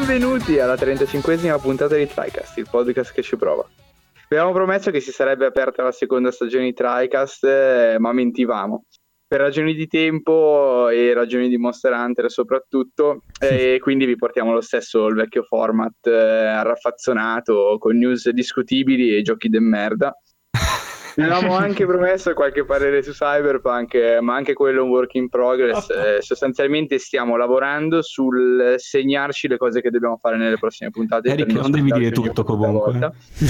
Benvenuti alla 35esima puntata di TriCast, il podcast che ci prova. Vi avevamo promesso che si sarebbe aperta la seconda stagione di TriCast, ma mentivamo. Per ragioni di tempo e ragioni di Monster Hunter soprattutto, e quindi vi portiamo lo stesso il vecchio format raffazzonato, con news discutibili e giochi de merda. Vi avevamo anche promesso qualche parere su Cyberpunk, ma anche quello è un work in progress. Sostanzialmente stiamo lavorando sul segnarci le cose che dobbiamo fare nelle prossime puntate. Eric, non devi dire tutto comunque.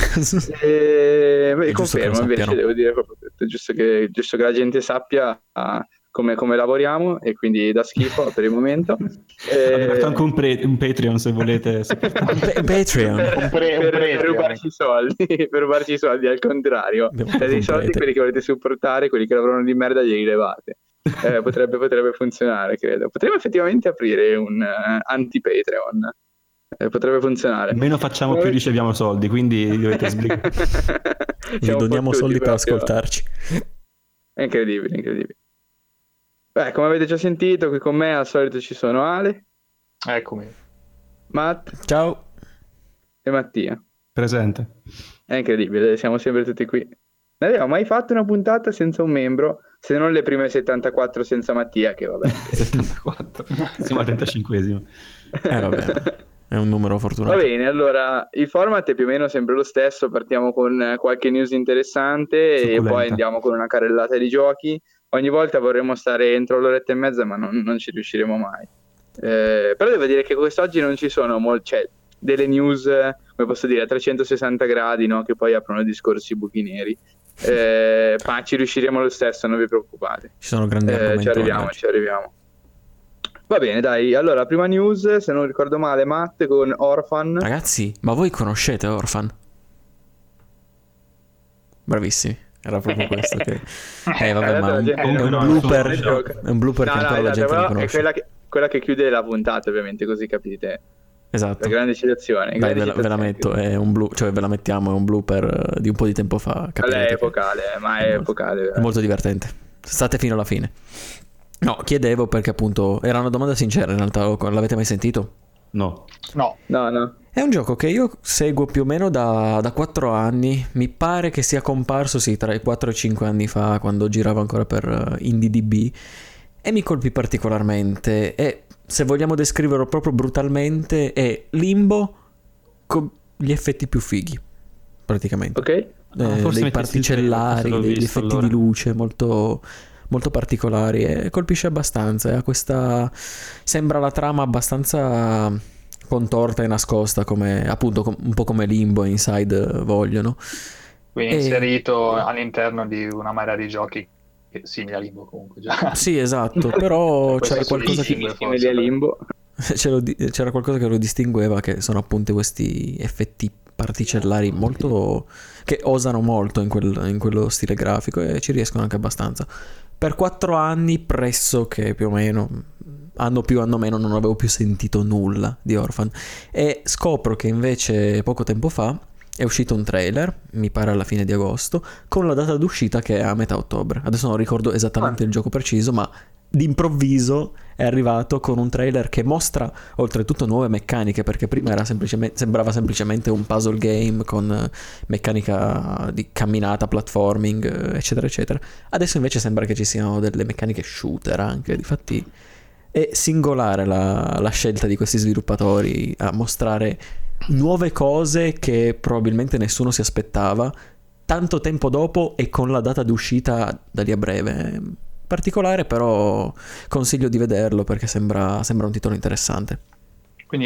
Confermo, invece devo dire proprio tutto, giusto che la gente sappia come lavoriamo, e quindi da schifo per il momento. Abbiamo anche un Patreon se volete. Patreon. Per rubarci i soldi, al contrario. Dei soldi, quelli che volete supportare, quelli che lavorano di merda glieli levate. Potrebbe funzionare, credo. Potremmo effettivamente aprire un anti-Patreon. Potrebbe funzionare. Meno facciamo, più riceviamo soldi, quindi dovete sbrigare. Gli doniamo soldi per ascoltarci. È incredibile. Beh, come avete già sentito, qui con me al solito ci sono Ale. Eccomi. Matt. Ciao. E Mattia. Presente. È incredibile, siamo sempre tutti qui. Non abbiamo mai fatto una puntata senza un membro, se non le prime 74 senza Mattia, che vabbè. 74. Siamo al 35esimo. Vabbè. È un numero fortunato. Va bene, allora il format è più o meno sempre lo stesso. Partiamo con qualche news interessante e poi andiamo con una carrellata di giochi. Ogni volta vorremmo stare entro l'oretta e mezza, ma non ci riusciremo mai. Però devo dire che quest'oggi non ci sono delle news, come posso dire, a 360 gradi, no? Che poi aprono discorsi buchi neri. Ma ci riusciremo lo stesso, non vi preoccupate. Ci sono grandi argomenti. Ci arriviamo. Va bene, dai. Allora, la prima news, se non ricordo male, Matt, con Orphan. Ragazzi, ma voi conoscete Orphan? Bravissimi. Era proprio questo che... vabbè, ma è un blooper che ancora la gente non conosce. È quella che chiude la puntata, ovviamente, così capite. Esatto. La grande citazione. Dai, ve la metto, è un ve la mettiamo, è un blooper di un po' di tempo fa. È epocale, ma è epocale. È molto divertente. State fino alla fine. No, chiedevo perché appunto era una domanda sincera in realtà. L'avete mai sentito? No. È un gioco che io seguo più o meno da 4 anni. Mi pare che sia comparso tra i 4 e 5 anni fa, quando giravo ancora per IndieDB, e mi colpì particolarmente. E se vogliamo descriverlo proprio brutalmente, è Limbo con gli effetti più fighi, praticamente. Ok. Dei particellari, degli effetti di luce molto molto particolari, e colpisce abbastanza. Sembra la trama abbastanza contorta e nascosta, come appunto un po' come Limbo e Inside vogliono. Quindi inserito all'interno di una marea di giochi che simili a Limbo comunque già. Sì, esatto, però c'era qualcosa simili a Limbo. C'era qualcosa che lo distingueva, che sono appunto questi effetti particellari molto che osano molto in quello stile grafico, e ci riescono anche abbastanza. Per 4 anni pressoché, più o meno, anno più anno meno, non avevo più sentito nulla di Orphan, e scopro che invece poco tempo fa è uscito un trailer, mi pare alla fine di agosto, con la data d'uscita che è a metà ottobre. Adesso non ricordo esattamente il gioco preciso, ma d'improvviso è arrivato con un trailer che mostra oltretutto nuove meccaniche, perché prima sembrava semplicemente un puzzle game con meccanica di camminata, platforming, eccetera eccetera. Adesso invece sembra che ci siano delle meccaniche shooter anche. Difatti è singolare la scelta di questi sviluppatori a mostrare nuove cose che probabilmente nessuno si aspettava tanto tempo dopo, e con la data d'uscita da lì a breve. Particolare, però consiglio di vederlo perché sembra un titolo interessante. Quindi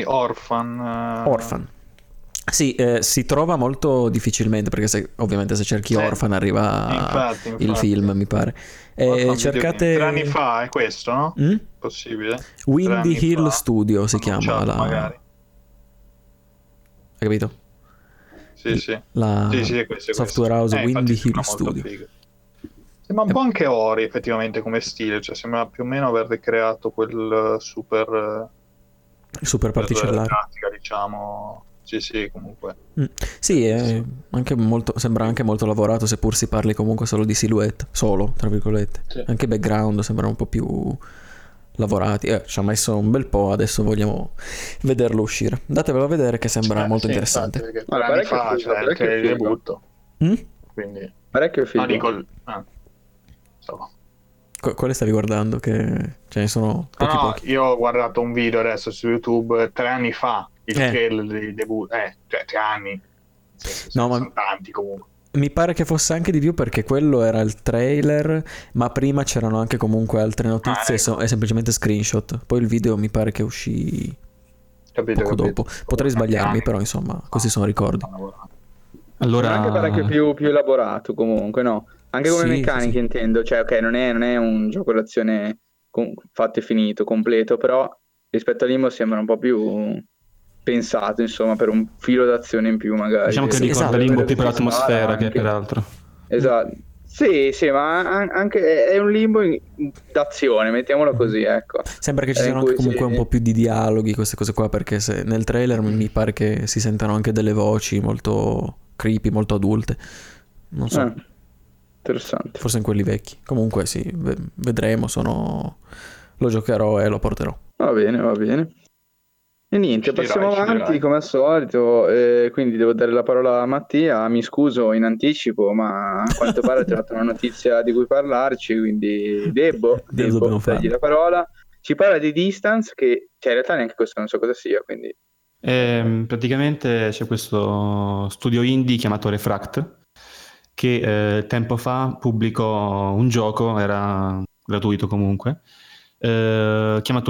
Orphan. Sì, si trova molto difficilmente, perché ovviamente se cerchi Orphan arriva infatti. il film, mi pare. Cercate 3 anni fa, è questo, no? Possibile. Windy Hill Studio si chiama magari. Hai capito? Sì. Sì, è questo. Software house Windy Hill Studio. Sembra un po' anche Ori effettivamente come stile, cioè sembra più o meno aver ricreato quel super particellare, grafica, diciamo. Sì, comunque. Sì, è anche sembra anche molto lavorato, seppur si parli comunque solo di silhouette, solo tra virgolette. Sì. Anche background sembra un po' più lavorati. Ci ha messo un bel po', adesso vogliamo vederlo uscire. Datevelo a vedere che sembra molto sì, interessante. infatti, perché Ah, 3 anni parecchio fa figo, c'è parecchio anche il figo. debutto. Mm? Quindi... Parecchio figo. insomma. Quale stavi guardando? Che ce ne sono pochi. Io ho guardato un video adesso su YouTube 3 anni fa, il trailer di debutto, cioè 3 anni, No, ma sono tanti comunque. mi pare che fosse anche di più perché quello era il trailer, ma prima c'erano anche comunque altre notizie ecco. e semplicemente screenshot. Poi il video mi pare che uscì poco dopo. Potrei sbagliarmi, però insomma, questi sono ricordi. Allora, Anche parecchio più elaborato comunque, no? Anche come Sì, meccaniche sì. intendo, cioè ok, non è un gioco d'azione fatto e finito, completo, però rispetto all'Immo sembra un po' più pensato, insomma, per un filo d'azione in più magari. diciamo che Sì, ricorda esatto. Limbo più per Si spara l'atmosfera che anche. per altro. Esatto. Sì, ma anche è un Limbo d'azione, mettiamolo così, ecco. Sembra che ci In siano anche cui comunque un si- po' più di dialoghi, queste cose qua, perché nel trailer mi pare che si sentano anche delle voci molto creepy, molto adulte. Non so, Interessante. forse in quelli vecchi. Comunque sì, vedremo, lo giocherò e lo porterò. Va bene, va bene. E niente, Ci dirai, passiamo ci avanti dirai. come al solito, quindi devo dare la parola a Mattia, mi scuso in anticipo, ma a quanto pare ho trovato una notizia di cui parlarci, quindi Dobbiamo debbo dargli farlo. la parola. Ci parla di Distance, che cioè, in realtà neanche questo non so cosa sia, quindi... Praticamente c'è questo studio indie chiamato Refract che tempo fa pubblicò un gioco, era gratuito comunque, chiamato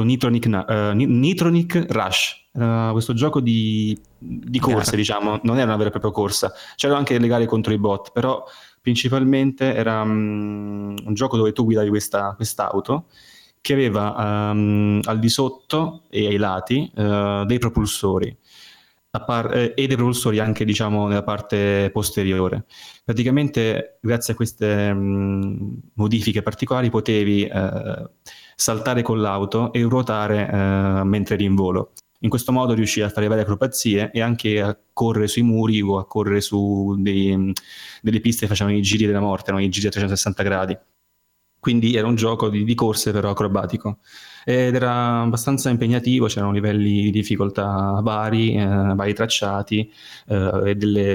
Nitronic Rush. Questo gioco di corse, Gara. diciamo, non era una vera e propria corsa, c'erano anche le gare contro i bot, però principalmente era un gioco dove tu guidavi quest'auto che aveva al di sotto e ai lati dei propulsori e dei propulsori anche diciamo nella parte posteriore. Praticamente grazie a queste modifiche particolari potevi saltare con l'auto e ruotare mentre eri in volo. In questo modo riuscivi a fare varie acrobazie e anche a correre sui muri o a correre su delle piste che facevano i giri della morte, no? I giri a 360 gradi. Quindi era un gioco di corse però acrobatico ed era abbastanza impegnativo, c'erano livelli di difficoltà vari tracciati e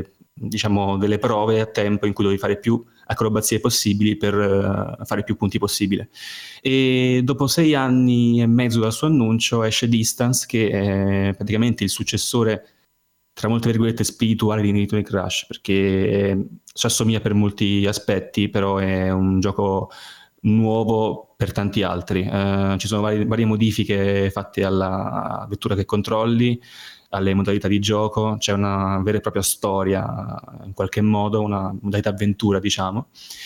delle prove a tempo in cui dovevi fare più acrobazie possibili per fare più punti possibile. E dopo 6 anni e mezzo dal suo annuncio esce Distance, che è praticamente il successore tra molte virgolette spirituale di Nitronic Rush, perché ci assomiglia per molti aspetti, però è un gioco nuovo per tanti altri. Ci sono varie modifiche fatte alla vettura che controlli, alle modalità di gioco, c'è una vera e propria storia in qualche modo, una modalità avventura diciamo.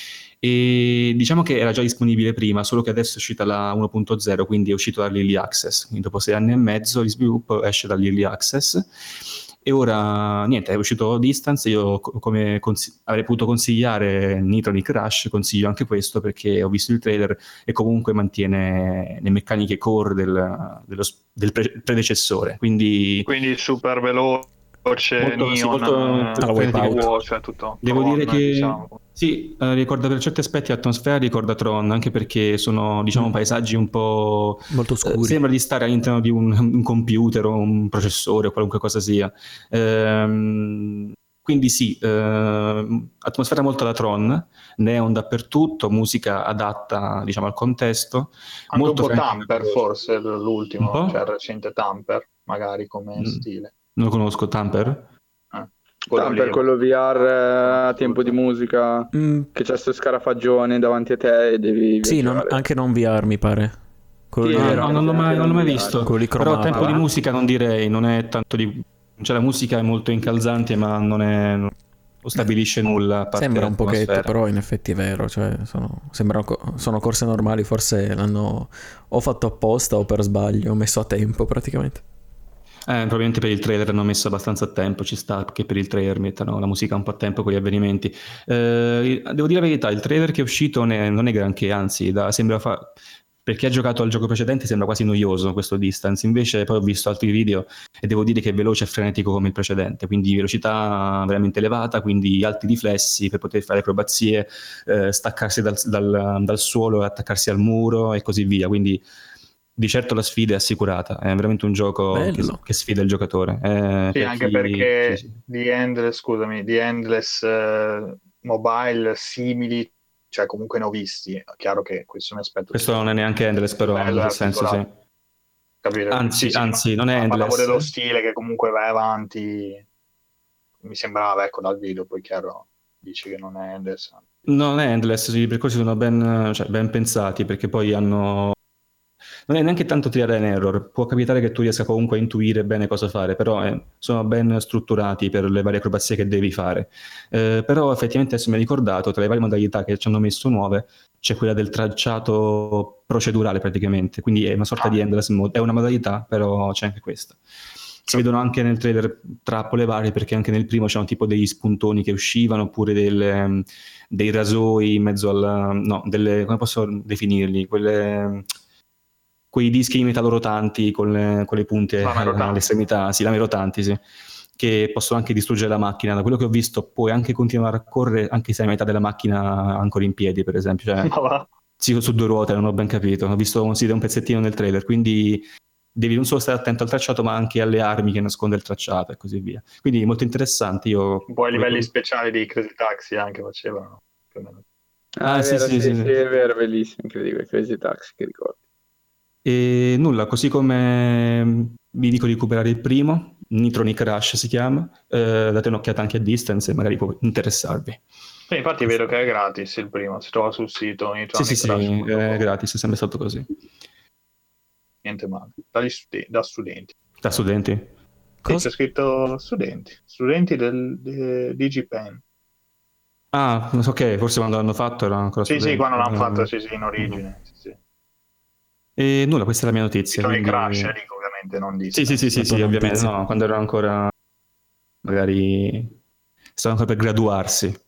E diciamo che era già disponibile prima, solo che adesso è uscita la 1.0, quindi è uscito dall'Early Access, quindi dopo 6 anni e mezzo di sviluppo esce dall'Early Access. E ora niente, è uscito Distance. Io come avrei potuto consigliare Nitronic Rush, consiglio anche questo perché ho visto il trailer e comunque mantiene le meccaniche core del predecessore, quindi super veloce, molto Wipeout. cioè tutto. Devo Tron, dire che diciamo. sì, ricorda per certi aspetti l'atmosfera, ricorda Tron, anche perché sono diciamo paesaggi un po' Molto scuri. sembra di stare all'interno di un computer o un processore o qualunque cosa sia. Quindi sì, atmosfera molto alla Tron, neon dappertutto, musica adatta diciamo al contesto, Anche molto un po' franca e Tamper veloce. forse Un l'ultimo, po'? cioè il recente Tamper, magari come stile. Non lo conosco, Tamper? Quello Per lì, quello VR a tempo di assurdo. musica, Mm, che c'è sto scarafaggione davanti a te e devi sì, viaggiare. anche non VR mi pare. Quello Sì, lì è No, vero, no, era- non l'ho anche mai VR. visto. Quello lì Però cromato. tempo di musica non direi, non è tanto di... Cioè la musica è molto incalzante, ma non stabilisce nulla a parte Sembra un pochetto, l'atmosfera. però in effetti è vero, cioè sono corse normali, forse l'hanno o fatto apposta o per sbaglio, messo a tempo praticamente. Probabilmente per il trailer hanno messo abbastanza tempo, ci sta che per il trailer mettano la musica un po' a tempo con gli avvenimenti. Devo dire la verità, il trailer che è uscito non è granché, anzi, per chi ha giocato al gioco precedente sembra quasi noioso questo Distance, invece poi ho visto altri video e devo dire che è veloce e frenetico come il precedente, quindi velocità veramente elevata, quindi alti riflessi per poter fare acrobazie, staccarsi dal suolo e attaccarsi al muro e così via, quindi di certo la sfida è assicurata, è veramente un gioco Bello. che sfida il giocatore. Sì, Per anche chi- perché sì, sì. di Endless Mobile simili, cioè comunque ne ho visti. È chiaro che questo mi aspetto Questo non è neanche Endless, più però in bello e quel senso sì. articolato. Capire? Sì, Anzi, sì, anzi, non è ma parlavo Endless. dello stile che comunque va avanti. Mi sembrava, ecco, dal video, poi chiaro, dici che non è Endless. Non è Endless, sì, i percorsi sono ben pensati, perché poi hanno... Non è neanche tanto trial and error, può capitare che tu riesca comunque a intuire bene cosa fare, però sono ben strutturati per le varie acrobazie che devi fare. Però effettivamente adesso mi hai ricordato, tra le varie modalità che ci hanno messo nuove, c'è quella del tracciato procedurale praticamente, quindi è una sorta di endless mode, è una modalità, però c'è anche questa. Si vedono anche nel trailer trappole varie, perché anche nel primo c'erano tipo degli spuntoni che uscivano, oppure dei rasoi in mezzo al... no, come posso definirli? Quei dischi di metallo rotanti con le punte Lame rotanti. all'estremità, sì, lame rotanti, sì, che possono anche distruggere la macchina. Da quello che ho visto puoi anche continuare a correre anche se hai metà della macchina ancora in piedi, per esempio. Cioè, Ma va. sì, su due ruote, non ho ben capito. Ho visto sì, un pezzettino nel trailer, quindi devi non solo stare attento al tracciato, ma anche alle armi che nasconde il tracciato e così via. Quindi molto interessante. Io Un po' a livelli speciali di Crazy Taxi anche facevano, più o meno. Ah, Ah, è sì, vero, sì, sì, sì, sì, sì. è vero, bellissimo, incredibile, Crazy Taxi, che ricordo. E nulla, così come vi dico di recuperare il primo, Nitronic Rush si chiama, date un'occhiata anche a Distance e magari può interessarvi. Sì, infatti vedo che è gratis il primo, si trova sul sito Sì, sì, sì, è nitronicrush.com. gratis, è sempre stato così. Niente male. Da studenti. Da studenti? Sì, Cosa? c'è scritto studenti del DigiPen. Ah, ok, forse quando l'hanno fatto erano ancora Sì, sì, studenti. quando l'hanno fatto, sì, sì, in Mhm. origine. Sì, sì. E nulla, questa è la mia notizia, Nitronic Rush, quindi... dico ovviamente, non Sì, sì, sì, Distance. sì, La tua sì, ovviamente, notizia. no, quando erano ancora... magari... stavano ancora per graduarsi.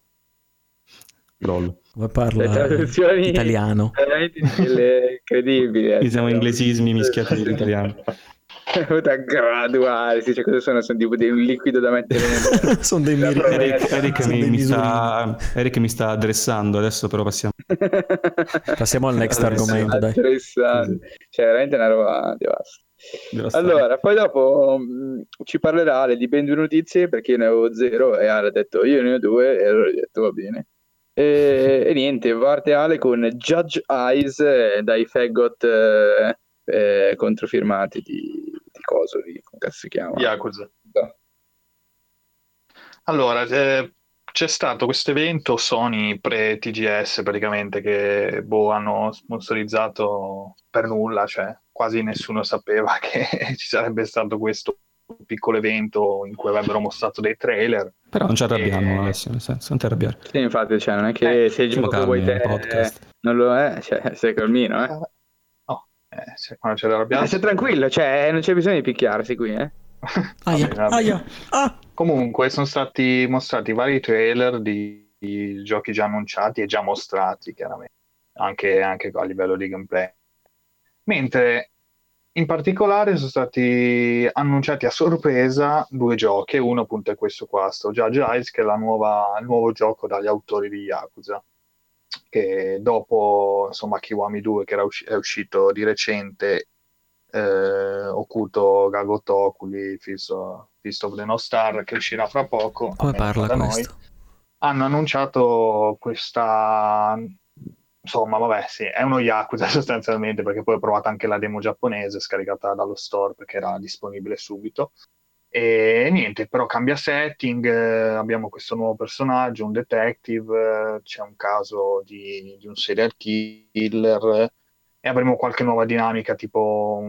LOL. Come Le parla traduzioni italiano? veramente di quelle incredibili. Qui siamo Cioè, inglesismi mischiati con l'italiano. da graduare, sì, cioè, cosa sono tipo un liquido da mettere nel, Sono dei nella Eric, provetta. Eric sono mi, dei mi misurini. Eric mi sta addressando, adesso però passiamo. Passiamo al next Adesso. argomento, dai. Interessante. Cioè, veramente una roba devastante. Devastante. Allora, poi dopo ci parlerà Ale di ben due notizie, perché io ne avevo zero e Ale ha detto io ne ho due e allora ho detto va bene. E niente, parte Ale con Judge Eyes dai Faggot controfirmati di coso, come cazzo si chiama? Yakuza. No. Allora, c'è stato questo evento Sony pre-TGS praticamente che hanno sponsorizzato per nulla, cioè quasi nessuno sapeva che ci sarebbe stato questo piccolo evento in cui avrebbero mostrato dei trailer. Però non ci arrabbiamo, E... Alessio, nel senso, non ti arrabbiare. Sì, infatti, cioè, non è che se il Siamo gioco che vuoi calmi, è un te podcast. non lo è, cioè, sei calmino, eh. Oh, quando c'è da arrabbiarsi... Sei tranquillo, cioè, non c'è bisogno di picchiarsi qui, eh. Va Aia, bene, va bene. aia, ah! Comunque sono stati mostrati vari trailer di giochi già annunciati e già mostrati, chiaramente, anche a livello di gameplay. Mentre in particolare sono stati annunciati a sorpresa due giochi, e uno appunto è questo qua, sto Judge Eyes, che è il nuovo gioco dagli autori di Yakuza, che dopo insomma Kiwami 2 che è uscito di recente, Okuto Gagot Oculi, Fist of the No Star, che uscirà fra poco, Come almeno qua parla da noi, questo? hanno annunciato questa, insomma, vabbè, sì, è uno Yakuza sostanzialmente, perché poi ho provato anche la demo giapponese scaricata dallo store perché era disponibile subito. E niente, però cambia setting, abbiamo questo nuovo personaggio, un detective, c'è un caso di un serial killer, e avremo qualche nuova dinamica, tipo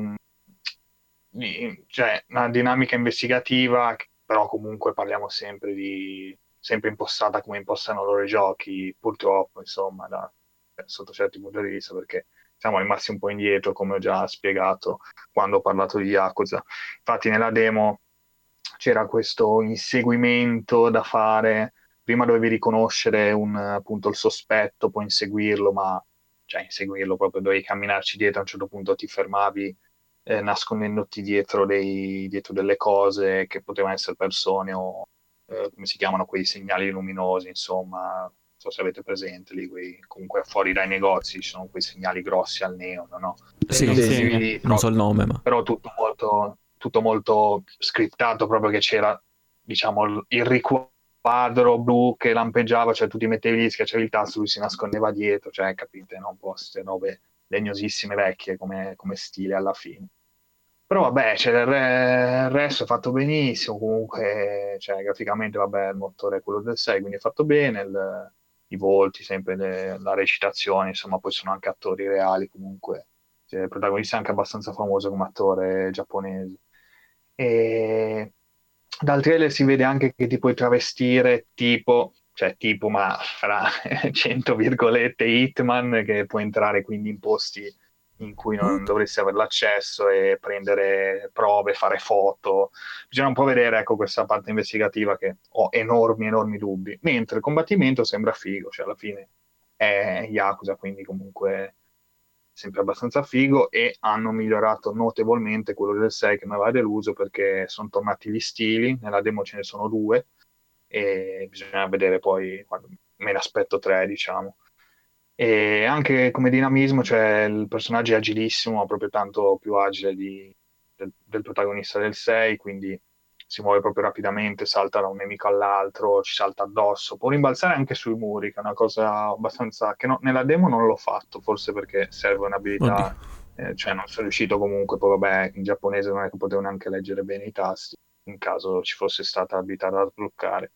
cioè una dinamica investigativa, però comunque parliamo sempre impostata come impostano loro i giochi, purtroppo, insomma, sotto certi punti di vista, perché siamo rimasti un po' indietro, come ho già spiegato quando ho parlato di Yakuza. Infatti nella demo c'era questo inseguimento da fare, prima dovevi riconoscere appunto il sospetto, poi inseguirlo, ma cioè inseguirlo proprio, dovevi camminarci dietro, a un certo punto ti fermavi nascondendoti dietro delle cose che potevano essere persone o come si chiamano quei segnali luminosi, insomma, non so se avete presente lì, comunque fuori dai negozi ci sono quei segnali grossi al neon, no? Sì, disegni, non so il nome, ma però tutto molto scriptato, proprio che c'era, diciamo, il riquadro blu che lampeggiava, cioè tu ti mettevi lì, schiacciavi il tasto, lui si nascondeva dietro, cioè capite, no? Un po' queste robe legnosissime vecchie come stile alla fine. Però vabbè, cioè, il resto è fatto benissimo, comunque, cioè, graficamente vabbè, il motore è quello del 6, quindi è fatto bene, i volti, sempre la recitazione, insomma, poi sono anche attori reali comunque. Cioè, il protagonista è anche abbastanza famoso come attore giapponese. E dal trailer si vede anche che ti puoi travestire tipo, ma fra 100 virgolette, Hitman, che può entrare quindi in posti in cui non dovresti avere l'accesso e prendere prove, fare foto. Bisogna un po' vedere, ecco, questa parte investigativa che ho enormi dubbi. Mentre il combattimento sembra figo, cioè alla fine è Yakuza, quindi comunque sempre abbastanza figo, e hanno migliorato notevolmente quello del 6 che mi aveva deluso perché sono tornati gli stili, nella demo ce ne sono due e bisogna vedere poi, me ne aspetto tre, diciamo. E anche come dinamismo, cioè il personaggio è agilissimo, proprio tanto più agile del protagonista del 6, quindi si muove proprio rapidamente, salta da un nemico all'altro, ci salta addosso, può rimbalzare anche sui muri, che è una cosa abbastanza che nella demo non l'ho fatto, forse perché serve un'abilità, oddio. cioè non sono riuscito comunque, poi vabbè, in giapponese non è che potevo neanche leggere bene i tasti, in caso ci fosse stata abilità da sbloccare.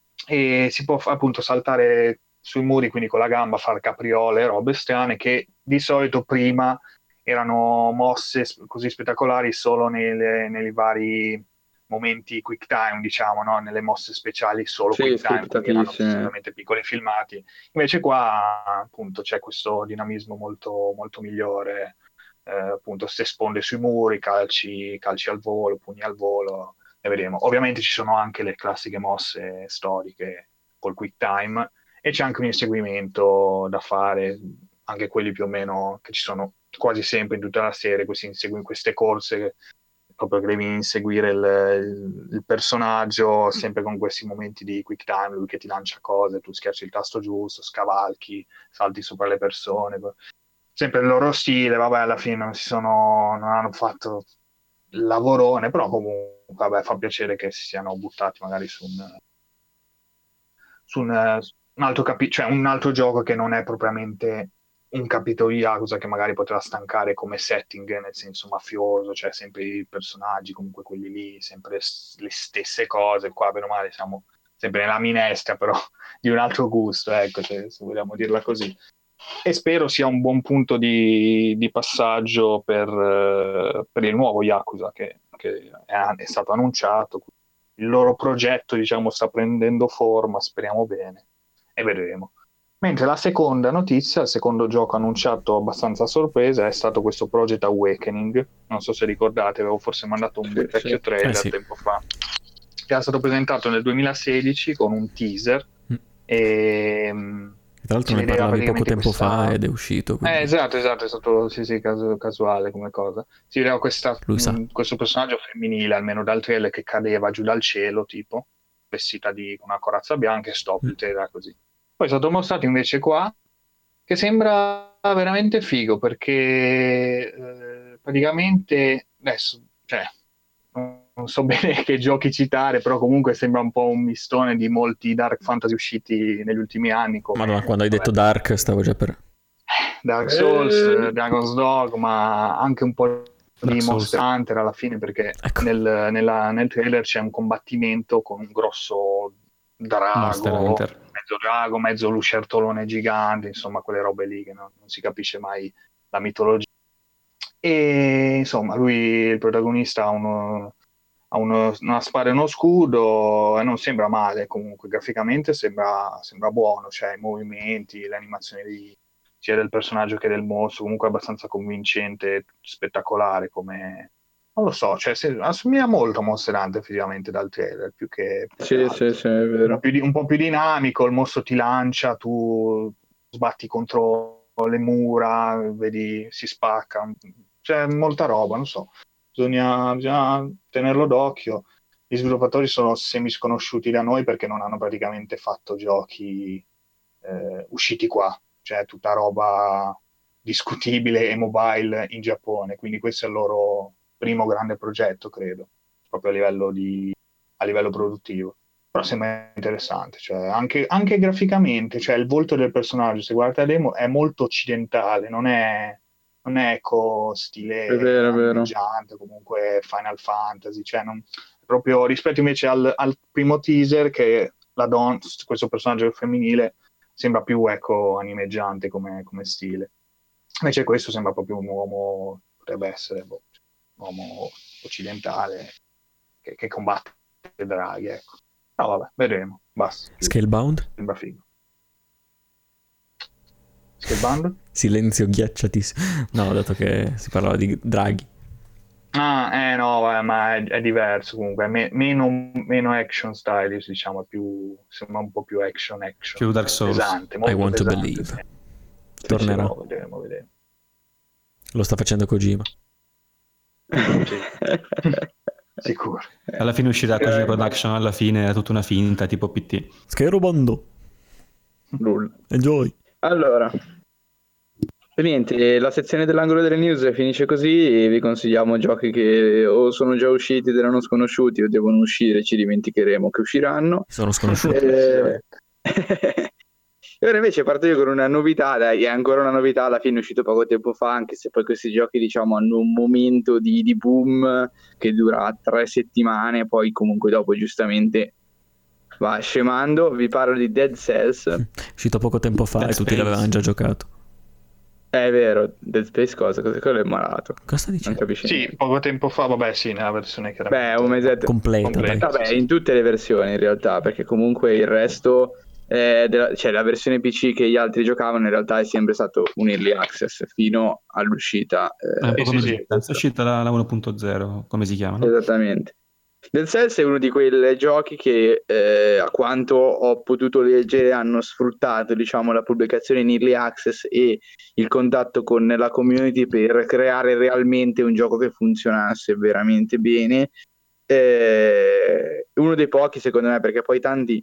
E si può appunto saltare sui muri, quindi con la gamba, fare capriole, robe strane che di solito prima erano mosse così spettacolari solo nei vari momenti quick time, diciamo, no? Nelle mosse speciali solo Sì, quick time, quindi erano scriptatissime. sostanzialmente piccoli filmati. Invece qua appunto c'è questo dinamismo molto, molto migliore, appunto ste sponde sui muri, calci al volo, pugni al volo, e vedremo. Ovviamente ci sono anche le classiche mosse storiche col quick time e c'è anche un inseguimento da fare, anche quelli più o meno che ci sono quasi sempre in tutta la serie, queste corse proprio che devi inseguire il personaggio sempre con questi momenti di quick time, lui che ti lancia cose, tu schiacci il tasto giusto, scavalchi, salti sopra le persone, sempre il loro stile, vabbè, alla fine non hanno fatto il lavorone, però comunque vabbè, fa piacere che si siano buttati magari su un altro cioè un altro gioco che non è propriamente un capitolo di Yakuza, che magari poteva stancare come setting, nel senso mafioso, cioè sempre i personaggi, comunque quelli lì, sempre le stesse cose, qua bene o male siamo sempre nella minestra, però di un altro gusto, ecco, cioè, se vogliamo dirla così. E spero sia un buon punto di passaggio per il nuovo Yakuza che è stato annunciato. Il loro progetto, diciamo, sta prendendo forma, speriamo bene, e vedremo. Mentre la seconda notizia, il secondo gioco annunciato abbastanza a sorpresa, è stato questo Project Awakening. Non so se ricordate, avevo forse mandato un Sì, sì. vecchio trailer Sì. tempo fa, che era stato presentato nel 2016 con un teaser. Mm. E Tra l'altro si ne vedeva parlavi poco praticamente tempo fa questa. ed è uscito, quindi Esatto, è stato sì, casuale come cosa. Si vedeva lui sa. questo personaggio femminile, almeno dal trailer, che cadeva giù dal cielo, tipo, vestita con una corazza bianca, e stop, Mm. il trailer era così. Poi è stato mostrato invece qua, che sembra veramente figo, perché praticamente, adesso, cioè, non so bene che giochi citare, però comunque sembra un po' un mistone di molti dark fantasy usciti negli ultimi anni, Madonna, come quando hai detto vabbè, Dark stavo già per... Dark Souls, Dragon's Dogma, anche un po' Dark di Souls. Monster Hunter alla fine, perché Ecco. nel trailer c'è un combattimento con un grosso Monster Hunter. drago, mezzo lucertolone gigante, insomma quelle robe lì che non si capisce mai la mitologia. E insomma, lui, il protagonista, ha una spada e uno scudo, e non sembra male comunque, graficamente sembra buono, cioè i movimenti, le animazioni sia del personaggio che del mostro, comunque abbastanza convincente, spettacolare come. Non lo so, cioè assomiglia molto a Monster Hunter effettivamente dal trailer, più che Sì, sì, altro. sì, è vero. Un po' più dinamico, il mostro ti lancia, tu sbatti contro le mura, vedi, si spacca, c'è molta roba, non so, bisogna tenerlo d'occhio. Gli sviluppatori sono semi sconosciuti da noi perché non hanno praticamente fatto giochi usciti qua, cioè tutta roba discutibile e mobile in Giappone, quindi questo è il loro primo grande progetto, credo, proprio a livello produttitivo. Però sembra interessante, cioè anche graficamente, cioè il volto del personaggio, se guardate la demo, è molto occidentale, non è stile È vero, è vero. animeggiante, comunque Final Fantasy, cioè proprio rispetto invece al primo teaser, che la donna, questo personaggio femminile, sembra più, ecco, animeggiante come stile. Invece questo sembra proprio un uomo, potrebbe essere un uomo occidentale che combatte i draghi, ecco. No, vabbè, vedremo. Basta. Scalebound? Sembra figo. Scalebound? Silenzio ghiacciatissimo. No, dato che si parlava di draghi. Ah, no, vabbè, ma è diverso comunque, è meno action style, diciamo, sembra un po' più action, Più Dark Souls. pesante, I molto want to pesante, believe. sì. Tornerà. Sì, vedremo. Lo sta facendo Kojima. Sì. Sicuro. Alla fine uscirà Kojima Production, alla fine era tutta una finta, tipo PT. Scherobando. Lul. Enjoy. Allora, niente, la sezione dell'angolo delle news finisce così e vi consigliamo giochi che o sono già usciti ed erano sconosciuti o devono uscire, ci dimenticheremo che usciranno. Sono sconosciuti. E ora invece parto io con una novità, dai, è ancora una novità, alla fine è uscito poco tempo fa, anche se poi questi giochi, diciamo, hanno un momento di boom che dura 3 settimane, poi comunque dopo giustamente va scemando. Vi parlo di Dead Cells. È uscito poco tempo fa Dead e tutti Space. l'avevano già giocato. È vero, Dead Space cosa? Quello è malato. Cosa sta Non dicendo? capisci Sì, niente. poco tempo fa, vabbè, sì, nella versione che era Beh, un mesetto. Completa, dai. Vabbè, sì. in tutte le versioni in realtà, perché comunque il resto, cioè la versione PC che gli altri giocavano in realtà è sempre stato un early access fino all'uscita. Un po' come sì. è uscita la 1.0, come si chiama, no? Esattamente. Dead Cells è uno di quei giochi che, a quanto ho potuto leggere, hanno sfruttato, diciamo, la pubblicazione in early access e il contatto con la community per creare realmente un gioco che funzionasse veramente bene. Uno dei pochi, secondo me, perché poi tanti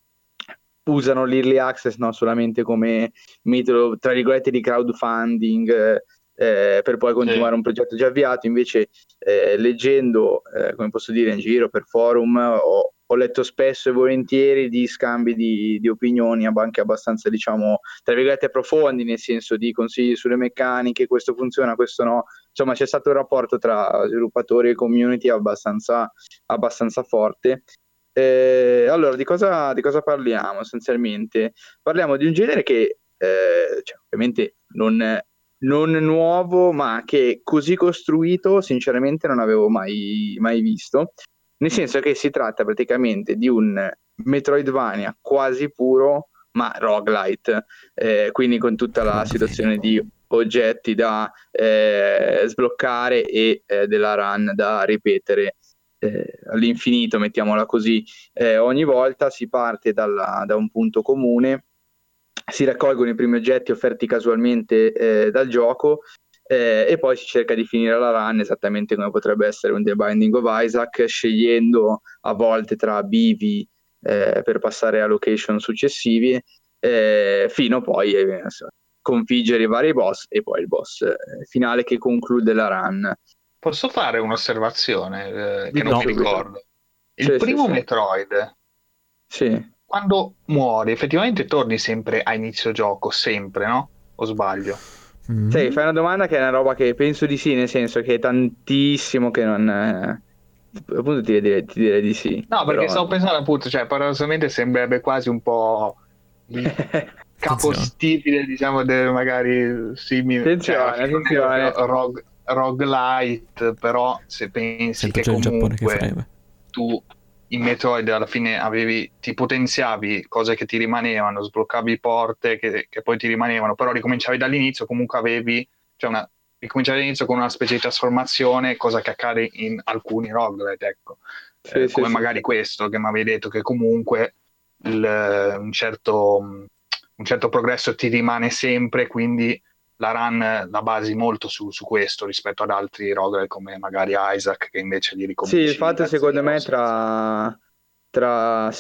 usano l'early access, no, solamente come metodo, tra virgolette, di crowdfunding, per poi continuare un progetto già avviato. Invece leggendo, come posso dire, in giro per forum, ho letto spesso e volentieri di scambi di opinioni anche abbastanza, diciamo, tra virgolette, profondi, nel senso di consigli sulle meccaniche, questo funziona, questo no. Insomma, c'è stato un rapporto tra sviluppatori e community abbastanza forte. Allora, di cosa parliamo essenzialmente? Parliamo di un genere che cioè, ovviamente non nuovo, ma che così costruito sinceramente non avevo mai visto, nel senso che si tratta praticamente di un Metroidvania quasi puro, ma roguelite, quindi con tutta la situazione di oggetti da sbloccare e della run da ripetere all'infinito, mettiamola così. Ogni volta si parte da un punto comune, si raccolgono i primi oggetti offerti casualmente dal gioco, e poi si cerca di finire la run esattamente come potrebbe essere un The Binding of Isaac, scegliendo a volte tra bivi per passare a location successivi, fino poi a sconfiggere i vari boss e poi il boss finale che conclude la run. Posso fare un'osservazione che non No. mi ricordo? Il Sì, primo sì. Metroid, Sì. quando muori, effettivamente torni sempre a inizio gioco, sempre, no? O sbaglio? Sì, fai una domanda che è una roba che penso di sì, nel senso che è tantissimo che non... appunto ti direi di sì. No, perché però... stavo pensando appunto, cioè, paradossalmente sembrerebbe quasi un po' il capostipite, diciamo, magari simile, cioè, alla fine non è proprio roguelite, però se pensi Sento che già il Giappone che comunque freme. tu in Metroid alla fine ti potenziavi cose che ti rimanevano, sbloccavi porte che poi ti rimanevano, però ricominciavi dall'inizio, comunque avevi, cioè ricominciavi dall'inizio con una specie di trasformazione, cosa che accade in alcuni roguelite, ecco. Sì, Come sì, magari questo che mi avevi detto, che comunque un certo progresso ti rimane sempre, quindi la run la basi molto su questo rispetto ad altri roguelite come magari Isaac, che invece li ricominci. Sì, il fatto secondo me tra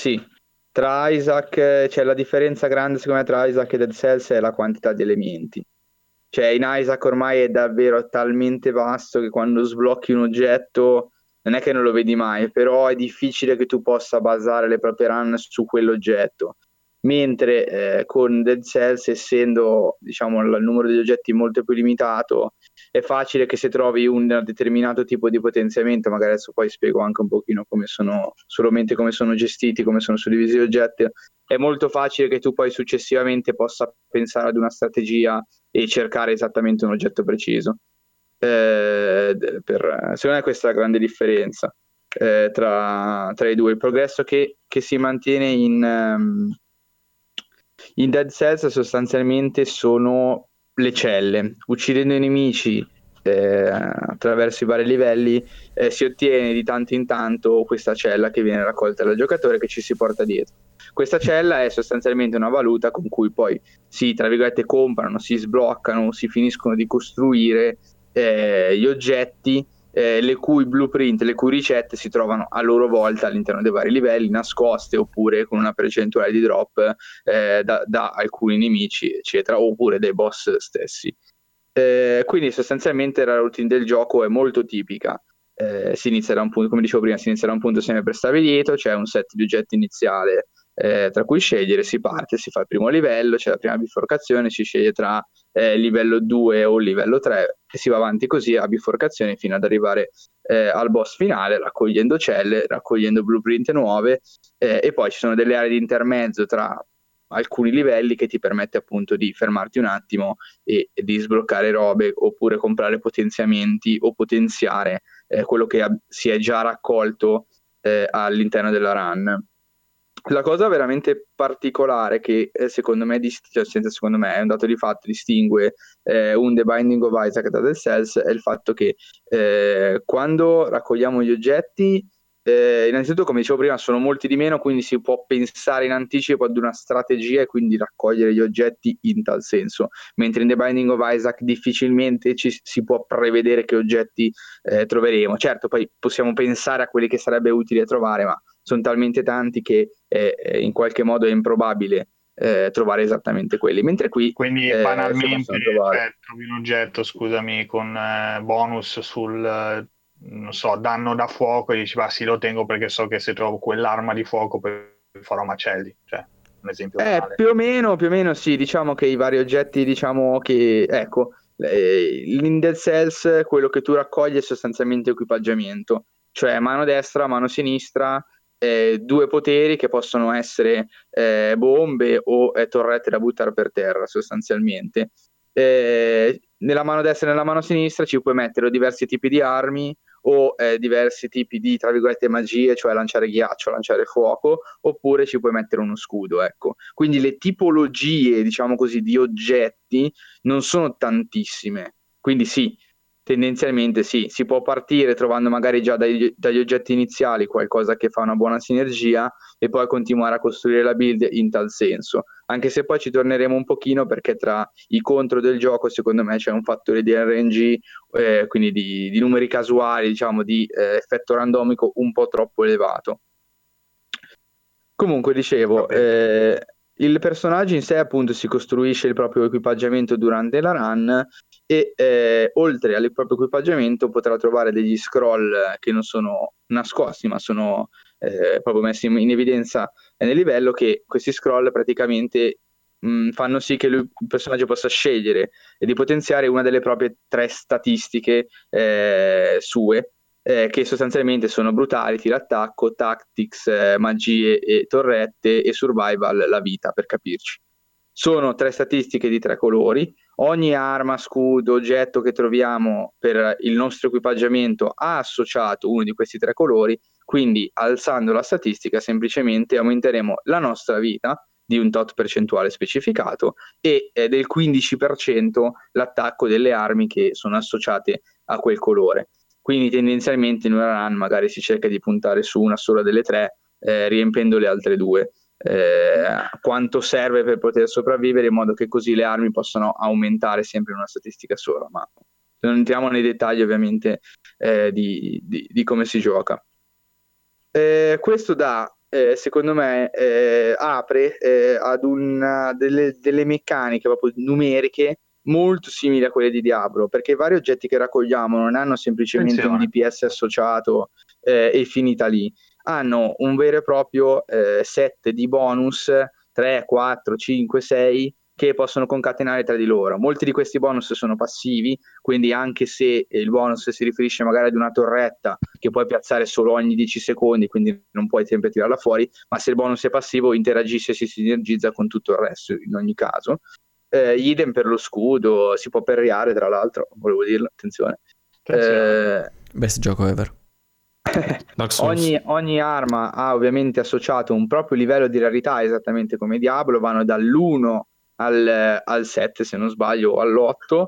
Isaac, cioè la differenza grande secondo me tra Isaac e Dead Cells è la quantità di elementi. Cioè in Isaac ormai è davvero talmente vasto che quando sblocchi un oggetto non è che non lo vedi mai, però è difficile che tu possa basare le proprie run su quell'oggetto. Mentre con Dead Cells, essendo diciamo il numero degli oggetti molto più limitato, è facile che se trovi un determinato tipo di potenziamento, magari adesso poi spiego anche un pochino come sono, solamente come sono gestiti, come sono suddivisi gli oggetti, è molto facile che tu poi successivamente possa pensare ad una strategia e cercare esattamente un oggetto preciso. Secondo me questa è la grande differenza tra i due. Il progresso che si mantiene in Dead Cells sostanzialmente sono le celle. Uccidendo i nemici attraverso i vari livelli si ottiene di tanto in tanto questa cella che viene raccolta dal giocatore, che ci si porta dietro. Questa cella è sostanzialmente una valuta con cui poi si, tra virgolette, comprano, si sbloccano, si finiscono di costruire gli oggetti, le cui blueprint, le cui ricette si trovano a loro volta all'interno dei vari livelli, nascoste oppure con una percentuale di drop da alcuni nemici, eccetera, oppure dai boss stessi. Quindi sostanzialmente la routine del gioco è molto tipica. Si inizia da un punto, come dicevo prima, si inizia da un punto sempre prestabilito, c'è un set di oggetti iniziale tra cui scegliere, si parte, si fa il primo livello, c'è la prima biforcazione, si sceglie tra livello 2 o livello 3 e si va avanti così a biforcazione fino ad arrivare al boss finale, raccogliendo celle, raccogliendo blueprint nuove e poi ci sono delle aree di intermezzo tra alcuni livelli che ti permette appunto di fermarti un attimo e di sbloccare robe oppure comprare potenziamenti o potenziare quello che si è già raccolto all'interno della run. La cosa veramente particolare che secondo me, cioè, senza secondo me, è un dato di fatto, distingue un The Binding of Isaac da Dead Cells è il fatto che quando raccogliamo gli oggetti, innanzitutto come dicevo prima sono molti di meno, quindi si può pensare in anticipo ad una strategia e quindi raccogliere gli oggetti in tal senso, mentre in The Binding of Isaac difficilmente si può prevedere che oggetti troveremo. Certo, poi possiamo pensare a quelli che sarebbe utile trovare, ma sono talmente tanti che in qualche modo è improbabile trovare esattamente quelli, mentre qui Quindi si banalmente possono trovare. trovi un oggetto, scusami, con bonus sul, non so, danno da fuoco e dici, va sì, lo tengo perché so che se trovo quell'arma di fuoco poi farò macelli, cioè un esempio banale. Più o meno sì, diciamo che i vari oggetti, diciamo che, ecco, in Dead Cells quello che tu raccogli è sostanzialmente equipaggiamento, cioè mano destra, mano sinistra, due poteri che possono essere bombe o torrette da buttare per terra sostanzialmente. Nella mano destra e nella mano sinistra ci puoi mettere diversi tipi di armi o diversi tipi di, tra virgolette, magie, cioè lanciare ghiaccio, lanciare fuoco, oppure ci puoi mettere uno scudo, ecco. Quindi le tipologie, diciamo così, di oggetti non sono tantissime. Quindi sì, tendenzialmente sì, si può partire trovando magari già dagli oggetti iniziali qualcosa che fa una buona sinergia e poi continuare a costruire la build in tal senso. Anche se poi ci torneremo un pochino perché tra i contro del gioco secondo me c'è un fattore di RNG, quindi di numeri casuali, diciamo di effetto randomico un po' troppo elevato. Comunque dicevo, il personaggio in sé appunto si costruisce il proprio equipaggiamento durante la run e oltre al proprio equipaggiamento potrà trovare degli scroll che non sono nascosti ma sono proprio messi in evidenza nel livello, che questi scroll praticamente fanno sì che il personaggio possa scegliere e di potenziare una delle proprie tre statistiche sue, che sostanzialmente sono brutality, l'attacco, tactics, magie e torrette e survival, la vita, per capirci. Sono tre statistiche di tre colori. Ogni arma, scudo, oggetto che troviamo per il nostro equipaggiamento ha associato uno di questi tre colori, quindi alzando la statistica semplicemente aumenteremo la nostra vita di un tot percentuale specificato e del 15% l'attacco delle armi che sono associate a quel colore. Quindi tendenzialmente in una run magari si cerca di puntare su una sola delle tre, riempiendo le altre due. Quanto serve per poter sopravvivere, in modo che così le armi possano aumentare sempre in una statistica sola, ma non entriamo nei dettagli ovviamente di come si gioca. Questo secondo me apre ad delle meccaniche proprio numeriche molto simili a quelle di Diablo, perché i vari oggetti che raccogliamo non hanno semplicemente un Attenzione. DPS associato e finita lì, hanno un vero e proprio set di bonus 3, 4, 5, 6 che possono concatenare tra di loro. Molti di questi bonus sono passivi, quindi anche se il bonus si riferisce magari ad una torretta che puoi piazzare solo ogni 10 secondi, quindi non puoi sempre tirarla fuori, ma se il bonus è passivo interagisce e si sinergizza con tutto il resto in ogni caso. Idem per lo scudo, si può perreare tra l'altro, volevo dirlo, attenzione. Best gioco ever. Dark Souls. Ogni arma ha ovviamente associato un proprio livello di rarità, esattamente come Diablo, vanno dall'1 al 7 se non sbaglio, o all'8,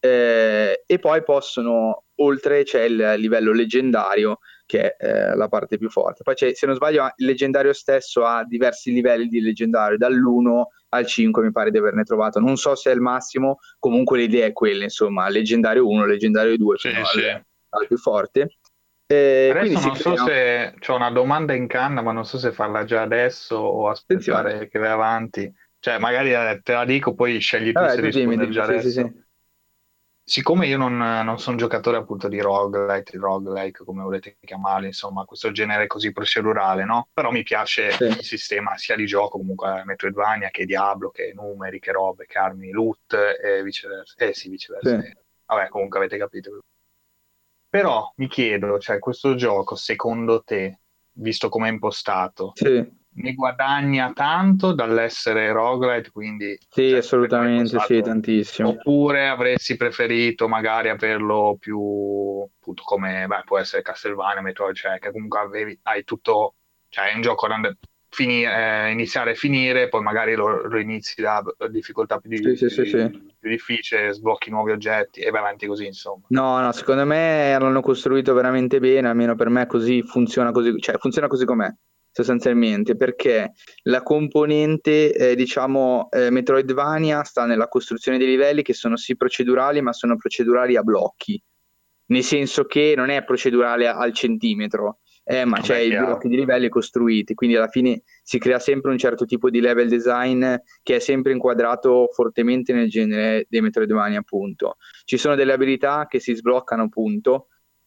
e poi possono, oltre c'è il livello leggendario che è la parte più forte. Poi c'è, se non sbaglio, il leggendario stesso ha diversi livelli di leggendario, dall'1 al 5 mi pare di averne trovato, non so se è il massimo, comunque l'idea è quella, insomma, leggendario 1, leggendario 2 Sì, fino sì. al più forte. Quindi Adesso si non so creano... se c'ho una domanda in canna, ma non so se farla già adesso o Attenzione, aspettare che vai avanti. Cioè, magari te la dico, poi scegli tu vabbè, se tu dimmi, rispondere già sì, sì, adesso. sì. Siccome io non sono giocatore appunto di roguelike, come volete chiamarli, insomma, questo genere così procedurale, no? Però mi piace Sì. il sistema sia di gioco, comunque Metroidvania, che Diablo, che numeri, che robe, che armi, loot e viceversa. Sì, viceversa. Sì. Vabbè, comunque avete capito. Però mi chiedo, cioè, questo gioco, secondo te, visto come è impostato, Sì, ne guadagna tanto dall'essere roguelite, quindi sì, cioè, per come è assolutamente, sì, impostato, tantissimo. oppure avresti preferito magari averlo più, appunto, come beh, può essere Castlevania, Metroid, cioè che comunque hai tutto, cioè è un gioco iniziare e finire, poi magari lo inizi da difficoltà Sì, sì, sì, sì. più difficile, sblocchi nuovi oggetti e vai avanti così, insomma. No, no, secondo me l'hanno costruito veramente bene, almeno per me così funziona così, cioè funziona così com'è, sostanzialmente, perché la componente, diciamo, Metroidvania sta nella costruzione dei livelli che sono sì procedurali, ma sono procedurali a blocchi, nel senso che non è procedurale al centimetro, ma c'è Vabbè, i chiaro. blocchi di livelli costruiti, quindi alla fine si crea sempre un certo tipo di level design che è sempre inquadrato fortemente nel genere dei Metroidvania, appunto. Ci sono delle abilità che si sbloccano, appunto,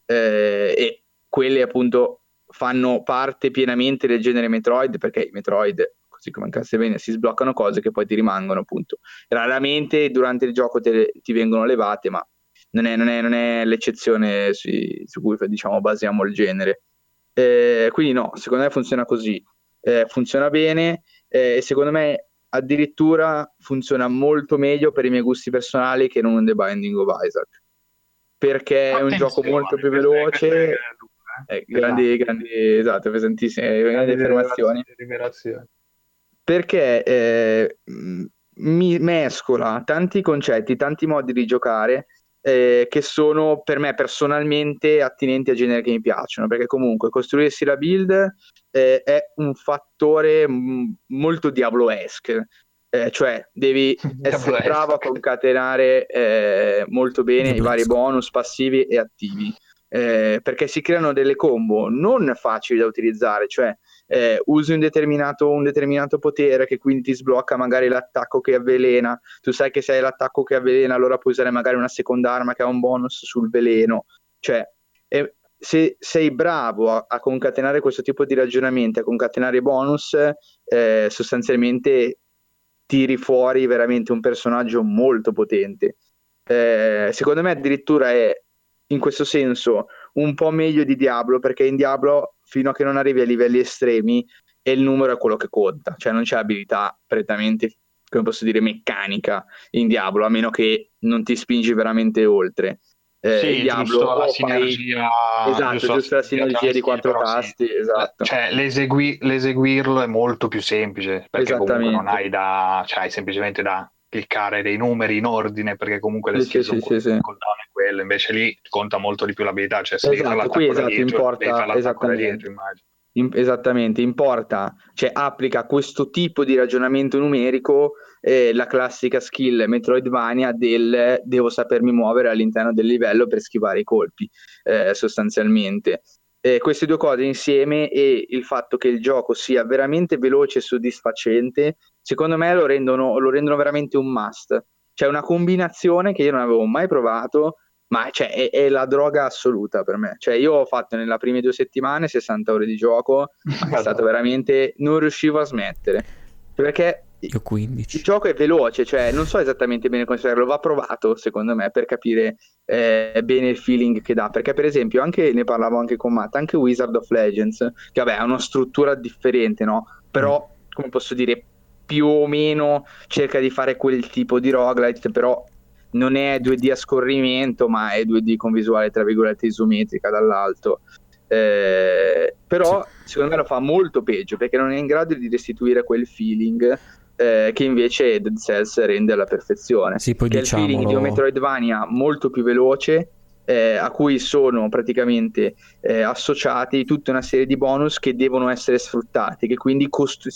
e quelle appunto fanno parte pienamente del genere Metroid, perché i Metroid, così come in Castlevania, si sbloccano cose che poi ti rimangono, appunto. Raramente durante il gioco ti vengono levate, ma non è l'eccezione su cui diciamo basiamo il genere. Quindi no, secondo me funziona così. Funziona bene e secondo me addirittura funziona molto meglio per i miei gusti personali che non The Binding of Isaac, perché è un gioco molto Attenzione, più questa è veloce, dura, grandi, pesante. grandi, esatto, pesantissime, grandi Grandi affermazioni, rivelazioni. perché mi mescola tanti concetti, tanti modi di giocare che sono per me personalmente attinenti a generi che mi piacciono, perché comunque costruirsi la build è un fattore molto diablo-esque, cioè devi essere bravo a Diablo-esque. concatenare molto bene i vari Diablesco. bonus passivi e attivi, perché si creano delle combo non facili da utilizzare, cioè usi un determinato potere che quindi ti sblocca magari l'attacco che avvelena, tu sai che se hai l'attacco che avvelena allora puoi usare magari una seconda arma che ha un bonus sul veleno, cioè se sei bravo a concatenare questo tipo di ragionamenti, a concatenare i bonus, sostanzialmente tiri fuori veramente un personaggio molto potente. Secondo me addirittura è in questo senso un po' meglio di Diablo, perché in Diablo fino a che non arrivi a livelli estremi e il numero è quello che conta, cioè non c'è abilità prettamente, come posso dire, meccanica in Diablo, a meno che non ti spingi veramente oltre. In Sì, Diablo giusto la o fai... sinergia, Esatto, giusto la tra sinergia le di skill, quattro però sì, tasti, esatto, cioè l'eseguirlo è molto più semplice, perché comunque non esattamente. hai cioè hai semplicemente da cliccare dei numeri in ordine, perché comunque le Sì, sì, skill sono sì, sì, sì. contano quello, invece lì conta molto di più l'abilità, cioè se devi fare Esatto, qui l'attacco da esatto, dietro, devi importa fare l'attacco da dietro, esattamente. immagino. Esattamente, importa, cioè applica questo tipo di ragionamento numerico, la classica skill Metroidvania del devo sapermi muovere all'interno del livello per schivare i colpi, sostanzialmente. Queste due cose insieme e il fatto che il gioco sia veramente veloce e soddisfacente, secondo me lo rendono veramente un must. c'è una combinazione che io non avevo mai provato, ma cioè, è la droga assoluta per me. Cioè, io ho fatto nelle prime 2 settimane 60 ore di gioco, ma è stato veramente, non riuscivo a smettere, perché Io 15. il gioco è veloce, cioè non so esattamente bene come spiegarlo, va provato secondo me per capire bene il feeling che dà, perché per esempio anche, ne parlavo anche con Matt, anche Wizard of Legends, che vabbè ha una struttura differente, no? Però, come posso dire, più o meno cerca di fare quel tipo di roguelite, però non è 2D a scorrimento, ma è 2D con visuale tra virgolette isometrica dall'alto. Però secondo me lo fa molto peggio, perché non è in grado di restituire quel feeling che invece Dead Cells rende alla perfezione, Sì, poi che è il feeling di un diciamolo, Metroidvania molto più veloce, a cui sono praticamente associati tutta una serie di bonus che devono essere sfruttati, che quindi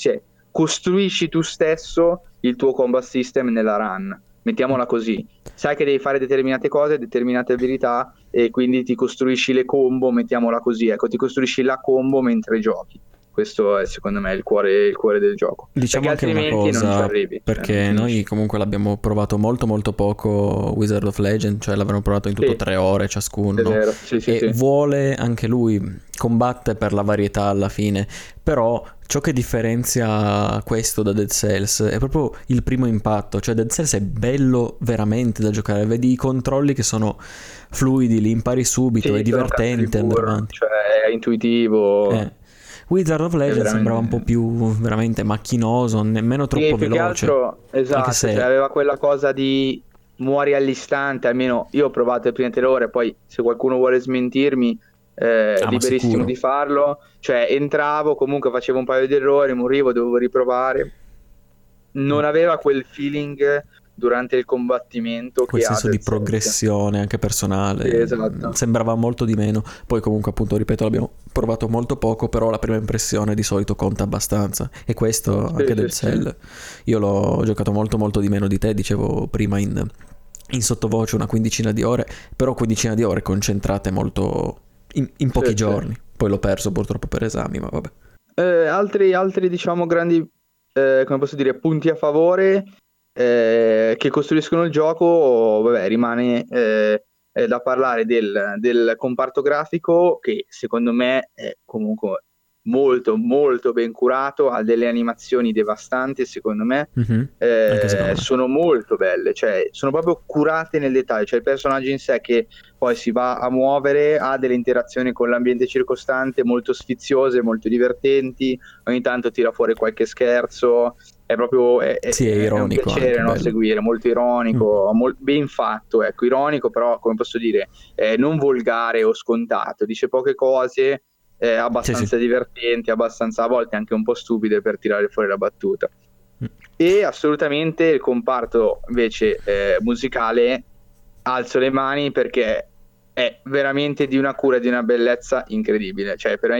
costruisci tu stesso il tuo combat system nella run, mettiamola così. Sai che devi fare determinate cose, determinate abilità, e quindi ti costruisci le combo, mettiamola così, ecco, ti costruisci la combo mentre giochi. Questo è secondo me il cuore del gioco. diciamo Perché anche una altrimenti non ci cosa, arrivi. perché cioè, non noi finisci. comunque l'abbiamo provato molto molto poco Wizard of Legend, cioè l'avevano provato in tutto Sì, 3 ore è ciascuno, vero, sì, e sì. vuole anche lui, combatte per la varietà alla fine, però ciò che differenzia questo da Dead Cells è proprio il primo impatto, cioè Dead Cells è bello veramente da giocare, vedi i controlli che sono fluidi, li impari subito, è Sì, sono cazzo di divertente andare burro, avanti. cioè è intuitivo, Wizard of è Legends sembrava un po' veramente... più veramente macchinoso, nemmeno Sì, troppo più che veloce, altro, anche esatto, cioè se aveva quella cosa di muori all'istante, almeno io ho provato le prime 3 ore, poi se qualcuno vuole smentirmi è ma liberissimo sicuro. di farlo, cioè entravo, comunque facevo un paio di errori, morivo, dovevo riprovare, non aveva quel feeling durante il combattimento Quel che ha senso di Dead Cells. progressione anche Sì, personale esatto. sembrava molto di meno. Poi comunque appunto ripeto l'abbiamo provato molto poco, però la prima impressione di solito conta abbastanza, e questo Sì, anche sì, Dead sì. Cell io l'ho giocato molto molto di meno di te, dicevo prima in sottovoce una quindicina di ore, però quindicina di ore concentrate molto in Sì, pochi sì. giorni. Poi l'ho perso purtroppo per esami, ma vabbè. Altri diciamo grandi, come posso dire, punti a favore che costruiscono il gioco, vabbè, rimane da parlare del comparto grafico, che secondo me è comunque molto molto ben curato, ha delle animazioni devastanti secondo me, Mhm. Anche secondo me. sono molto belle, cioè sono proprio curate nel dettaglio, cioè il personaggio in sé che poi si va a muovere, ha delle interazioni con l'ambiente circostante molto sfiziose, molto divertenti, ogni tanto tira fuori qualche scherzo, è proprio Sì, è è un ironico piacere, anche, no, bello. seguire, molto ironico, ben fatto, ecco, ironico però, come posso dire, non volgare o scontato, dice poche cose Sì, sì. abbastanza divertenti, abbastanza a volte anche un po' stupide per tirare fuori la battuta. E assolutamente il comparto invece musicale, alzo le mani perché è veramente di una cura e di una bellezza incredibile. Cioè, per me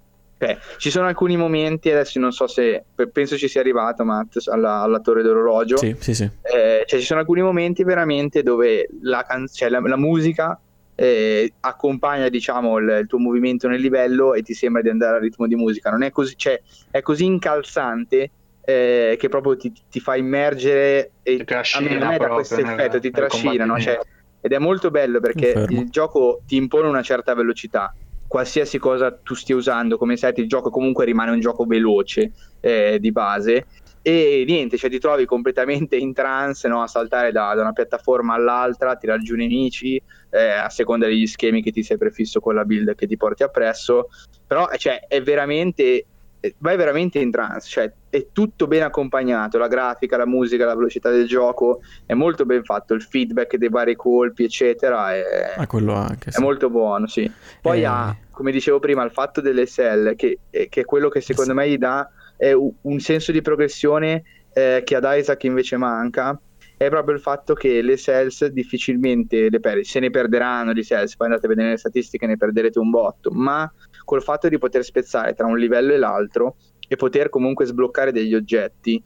ci sono alcuni momenti, adesso non so se, penso ci sia arrivato Matt alla torre d'orologio, Sì, sì, sì. cioè ci sono alcuni momenti veramente dove cioè la musica accompagna diciamo il tuo movimento nel livello e ti sembra di andare al ritmo di musica, non è così, cioè è così incalzante che proprio ti fa immergere, Ti e a me trascina dà proprio questo effetto, ti nel trascina, no? Cioè, combattimento. ed è molto bello perché Confermo. il gioco ti impone una certa velocità, qualsiasi cosa tu stia usando come set, il gioco comunque rimane un gioco veloce di base, e niente, cioè ti trovi completamente in trance, no? A saltare da una piattaforma all'altra, a tirar giù nemici a seconda degli schemi che ti sei prefisso con la build che ti porti appresso, però cioè, è veramente, vai veramente in trance, cioè è tutto ben accompagnato, la grafica, la musica, la velocità del gioco è molto ben fatto, il feedback dei vari colpi eccetera Quello anche, è sì. molto buono, sì. Poi ha, come dicevo prima, il fatto delle SL che è quello che secondo me gli dà un senso di progressione che ad Isaac invece manca, è proprio il fatto che le cells difficilmente le perdi, se ne perderanno di cells, poi andate a vedere le statistiche ne perderete un botto, ma col fatto di poter spezzare tra un livello e l'altro e poter comunque sbloccare degli oggetti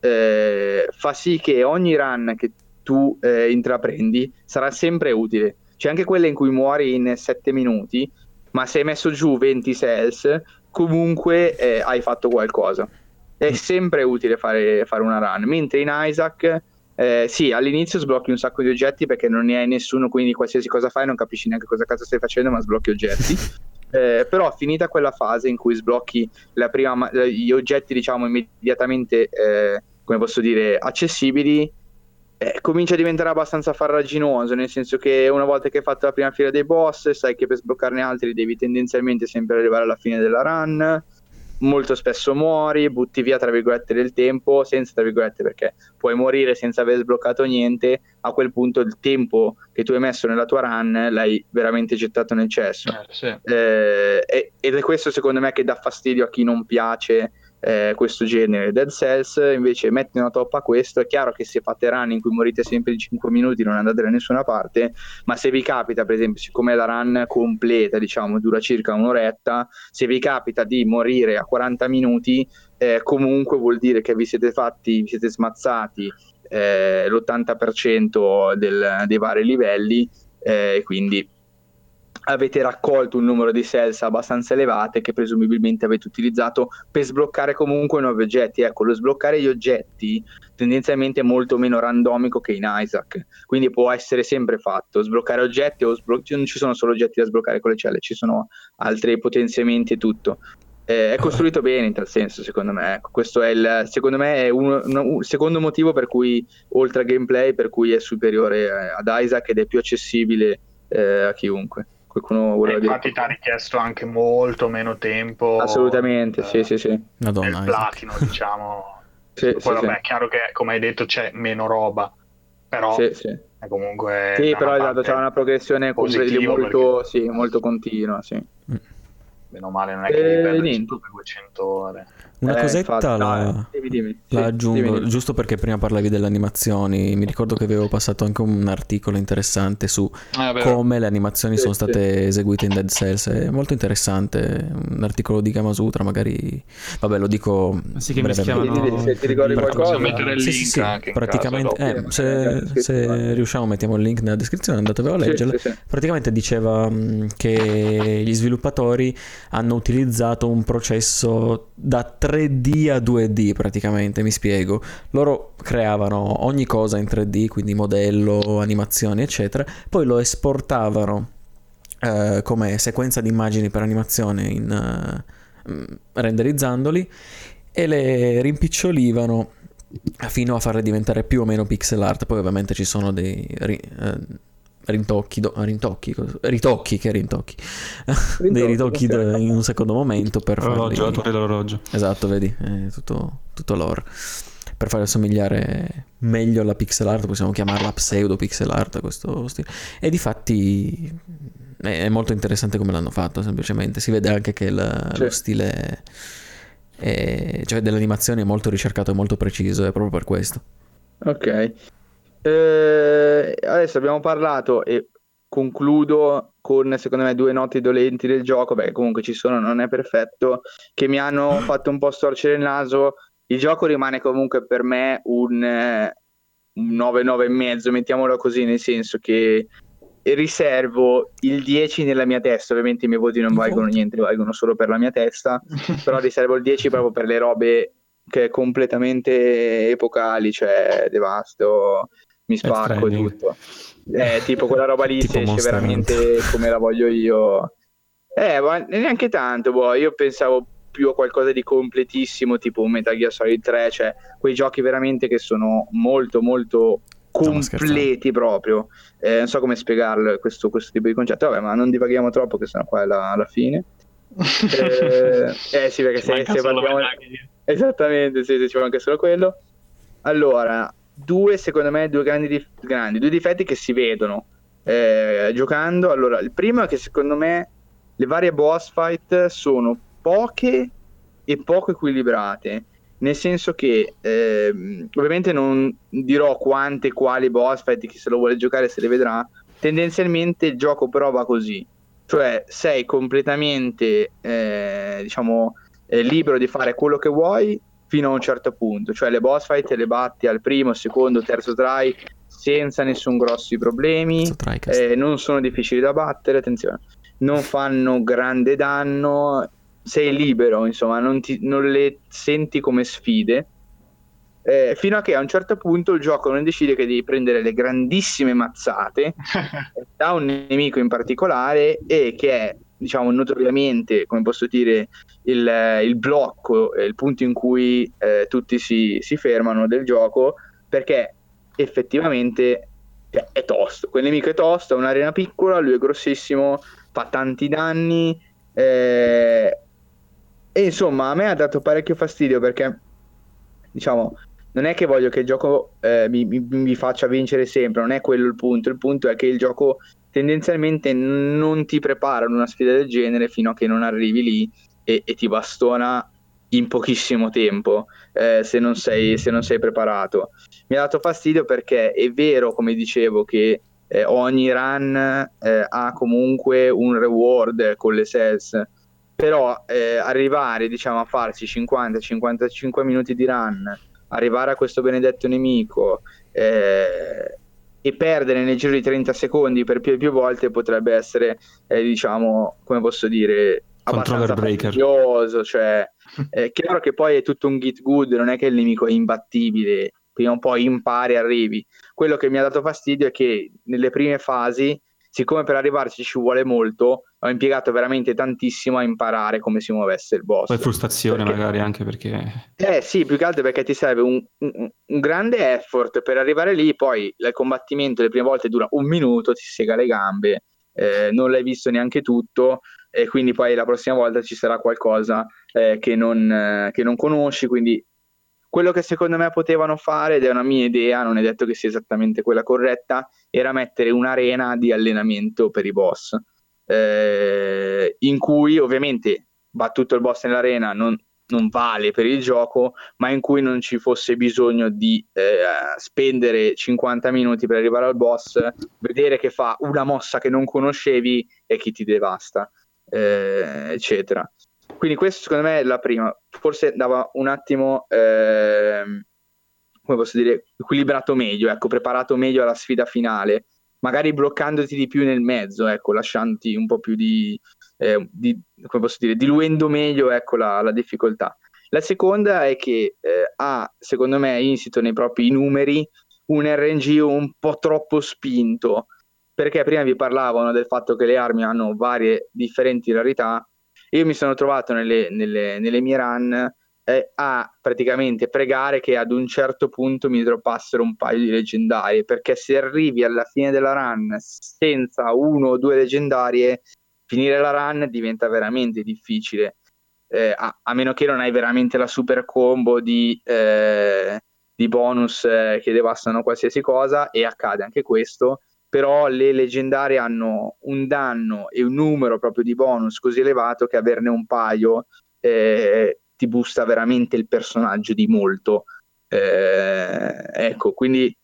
fa sì che ogni run che tu intraprendi sarà sempre utile, c'è anche quelle in cui muori in 7 minuti, ma se hai messo giù 20 cells comunque hai fatto qualcosa, è sempre utile fare una run, mentre in Isaac Sì, all'inizio sblocchi un sacco di oggetti perché non ne hai nessuno, quindi qualsiasi cosa fai non capisci neanche cosa cazzo stai facendo, ma sblocchi oggetti. Però finita quella fase in cui sblocchi gli oggetti, diciamo, immediatamente, come posso dire, accessibili, comincia a diventare abbastanza farraginoso, nel senso che una volta che hai fatto la prima fila dei boss, sai che per sbloccarne altri devi tendenzialmente sempre arrivare alla fine della run. Molto spesso muori, butti via tra virgolette del tempo, senza tra virgolette, perché puoi morire senza aver sbloccato niente. A quel punto il tempo che tu hai messo nella tua run l'hai veramente gettato nel cesso. Sì. Ed è questo secondo me che dà fastidio a chi non piace questo genere. Dead Cells invece mette una toppa a questo. È chiaro che se fate run in cui morite sempre in 5 minuti non andate da nessuna parte, ma se vi capita, per esempio, siccome la run completa, diciamo, dura circa un'oretta, se vi capita di morire a 40 minuti, comunque vuol dire che vi siete smazzati l'80% dei vari livelli, quindi avete raccolto un numero di cells abbastanza elevate che presumibilmente avete utilizzato per sbloccare comunque nuovi oggetti. Ecco, lo sbloccare gli oggetti tendenzialmente è molto meno randomico che in Isaac, quindi può essere sempre fatto. Sbloccare oggetti non ci sono solo oggetti da sbloccare con le celle, ci sono altri potenziamenti e tutto. È costruito bene in tal senso, secondo me. Ecco, questo è secondo me è un secondo motivo per cui, oltre al gameplay, per cui è superiore ad Isaac ed è più accessibile a chiunque. Qualcuno voleva dire? Infatti ti ha richiesto anche molto meno tempo. Assolutamente, sì. Madonna, il platino, diciamo. Sì, Poi vabbè, è chiaro che, come hai detto, c'è meno roba, però sì. è comunque... Sì, però esatto, c'è una progressione molto continua, sì. Meno male non è che devi perderci niente. per 200 ore. Una cosetta dimmi. la aggiungo, Dimmi. giusto perché prima parlavi delle animazioni. Mi ricordo che avevo passato anche un articolo interessante su come le animazioni sono state eseguite in Dead Cells. È molto interessante, un articolo di Gamasutra, magari, vabbè, lo dico brevemente. Se ti ricordi qualcosa, possiamo mettere il link sì, anche in praticamente, caso, se riusciamo mettiamo il link nella descrizione, andatevelo a leggerlo. Sì. Praticamente diceva che gli sviluppatori hanno utilizzato un processo da 3D a 2D, praticamente, mi spiego. Loro creavano ogni cosa in 3D, quindi modello, animazioni, eccetera, poi lo esportavano come sequenza di immagini per animazione renderizzandoli, e le rimpicciolivano fino a farle diventare più o meno pixel art. Poi ovviamente ci sono dei ritocchi dei ritocchi in un secondo momento per l'orologio. Esatto, vedi, è tutto lore per far assomigliare meglio alla pixel art, possiamo chiamarla pseudo pixel art, questo stile. E difatti è molto interessante come l'hanno fatto, semplicemente si vede anche che lo stile cioè dell'animazione è molto ricercato e molto preciso, è proprio per questo. Ok. Adesso abbiamo parlato e concludo con, secondo me, 2 note dolenti del gioco. Beh, comunque ci sono, non è perfetto, che mi hanno fatto un po' storcere il naso. Il gioco rimane comunque per me un 9,5, mettiamolo così, nel senso che riservo il 10 nella mia testa. Ovviamente i miei voti non valgono niente, valgono solo per la mia testa, però riservo il 10 proprio per le robe che completamente epocali, cioè devasto, mi spacco e tutto. Tipo quella roba lì si esce veramente come la voglio io. Ma neanche tanto, io pensavo più a qualcosa di completissimo, tipo un Metal Gear Solid 3, cioè quei giochi veramente che sono molto molto completi proprio. Non so come spiegarlo questo tipo di concetto. Vabbè, ma non divaghiamo troppo, che sennò qua è la fine. Sì, perché se parliamo... Esattamente, sì, ci manca solo quello. Allora, secondo me due difetti che si vedono giocando. Allora, il primo è che secondo me le varie boss fight sono poche e poco equilibrate, nel senso che ovviamente non dirò quali boss fight, chi se lo vuole giocare se le vedrà. Tendenzialmente il gioco però va così, cioè sei completamente libero di fare quello che vuoi fino a un certo punto, cioè le boss fight le batti al primo, secondo, terzo try senza nessun grossi problemi, non sono difficili da battere, attenzione, non fanno grande danno, sei libero, insomma, non le senti come sfide. fino a che a un certo punto il gioco non decide che devi prendere le grandissime mazzate da un nemico in particolare, e che è, diciamo, notoriamente, come posso dire, il blocco, il punto in cui tutti si fermano del gioco, perché effettivamente è tosto. Quel nemico è tosto, è un'arena piccola, lui è grossissimo, fa tanti danni, e insomma a me ha dato parecchio fastidio, perché diciamo non è che voglio che il gioco mi faccia vincere sempre, non è quello il punto è che il gioco tendenzialmente non ti prepara ad una sfida del genere fino a che non arrivi lì e ti bastona in pochissimo tempo, se non sei preparato. Mi ha dato fastidio perché è vero, come dicevo, che ogni run ha comunque un reward con le cells, però arrivare, diciamo, a farsi 50-55 minuti di run, arrivare a questo benedetto nemico e perdere nel giro di 30 secondi per più e più volte potrebbe essere, diciamo, come posso dire, abbastanza Controller breaker. fastidioso. Cioè, è chiaro che poi è tutto un git good, non è che il nemico è imbattibile, prima o poi impari, arrivi. Quello che mi ha dato fastidio è che nelle prime fasi, siccome per arrivarci ci vuole molto, ho impiegato veramente tantissimo a imparare come si muovesse il boss. Poi frustrazione Perché- magari anche perché... sì, più che altro perché ti serve un grande effort per arrivare lì, poi il combattimento le prime volte dura un minuto, ti sega le gambe, non l'hai visto neanche tutto, e quindi poi la prossima volta ci sarà qualcosa che non conosci, quindi quello che secondo me potevano fare, ed è una mia idea, non è detto che sia esattamente quella corretta, era mettere un'arena di allenamento per i boss, in cui ovviamente battuto il boss nell'arena non vale per il gioco, ma in cui non ci fosse bisogno di spendere 50 minuti per arrivare al boss, vedere che fa una mossa che non conoscevi e che ti devasta, eccetera. Quindi questo secondo me è la prima, forse dava un attimo, come posso dire, equilibrato meglio, ecco, preparato meglio alla sfida finale, magari bloccandoti di più nel mezzo, ecco, lasciandoti un po' più come posso dire, diluendo meglio, ecco, la difficoltà. La seconda è che ha, secondo me, insito nei propri numeri un RNG un po' troppo spinto, perché prima vi parlavano del fatto che le armi hanno varie differenti rarità. Io mi sono trovato nelle mie run a praticamente pregare che ad un certo punto mi droppassero un paio di leggendarie, perché se arrivi alla fine della run senza uno o due leggendarie, finire la run diventa veramente difficile, a meno che non hai veramente la super combo di bonus che devastano qualsiasi cosa, e accade anche questo. Però le leggendarie hanno un danno e un numero proprio di bonus così elevato che averne un paio ti boosta veramente il personaggio di molto. Ecco, quindi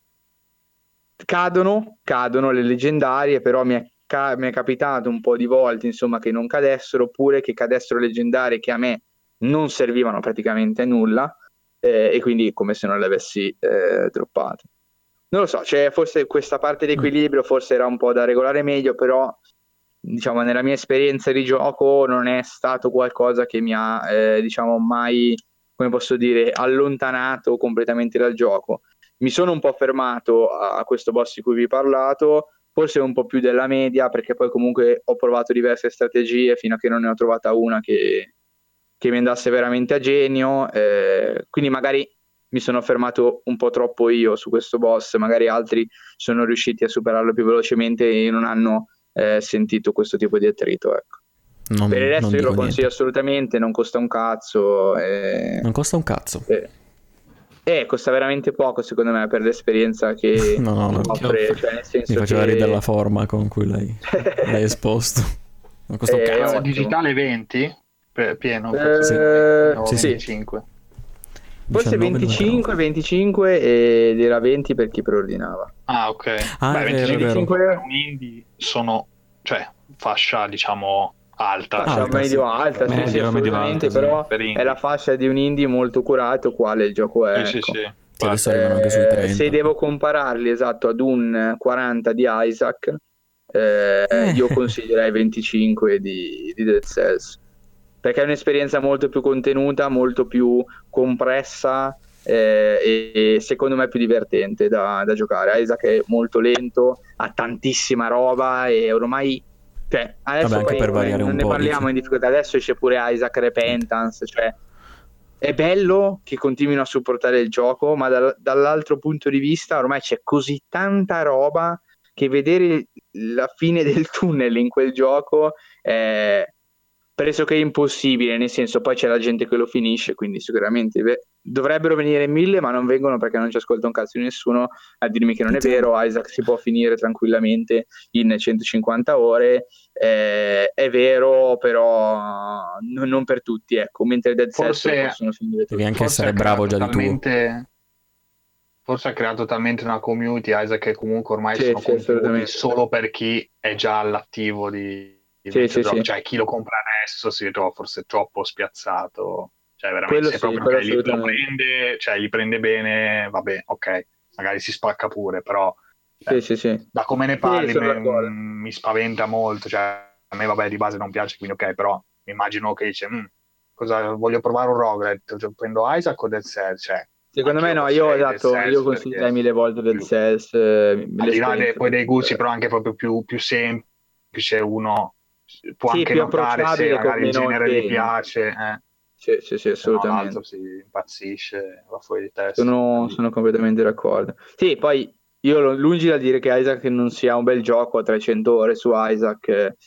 cadono le leggendarie, però mi è capitato un po' di volte, insomma, che non cadessero, oppure che cadessero leggendarie che a me non servivano praticamente a nulla, e quindi come se non le avessi droppate. Non lo so, cioè forse questa parte di equilibrio forse era un po' da regolare meglio, però diciamo nella mia esperienza di gioco non è stato qualcosa che mi ha diciamo mai, come posso dire, allontanato completamente dal gioco. Mi sono un po' fermato a questo boss di cui vi ho parlato, forse un po' più della media, perché poi comunque ho provato diverse strategie fino a che non ne ho trovata una che mi andasse veramente a genio, quindi magari mi sono fermato un po' troppo io su questo boss, magari altri sono riusciti a superarlo più velocemente e non hanno sentito questo tipo di attrito, ecco. Per il resto io lo consiglio assolutamente, non costa un cazzo. Non costa un cazzo. Costa veramente poco secondo me per l'esperienza che offre, cioè nel senso mi faceva che... ridere la forma con cui l'hai esposto. Non costa un cazzo. Digitale 20? Pieno? Sì. 25. Forse 25 ed era 20 per chi preordinava. Ah, ok. Ah, beh, 25 per un indie sono, cioè, fascia, diciamo, alta. Fascia medio alta, sì, assolutamente, però è la fascia di un indie molto curato, quale il gioco è. Sì, ecco. sì. Adesso arrivano anche sui 30. Se devo compararli, esatto, ad un 40 di Isaac, io consiglierei 25 di Dead Cells, perché è un'esperienza molto più contenuta, molto più compressa, e secondo me è più divertente da giocare. Isaac è molto lento, ha tantissima roba e ormai, cioè, adesso Vabbè, anche poi per variare non un ne po', parliamo dici. in difficoltà, adesso esce pure Isaac Repentance, cioè è bello che continuino a supportare il gioco, ma dall'altro punto di vista ormai c'è così tanta roba che vedere la fine del tunnel in quel gioco è pressoché impossibile, nel senso poi c'è la gente che lo finisce, quindi sicuramente dovrebbero venire 1000, ma non vengono perché non ci ascolta un cazzo di nessuno a dirmi che non è vero. Isaac si può finire tranquillamente in 150 ore, è vero, però non per tutti, ecco, mentre Dead Cells lo possono finire tutti. Devi anche Forse essere ha bravo già creato di tuo. forse ha creato talmente una community, Isaac, che comunque ormai Sì, sono sì, contenuti assolutamente. solo per chi è già all'attivo di Sì, sì, videogiochi. sì. Cioè chi lo compra adesso si ritrova forse troppo spiazzato. Cioè veramente, Quello se sì, proprio quello ok, lo assolutamente. prende, cioè gli prende bene, vabbè, ok, magari si spacca pure, però Sì, sì, sì. da come ne Sì, parli sono d'accordo. mi spaventa molto. Cioè a me vabbè di base non piace, quindi ok, però mi immagino che dice cosa voglio provare un roguelite, cioè, prendo Isaac o Dead Cells, cioè Secondo anche me io no, io passerei Dead esatto, io Cells consiglierei perché 1000 volte Dead più, Cells, al di là l'esperienza. poi dei gusti, però anche proprio più semplice, uno può Sì, anche più notare se approcciabile con magari il meno genere gli impegno. piace, Sì, sì, sì, se no l'altro assolutamente. si impazzisce, va fuori di testa. Sono completamente d'accordo. Sì, poi io lungi dal dire che Isaac non sia un bel gioco a 300 ore su Isaac,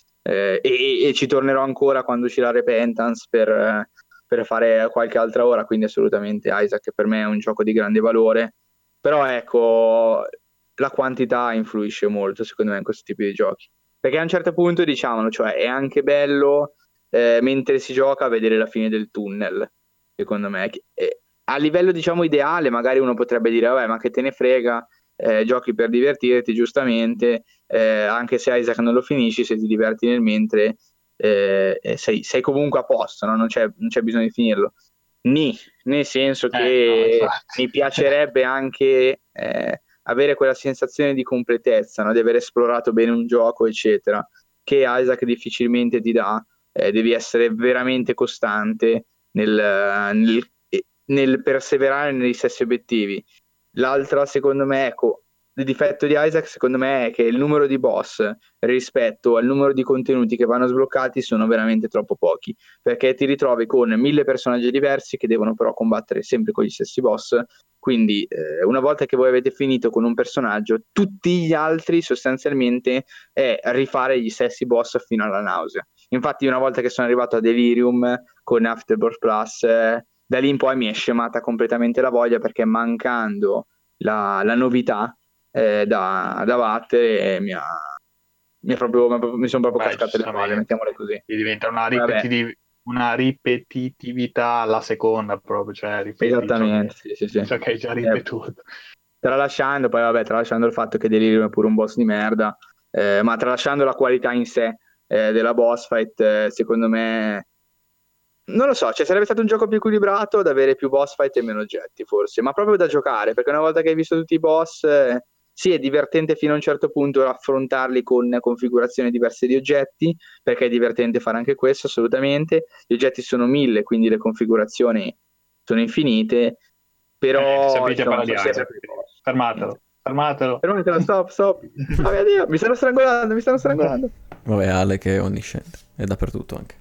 e ci tornerò ancora quando uscirà Repentance per fare qualche altra ora, quindi assolutamente Isaac per me è un gioco di grande valore, però ecco, la quantità influisce molto secondo me in questo tipo di giochi, perché a un certo punto diciamolo, cioè è anche bello mentre si gioca a vedere la fine del tunnel, secondo me. A livello diciamo ideale magari uno potrebbe dire vabbè ma che te ne frega, giochi per divertirti giustamente, anche se Isaac non lo finisci, se ti diverti nel mentre sei comunque a posto, no? Non c'è bisogno di finirlo. Nel senso No, che infatti. mi piacerebbe anche avere quella sensazione di completezza, no? Di aver esplorato bene un gioco eccetera, che Isaac difficilmente ti dà. Devi essere veramente costante nel perseverare negli stessi obiettivi. L'altra, secondo me, ecco, il difetto di Isaac, secondo me, è che il numero di boss rispetto al numero di contenuti che vanno sbloccati sono veramente troppo pochi, perché ti ritrovi con 1000 personaggi diversi che devono però combattere sempre con gli stessi boss. Quindi, una volta che voi avete finito con un personaggio, tutti gli altri sostanzialmente è rifare gli stessi boss fino alla nausea. Infatti, una volta che sono arrivato a Delirium con Afterbirth Plus, da lì in poi mi è scemata completamente la voglia perché mancando la novità da battere mi sono proprio Beh, cascate le palle, giustamente, mettiamole così. diventa Vabbè, una ripetitività alla seconda proprio, cioè ripeti esattamente, sì, sì, sì. ciò che hai già ripetuto. Tralasciando, poi vabbè, tralasciando il fatto che Delirium è pure un boss di merda, ma tralasciando la qualità in sé della boss fight, secondo me non lo so, cioè sarebbe stato un gioco più equilibrato ad avere più boss fight e meno oggetti, forse, ma proprio da giocare, perché una volta che hai visto tutti i boss, sì, è divertente fino a un certo punto affrontarli con configurazioni diverse di oggetti, perché è divertente fare anche questo, assolutamente. Gli oggetti sono 1000, quindi le configurazioni sono infinite, però Sapete insomma parlare sono di sempre Isaac, più quindi boss. Niente. fermatelo. Fermatela, stop, stop. Oh mio Dio, mi stanno strangolando, mi stanno strangolando. Vabbè, Ale che è onnisciente, è dappertutto anche.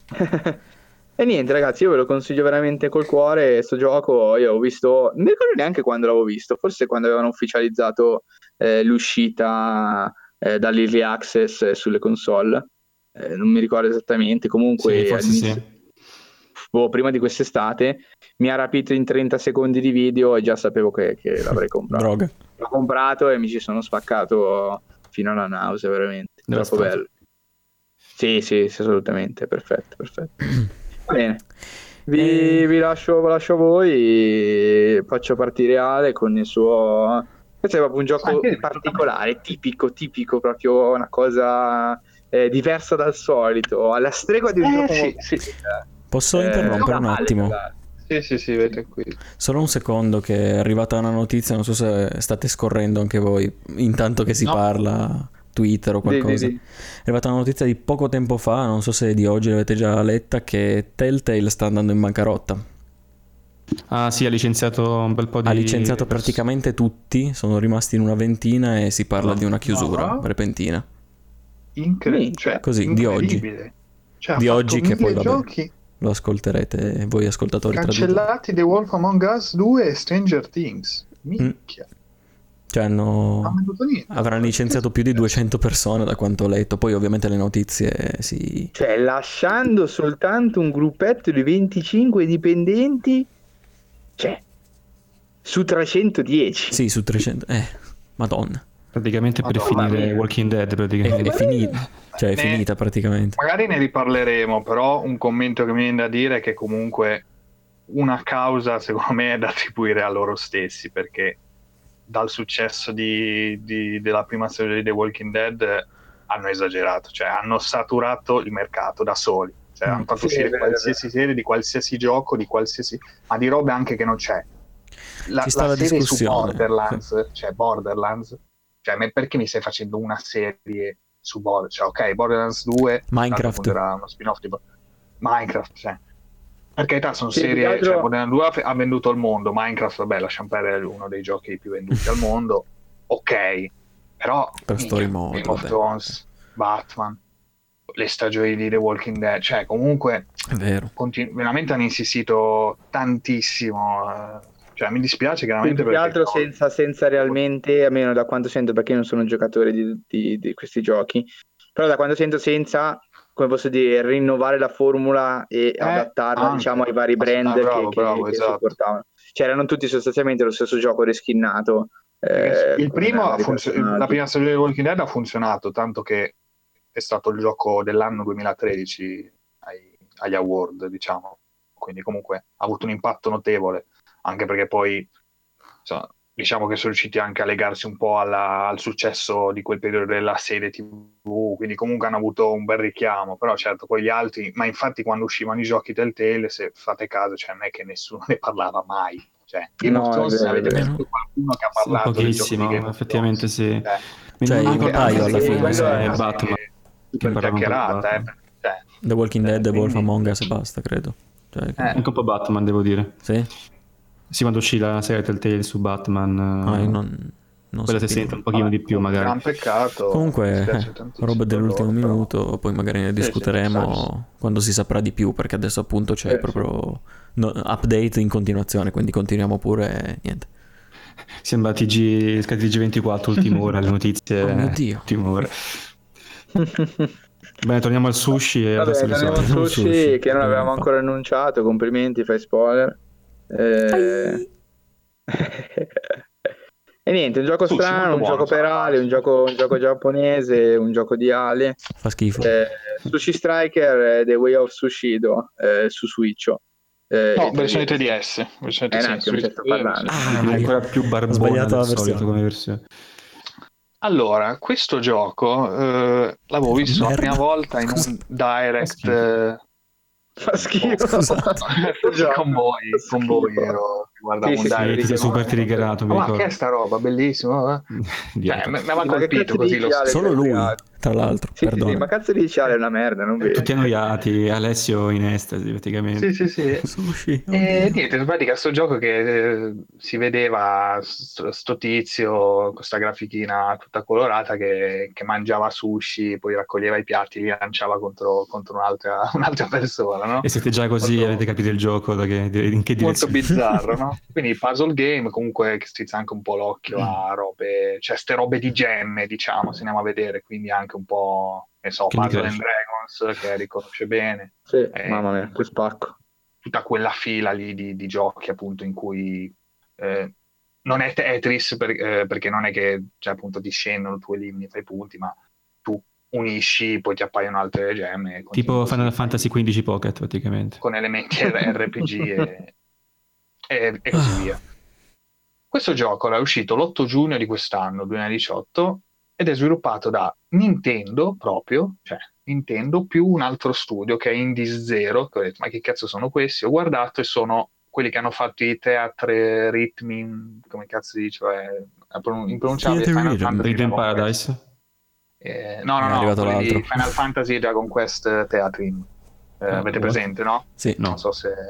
E niente ragazzi, io ve lo consiglio veramente col cuore, sto gioco io ho visto, non mi ricordo neanche quando l'avevo visto, forse quando avevano ufficializzato l'uscita dall'Early Access sulle console, non mi ricordo esattamente, Sì, comunque forse sì. all'inizio, prima di quest'estate, mi ha rapito in 30 secondi di video e già sapevo che l'avrei comprato. Droga. L'ho comprato e mi ci sono spaccato fino alla nausea, veramente, troppo Devastato. bello. Sì, sì, sì, assolutamente, perfetto, perfetto. Va bene, E- vi lascio a voi, faccio partire Ale con il suo. Questo è proprio un gioco Anche totalmente. particolare, tipico, proprio una cosa diversa dal solito, alla stregua di un gioco Sì, mobile. sì. Posso interrompere Gioca un male, attimo? Sì, vai tranquillo. Solo un secondo che è arrivata una notizia, non so se state scorrendo anche voi, intanto che si No. parla, Twitter o qualcosa. Di. È arrivata una notizia di poco tempo fa, non so se di oggi l'avete già letta, che Telltale sta andando in bancarotta. Ah sì, ha licenziato un bel po' di... Ha licenziato praticamente tutti, sono rimasti in una ventina e si parla di una chiusura No. repentina. Cioè, Così, di oggi. incredibile. Cioè, Di ha fatto oggi che poi, 1000 vabbè, giochi, lo ascolterete voi ascoltatori traduttori. cancellati The Wolf Among Us 2 e Stranger Things. Minchia. Cioè Non ha venduto niente. avranno licenziato più di 200 persone da quanto ho letto, poi ovviamente le notizie si... Cioè, lasciando soltanto un gruppetto di 25 dipendenti, cioè, su 310. Sì, su 300... madonna. Praticamente per Madonna finire mia. Walking Dead, È praticamente. finita. Cioè è finita praticamente. Magari ne riparleremo, però un commento che mi viene da dire è che comunque una causa secondo me è da attribuire a loro stessi, perché dal successo della prima stagione di The Walking Dead hanno esagerato, cioè hanno saturato il mercato da soli, cioè hanno fatto Sì, uscire è vero, qualsiasi serie di qualsiasi gioco, ma di robe anche che non c'è. Ci sta la serie discussione. su Borderlands, cioè perché mi stai facendo una serie su Borderlands? Cioè, ok, Borderlands 2 Minecraft. era uno spin-off di Minecraft, cioè. Per carità, sono Sì, più che serie, altro- cioè Borderlands 2 ha venduto al mondo, Minecraft, vabbè, lasciamo perdere, uno dei giochi più venduti al mondo, ok, però Per story minchia, mode, Game of vabbè. Thrones, Batman, le stagioni di The Walking Dead, cioè comunque È vero. veramente hanno insistito tantissimo, cioè mi dispiace Sì, chiaramente più che perché altro senza realmente, almeno da quanto sento, perché io non sono un giocatore di questi giochi, però da quanto sento senza, come posso dire, rinnovare la formula e adattarla, anche. diciamo, ai vari brand Bravo, che esatto. supportavano. Cioè erano tutti sostanzialmente lo stesso gioco reskinnato. Il con primo vari la personaggi. prima stagione di Walking Dead ha funzionato, tanto che è stato il gioco dell'anno 2013 agli award, diciamo, quindi comunque ha avuto un impatto notevole, anche perché poi insomma, diciamo che sono riusciti anche a legarsi un po' al successo di quel periodo della serie TV, quindi comunque hanno avuto un bel richiamo, però certo poi gli altri, ma infatti quando uscivano i giochi Telltale, se fate caso, cioè non è che nessuno ne parlava mai, cioè Game of No, è Thrones vero, è avete vero. visto qualcuno che ha Sì, parlato del gioco di Game pochissimo, of effettivamente Thrones? sì. Cioè, Un paio alla sì, fine, quello è Batman, che super parlavano un po' di chiacchierata, Batman. cioè, The Walking Dead, The Wolf quindi- Among Us e basta, credo. Cioè, Anche un po' Batman, devo dire. sì? Sì, quando uscì la serie Telltale su Batman, Io non quella si sapevo. sente un pochino di più, magari. gran peccato, mi Comunque, dispiace tantissimo roba per dell'ultimo loro, però. minuto, poi magari ne Sì, discuteremo quando si saprà di più, perché adesso appunto c'è Sì. proprio update in continuazione, quindi continuiamo pure, niente. Sembra TG24, ultima ora, le notizie. Oh mio Dio. Ultima ora. Bene, torniamo al sushi e al Vabbè, resto delle torniamo al solite. sushi che non avevamo Infatti. ancora annunciato, complimenti, fai spoiler. E niente, un gioco Sushi, strano, molto un buono, gioco per sarà. Ale, un gioco giapponese, un gioco di Ale. Fa schifo. Sushi Striker, The Way of Sushido su Switch. No, e versione 3DS. 3DS. Versione Un attimo, Switch sto 3, parlando. Ah, È ancora più ho barbona sbagliato del la solito versione. come versione. Allora, questo gioco l'avevo visto la prima volta in un direct Fa schifo. Scusate. con voi ero, guardavo Sì, un sì, direct. Ti sei super ricordo. triggerato, mi Ma che è ricordo. sta roba, bellissimo. Cioè, Idiota. mi aveva Sì, ma che colpito cazzo così dici, lo Ale, Solo che lui, creato? tra l'altro, Sì, perdona. ma cazzo dici Ale, è una merda, non vedi? Tutti annoiati, Alessio in estasi praticamente. Sì. Sushi, E oddio. niente, in pratica sto gioco che si vedeva sto tizio con questa grafichina tutta colorata che mangiava sushi, poi raccoglieva i piatti e li lanciava contro un'altra persona, no? E siete già così, Molto- avete capito il gioco, in che molto direzione. bizzarro, no? Quindi puzzle game comunque che strizza anche un po' l'occhio a robe, cioè ste robe di gemme, diciamo, se andiamo a vedere, quindi anche un po', ne so, Candy Puzzle Crush. and Dragons che riconosce bene. Sì, mamma mia, che spacco. Tutta quella fila lì di giochi appunto in cui non è Tetris perché non è che cioè, appunto ti scendono, tu elimini, fai punti, ma tu unisci, poi ti appaiono altre gemme e continui Tipo così, Final Fantasy XV Pocket praticamente. con elementi RPG e così via. Questo gioco è uscito l'8 giugno di quest'anno, 2018, ed è sviluppato da Nintendo proprio, cioè Nintendo più un altro studio che è Indies Zero, che ho detto ma che cazzo sono questi? Ho guardato e sono quelli che hanno fatto i Theatre Rhythm, come cazzo dice, cioè, impronunciabile, Theatre Final Rhythm. Fantasy Rhythm Dragon Quest. Paradise. No, È arrivato quelli l'altro. di Final Fantasy Dragon Quest Theatre Rhythm. Avete what? presente, no? Sì. No. Non so se...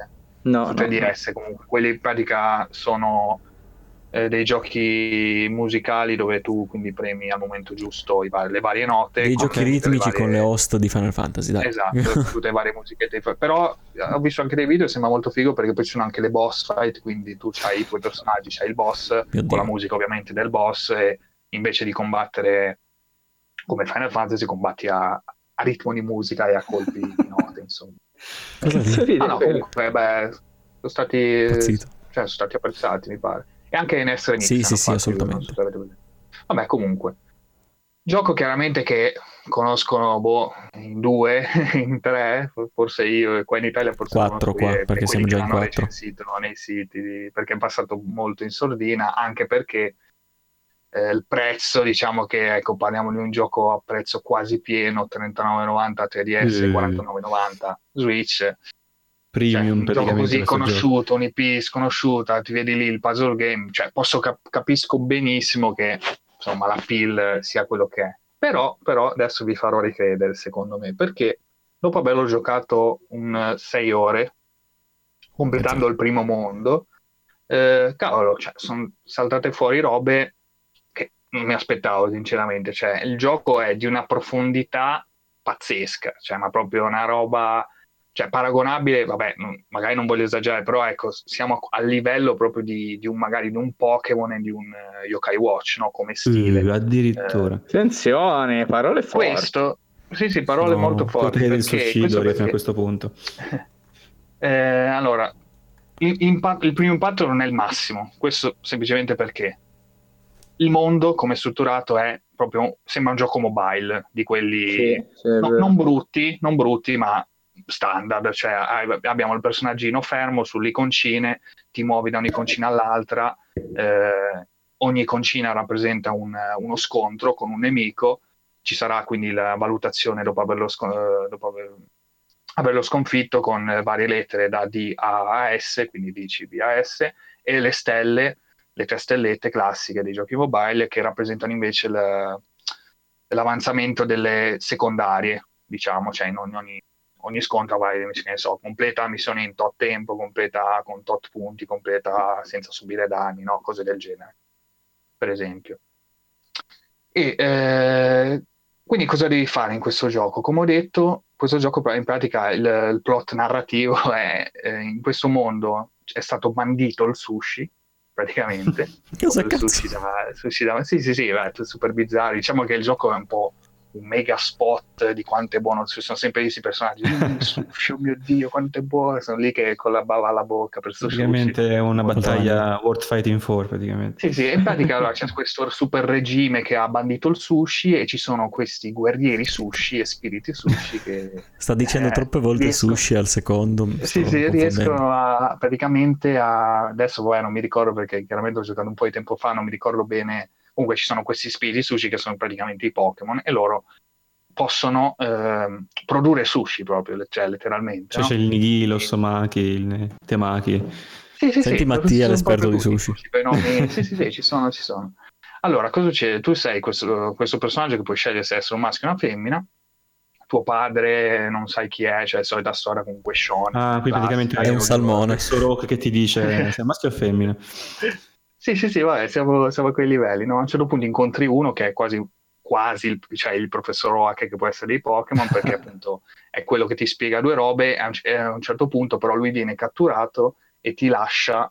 No, su no, 3DS comunque. Quelli in pratica sono dei giochi musicali dove tu quindi premi al momento giusto le varie note Dei con giochi tutte le ritmici con le varie... host di Final Fantasy, dai. Esatto, con tutte le varie musichette. Però ho visto anche dei video, sembra molto figo perché poi ci sono anche le boss fight, quindi tu c'hai i tuoi personaggi, c'hai il boss Mio con la Dio. musica ovviamente del boss e invece di combattere come Final Fantasy combatti a ritmo di musica e a colpi di note, insomma. Cosa cazzo dici? Ah ride no, quello? comunque, beh, Impazzito. sono stati apprezzati, mi pare. E anche in Sì, SNX sì, hanno sì, fatto, non so assolutamente. se avete visto. Vabbè, comunque. Gioco chiaramente che conoscono in due, in tre, forse io, e qua in Italia forse lo 4 conosco io, qua, e perché quelli siamo che già in l'hanno 4. recensito nei siti, perché è passato molto in sordina, anche perché il prezzo, diciamo che, ecco, parliamo di un gioco a prezzo quasi pieno, 39,90 3DS e 49,90 Switch, cioè Premium un gioco praticamente così questo gioco. conosciuto, un'IP sconosciuta, ti vedi lì il puzzle game, cioè capisco benissimo che insomma la PIL sia quello che è, però adesso vi farò ricredere secondo me, perché dopo averlo giocato 6 ore, completando Mezz'ora. il primo mondo, cavolo, cioè, sono saltate fuori robe che non mi aspettavo sinceramente, cioè il gioco è di una profondità pazzesca, cioè ma proprio una roba, cioè paragonabile, vabbè, magari non voglio esagerare, però ecco, siamo a livello proprio di un magari di un Pokémon e di un Yokai Watch, no? Come stile. Addirittura. Attenzione, parole forti. Questo, sì, sì, parole molto No, Tu forti, credi il perché questo suicidio fino a perché questo punto. allora, il primo impatto non è il massimo, questo semplicemente perché il mondo come è strutturato è proprio, sembra un gioco mobile, di quelli Sì, sì, è vero. non brutti, ma standard, cioè abbiamo il personaggino fermo sulle iconcine, ti muovi da un'iconcina all'altra, ogni iconcina rappresenta uno scontro con un nemico, ci sarà quindi la valutazione dopo averlo sconfitto con varie lettere da D a S, quindi D, C, B, A, S, e le stelle, le tre stellette classiche dei giochi mobile che rappresentano invece l'avanzamento delle secondarie, diciamo, cioè in ogni scontro vai, che ne so, completa la missione in tot tempo, completa con tot punti, completa senza subire danni, no? Cose del genere, per esempio. E quindi cosa devi fare in questo gioco? Come ho detto, questo gioco in pratica il plot narrativo è in questo mondo è stato bandito il sushi, praticamente, Cosa proprio il cazzo? sì, sì, sì, è super bizzarro. Diciamo che il gioco è un po' un mega spot di quanto è buono. Ci sono sempre questi personaggi, sushi, oh mio Dio, quanto è buono. Sono lì che con la bava alla bocca per sto sushi. Praticamente è una Quanto va bene. battaglia worth fighting for, praticamente. Sì, sì, in pratica allora, c'è questo super regime che ha bandito il sushi e ci sono questi guerrieri sushi e spiriti sushi che Sta dicendo troppe volte riescono, sushi al secondo, mi sì, sto sì, confondendo. riescono adesso non mi ricordo perché chiaramente ho giocato un po' di tempo fa, non mi ricordo bene, comunque ci sono questi spiriti sushi che sono praticamente i Pokémon e loro possono produrre sushi proprio, cioè letteralmente, Cioè c'è no? il nighi, l'ossomaki, il temaki. Sì, sì, Senti sì, Mattia, sono l'esperto proprio di tutti, sushi. tutti quei nomi. Sì, sì, sì, ci sono, ci sono. Allora, cosa succede? Tu sei questo personaggio che puoi scegliere se essere un maschio o una femmina. Tuo padre non sai chi è, cioè la solita storia comunque shonen, Ah, qui praticamente È classica, un è salmone. questo rock che ti dice sei maschio o femmina. Sì, sì, sì, vabbè, siamo a quei livelli, no? A un certo punto incontri uno che è quasi cioè il professor Oak che può essere dei Pokémon, perché appunto è quello che ti spiega due robe, e a un certo punto però lui viene catturato e ti lascia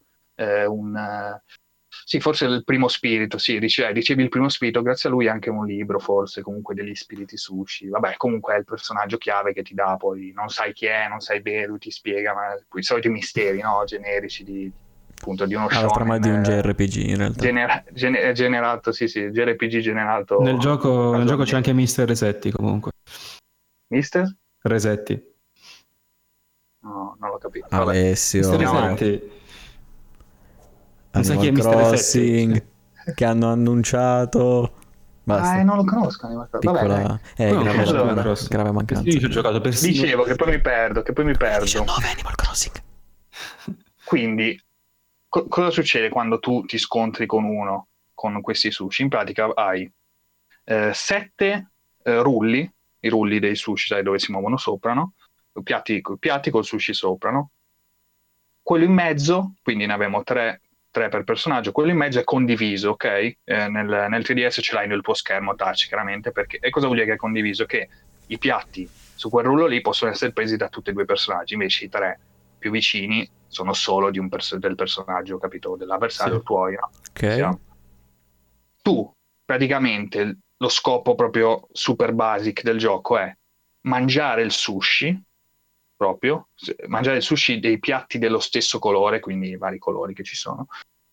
sì, forse il primo spirito, sì, ricevi il primo spirito, grazie a lui anche un libro, forse, comunque degli spiriti sushi. Vabbè, comunque è il personaggio chiave che ti dà, poi non sai chi è, non sai bene, lui ti spiega, ma i soliti misteri, no, generici appunto di uno Ha la trama shonen di un JRPG in realtà. generato, sì, sì, JRPG Nel generato gioco c'è casualmente. anche Mister Resetti comunque. Mister? Resetti. No, non l'ho capito. Vabbè, Mister Alessio, andiamo avanti. Resetti. Non sai chi Animal è Mister Resetti? Crossing, che hanno annunciato. Ah, Basta. non lo conosco. Vabbè, dai. Piccola. Come non Grave conosci Animal Allora, lacuna. Crossing? Grave Io mancanza. ci ho giocato persino. dicevo che poi mi perdo. 19 Animal Crossing. Quindi, cosa succede quando tu ti scontri con uno con questi sushi? In pratica hai 7 rulli, i rulli dei sushi, sai dove si muovono sopra, no? Piatti col sushi sopra, no? Quello in mezzo, quindi ne abbiamo tre per personaggio, quello in mezzo è condiviso, ok? Nel 3DS ce l'hai nel tuo schermo touch, chiaramente, perché, e cosa vuol dire che è condiviso? Che i piatti su quel rullo lì possono essere presi da tutti e due i personaggi, invece i tre più vicini sono solo del personaggio, capito? Dell'avversario, Sì. tuoi, no? Ok. Tu, praticamente, lo scopo proprio super basic del gioco è mangiare il sushi, proprio, mangiare il sushi dei piatti dello stesso colore, quindi i vari colori che ci sono,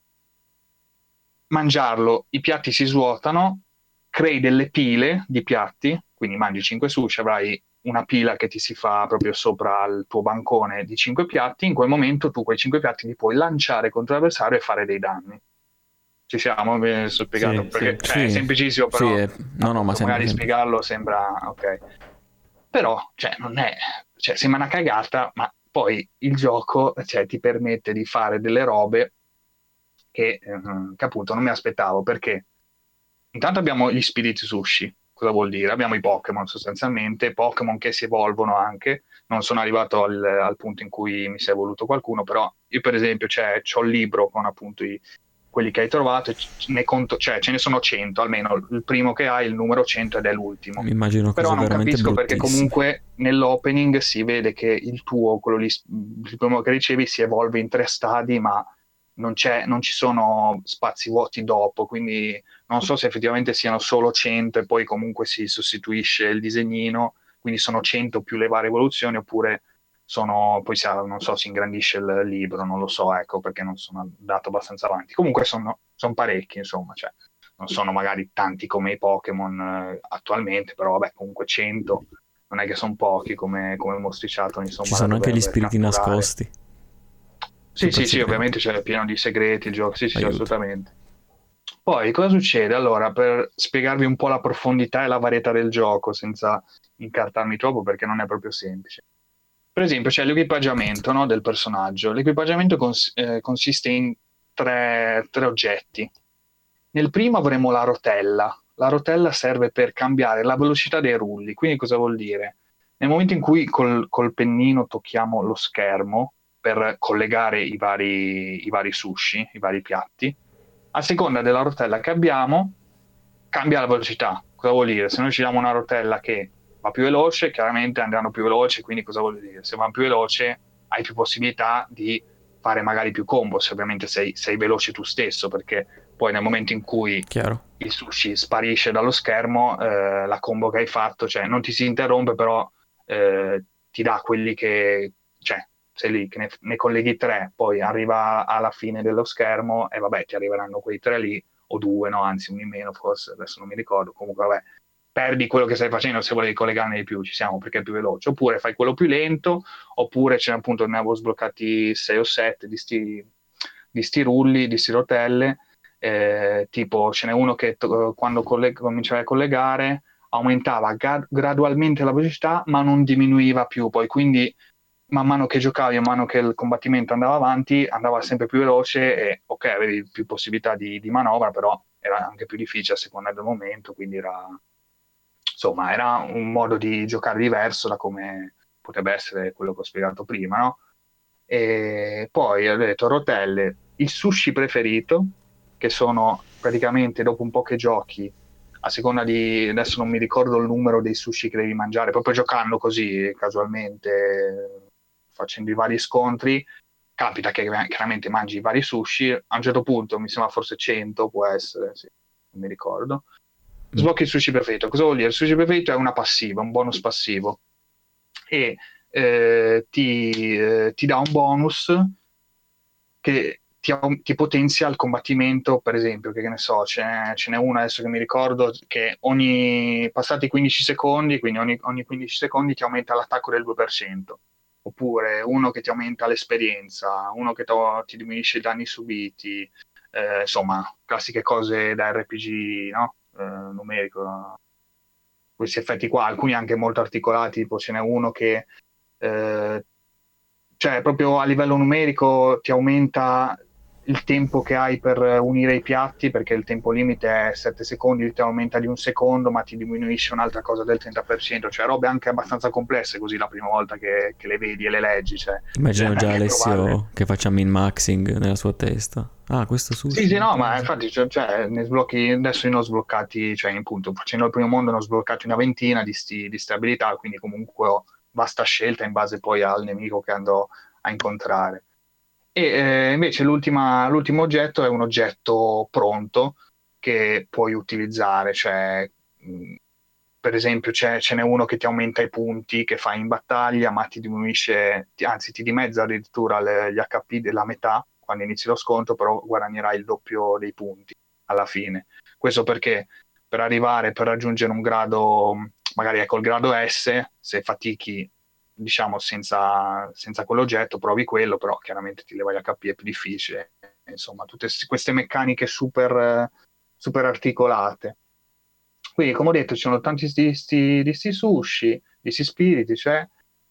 mangiarlo, i piatti si svuotano, crei delle pile di piatti, quindi mangi 5 sushi, avrai una pila che ti si fa proprio sopra il tuo bancone di 5 piatti, in quel momento tu quei 5 piatti li puoi lanciare contro l'avversario e fare dei danni. Ci siamo? Mi sono spiegato? Sì, Perché sì. cioè, è Sì, semplicissimo, sì, però no, no, ma appunto sembra magari semplice. spiegarlo sembra ok. Però, cioè, non è, cioè, sembra una cagata, ma poi il gioco, cioè, ti permette di fare delle robe che appunto non mi aspettavo, perché intanto abbiamo gli Spirit Sushi. Cosa vuol dire? Abbiamo i Pokémon sostanzialmente, Pokémon che si evolvono anche. Non sono arrivato al punto in cui mi si è evoluto qualcuno, però io per esempio c'ho il libro con appunto quelli che hai trovato, ne conto, cioè ce ne sono 100, almeno il primo che hai, il numero 100 ed è l'ultimo. Mi immagino Però cose non veramente capisco perché bruttissime. comunque nell'opening si vede che il tuo, quello lì, il primo che ricevi, si evolve in 3 stadi, ma non ci sono spazi vuoti dopo, quindi non so se effettivamente siano solo 100 e poi comunque si sostituisce il disegnino, quindi sono 100 più le varie evoluzioni, oppure poi non so, si ingrandisce il libro, non lo so, ecco, perché non sono andato abbastanza avanti. Comunque sono parecchi, insomma, cioè, non sono magari tanti come i Pokémon attualmente, però vabbè, comunque 100 non è che sono pochi come mostriciattoli, Ci insomma, da sono anche gli dover spiriti catturare. nascosti. Sì, Che sì, poi ci sì, credo. ovviamente c'è pieno di segreti il gioco, sì, sì, Aiuto. assolutamente. Poi cosa succede? Allora, per spiegarvi un po' la profondità e la varietà del gioco, senza incartarmi troppo, perché non è proprio semplice. Per esempio, c'è l'equipaggiamento, no, del personaggio. L'equipaggiamento consiste in tre oggetti. Nel primo avremo la rotella. La rotella serve per cambiare la velocità dei rulli. Quindi cosa vuol dire? Nel momento in cui col pennino tocchiamo lo schermo per collegare i vari sushi, i vari piatti, a seconda della rotella che abbiamo, cambia la velocità. Cosa vuol dire? Se noi ci diamo una rotella che va più veloce, chiaramente andranno più veloci, quindi cosa vuol dire? Se va più veloce hai più possibilità di fare magari più combo, se ovviamente sei veloce tu stesso, perché poi nel momento in cui Chiaro? il sushi sparisce dallo schermo, la combo che hai fatto, cioè non ti si interrompe, però ti dà quelli che, cioè, sei lì che ne colleghi 3, poi arriva alla fine dello schermo e vabbè, ti arriveranno quei 3 lì, o 2, no, anzi uno in meno forse, adesso non mi ricordo, comunque vabbè, perdi quello che stai facendo se volevi collegarne di più, ci siamo, perché è più veloce, oppure fai quello più lento, oppure ce ne appunto ne avevo sbloccati 6 o 7 di sti rulli, di sti rotelle, tipo ce n'è uno che quando cominciava a collegare aumentava gradualmente la velocità ma non diminuiva più poi, quindi man mano che giocavi, man mano che il combattimento andava avanti, andava sempre più veloce e ok, avevi più possibilità di manovra, però era anche più difficile a seconda del momento, quindi insomma, era un modo di giocare diverso da come potrebbe essere quello che ho spiegato prima, no? E poi ho detto rotelle, il sushi preferito, che sono praticamente dopo un po' che giochi, a seconda di, adesso non mi ricordo il numero dei sushi che devi mangiare, proprio giocando così casualmente, facendo i vari scontri, capita che chiaramente mangi i vari sushi, a un certo punto, mi sembra forse 100, può essere, sì, non mi ricordo. Mm. Sblocchi il sushi preferito. Cosa vuol dire? Il sushi preferito è una passiva, un bonus passivo. E ti dà un bonus che ti potenzia il combattimento, per esempio, che ne so, ce n'è una adesso che mi ricordo, che passati 15 secondi, quindi ogni 15 secondi ti aumenta l'attacco del 2%, oppure uno che ti aumenta l'esperienza, uno che ti diminuisce i danni subiti, insomma, classiche cose da RPG, no? Numerico, questi effetti qua, alcuni anche molto articolati, tipo ce n'è uno che cioè proprio a livello numerico ti aumenta il tempo che hai per unire i piatti, perché il tempo limite è 7 secondi, ti aumenta di un secondo, ma ti diminuisce un'altra cosa del 30%, cioè robe anche abbastanza complesse così la prima volta che le vedi e le leggi, cioè Immagino bisogna già anche trovarle. Alessio che faccia min-maxing nella sua testa. Ah, questo Sì, sushi sì, mi no, ma interessa. infatti cioè, ne sblocchi, adesso io ne ho sbloccati, cioè appunto facendo il primo mondo ne ho sbloccati una ventina di stabilità, quindi comunque ho vasta scelta in base poi al nemico che andrò a incontrare. E invece l'ultimo oggetto è un oggetto pronto che puoi utilizzare, cioè per esempio ce n'è uno che ti aumenta i punti che fai in battaglia, ma ti diminuisce, anzi ti dimezza addirittura gli HP della metà quando inizi lo scontro, però guadagnerai il doppio dei punti alla fine. Questo perché per raggiungere un grado, magari ecco il grado S, se fatichi diciamo senza quell'oggetto, provi quello, però chiaramente ti leva gli HP, è più difficile. Insomma, tutte queste meccaniche super articolate. Quindi, come ho detto, ci sono tanti di sti sushi, di sti spiriti, cioè,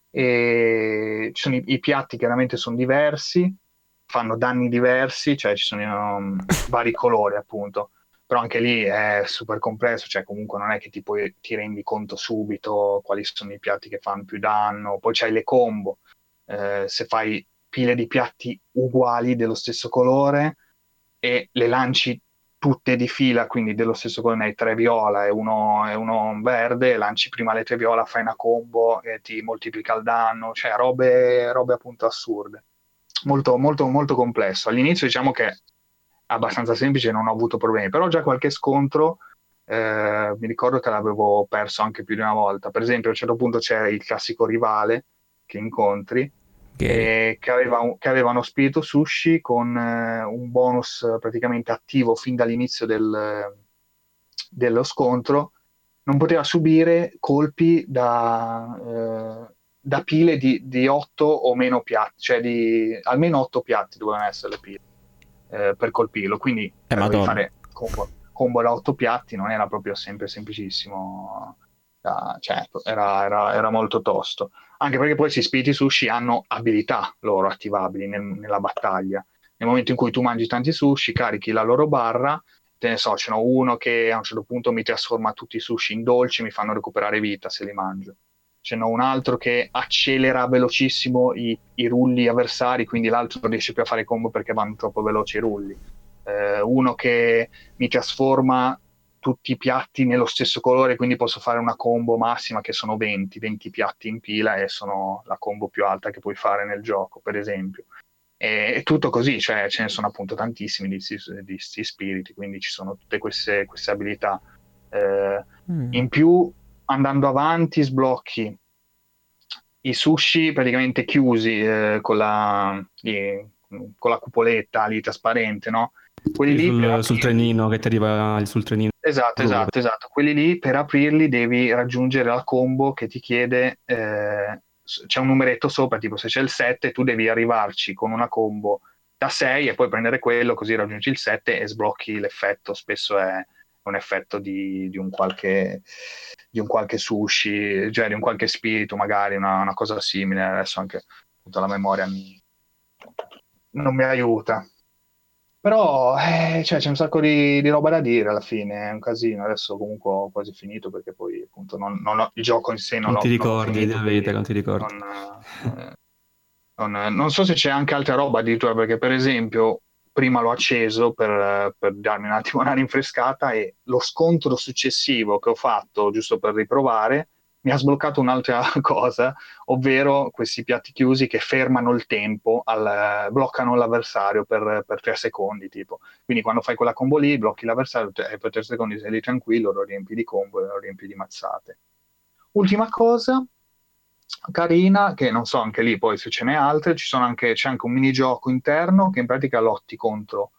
e ci sono i piatti chiaramente sono diversi, fanno danni diversi, cioè ci sono vari colori appunto, però anche lì è super complesso, cioè comunque non è che ti rendi conto subito quali sono i piatti che fanno più danno, poi c'hai le combo, se fai pile di piatti uguali dello stesso colore e le lanci tutte di fila, quindi dello stesso colore, ne hai tre viola e uno verde, lanci prima le tre viola, fai una combo e ti moltiplica il danno, cioè robe appunto assurde. Molto, molto, molto complesso. All'inizio diciamo che è abbastanza semplice, non ho avuto problemi, però già qualche scontro mi ricordo che l'avevo perso anche più di una volta. Per esempio, a un certo punto c'era il classico rivale che incontri Gary. che aveva uno spirito sushi con un bonus praticamente attivo fin dall'inizio dello scontro, non poteva subire colpi da pile di 8 o meno piatti, cioè di almeno 8 piatti dovevano essere le pile per colpirlo, quindi cioè, dovevi Madonna. fare combo da 8 piatti, non era proprio sempre semplicissimo, cioè, era molto tosto. Anche perché poi questi spiriti sushi hanno abilità loro attivabili nella battaglia. Nel momento in cui tu mangi tanti sushi, carichi la loro barra, te ne so, ce n'ho uno che a un certo punto mi trasforma tutti i sushi in dolci, mi fanno recuperare vita se li mangio. Ce n'ho un altro che accelera velocissimo i rulli avversari, quindi l'altro non riesce più a fare combo perché vanno troppo veloci i rulli. Uno che mi trasforma tutti i piatti nello stesso colore, quindi posso fare una combo massima che sono 20 piatti in pila e sono la combo più alta che puoi fare nel gioco, per esempio. E tutto così, cioè ce ne sono appunto tantissimi di sti spiriti, quindi ci sono tutte queste abilità. Eh, Mm. In più, andando avanti, sblocchi i sushi praticamente chiusi con la cupoletta lì trasparente, no? Quelli Sì, lì per sul aprirli. trenino che ti arriva sul trenino Esatto, blu. esatto, esatto. Quelli lì per aprirli devi raggiungere la combo che ti chiede, c'è un numeretto sopra, tipo se c'è il 7 tu devi arrivarci con una combo da 6 e poi prendere quello, così raggiungi il 7 e sblocchi l'effetto. Spesso è un effetto di un qualche sushi, cioè di un qualche spirito, magari una cosa simile. Adesso anche tutta la memoria non mi aiuta. Però cioè, c'è un sacco di roba da dire alla fine, è un casino. Adesso comunque ho quasi finito perché poi appunto il gioco in sé non Non ti l'ho ricordi finito, della quindi vita, non ti ricordi. non, eh, non so se c'è anche altra roba addirittura, perché per esempio prima l'ho acceso per darmi un attimo una rinfrescata e lo scontro successivo che ho fatto giusto per riprovare mi ha sbloccato un'altra cosa, ovvero questi piatti chiusi che fermano il tempo, bloccano l'avversario per 3 secondi tipo. Quindi quando fai quella combo lì blocchi l'avversario e per 3 secondi sei lì tranquillo, lo riempi di combo e lo riempi di mazzate. Ultima cosa carina, che non so anche lì poi se ce n'è altre, c'è anche un minigioco interno che in pratica lotti contro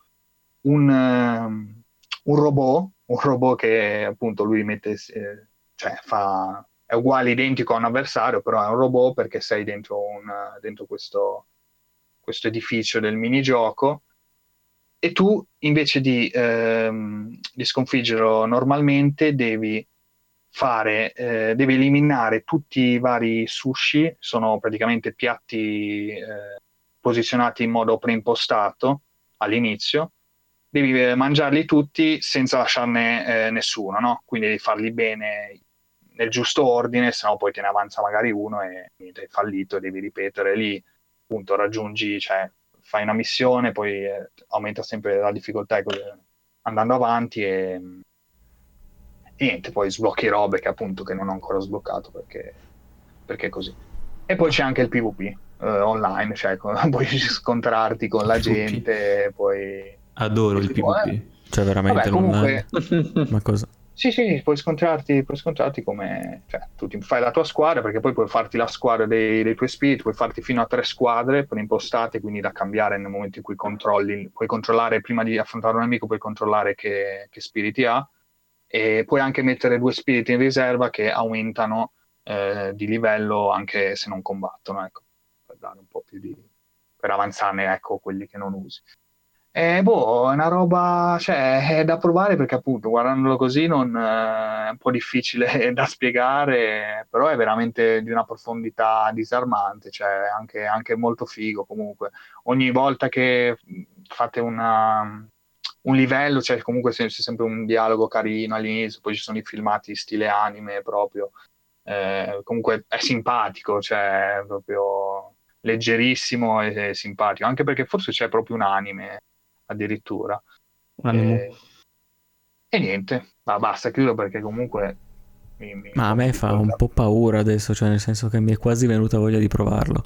un robot che appunto lui mette, cioè è uguale, identico a un avversario, però è un robot perché sei dentro questo edificio del minigioco e tu invece di sconfiggerlo normalmente devi eliminare tutti i vari sushi, sono praticamente piatti posizionati in modo preimpostato, all'inizio, devi mangiarli tutti senza lasciarne nessuno, no? Quindi devi farli bene nel giusto ordine, sennò poi te ne avanza magari uno e niente, hai fallito, e devi ripetere lì, appunto raggiungi, cioè fai una missione, poi aumenta sempre la difficoltà andando avanti e niente, poi sblocchi robe che appunto che non ho ancora sbloccato perché è così. E poi c'è anche il PvP online, cioè puoi scontrarti con la PvP. gente, poi Adoro il PvP. Cioè veramente vabbè, comunque ma cosa? sì, puoi scontrarti come, cioè tu ti fai la tua squadra, perché poi puoi farti la squadra dei tuoi spiriti, puoi farti fino a 3 squadre preimpostate, quindi da cambiare nel momento in cui controlli, puoi controllare prima di affrontare un nemico, puoi controllare che spiriti ha, e puoi anche mettere 2 spiriti in riserva che aumentano di livello anche se non combattono, ecco, per dare un po' più per avanzarne, ecco, quelli che non usi. Boh, è una roba, cioè, è da provare perché appunto guardandolo così è un po' difficile da spiegare, però è veramente di una profondità disarmante, cioè anche molto figo comunque. Ogni volta che fate un livello, cioè comunque c'è sempre un dialogo carino all'inizio, poi ci sono i filmati stile anime proprio, comunque è simpatico, cioè è proprio leggerissimo e simpatico, anche perché forse c'è proprio un anime addirittura. Un anime. E niente, ma basta, chiudo perché comunque Ma a me fa un po' paura adesso, cioè nel senso che mi è quasi venuta voglia di provarlo.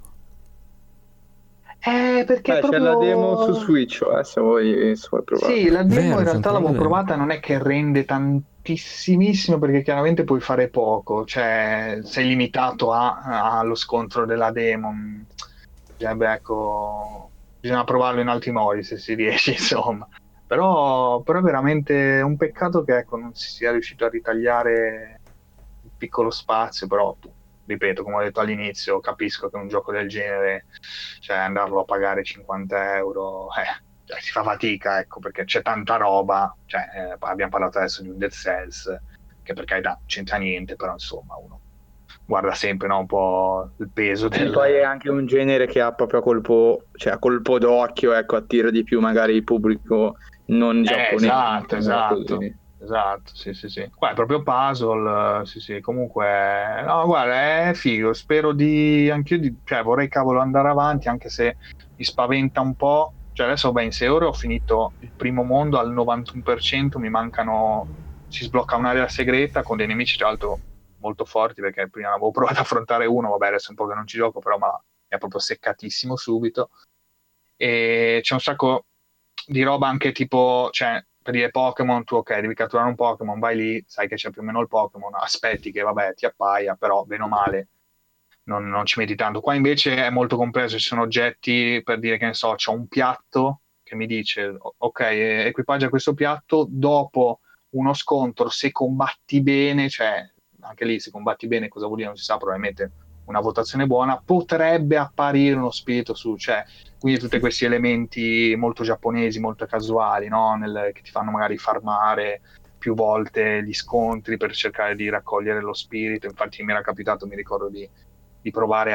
perché C'è la demo su Switch, se vuoi provare. Sì, la demo Vero, in c'è realtà ancora l'avevo la demo. provata, non è che rende tantissimissimo perché chiaramente puoi fare poco, cioè sei limitato allo scontro della demo. Beh, ecco, bisogna provarlo in altri modi se si riesce, insomma. Però è veramente un peccato che ecco, non si sia riuscito a ritagliare un piccolo spazio, però ripeto, come ho detto all'inizio, capisco che un gioco del genere, cioè andarlo a pagare 50 euro, cioè, si fa fatica, ecco, perché c'è tanta roba, cioè, abbiamo parlato adesso di un Dead Cells, che per carità non c'entra niente, però insomma uno guarda sempre, no, un po' il peso E poi è anche un genere che ha proprio a colpo d'occhio, ecco, attira di più magari il pubblico non giapponese. Esatto, sì. Qua è proprio puzzle, sì, comunque, no, guarda, è figo, spero cioè vorrei cavolo andare avanti, anche se mi spaventa un po', cioè adesso in 6 ore ho finito il primo mondo al 91%, si sblocca un'area segreta con dei nemici tra l'altro molto forti, perché prima avevo provato a affrontare uno, vabbè adesso è un po' che non ci gioco, però ma è proprio seccatissimo subito, e c'è un sacco di roba anche tipo, cioè per dire Pokémon, tu ok, devi catturare un Pokémon, vai lì, sai che c'è più o meno il Pokémon, aspetti che vabbè ti appaia, però bene o male non ci metti tanto. Qua invece è molto complesso, ci sono oggetti, per dire che ne so, c'ho un piatto che mi dice ok, equipaggia questo piatto, dopo uno scontro, se combatti bene, cioè anche lì se combatti bene cosa vuol dire non si sa, probabilmente una votazione buona, potrebbe apparire uno spirito su, cioè quindi tutti questi elementi molto giapponesi, molto casuali, no? Che ti fanno magari farmare più volte gli scontri per cercare di raccogliere lo spirito. Infatti mi era capitato, mi ricordo, di provare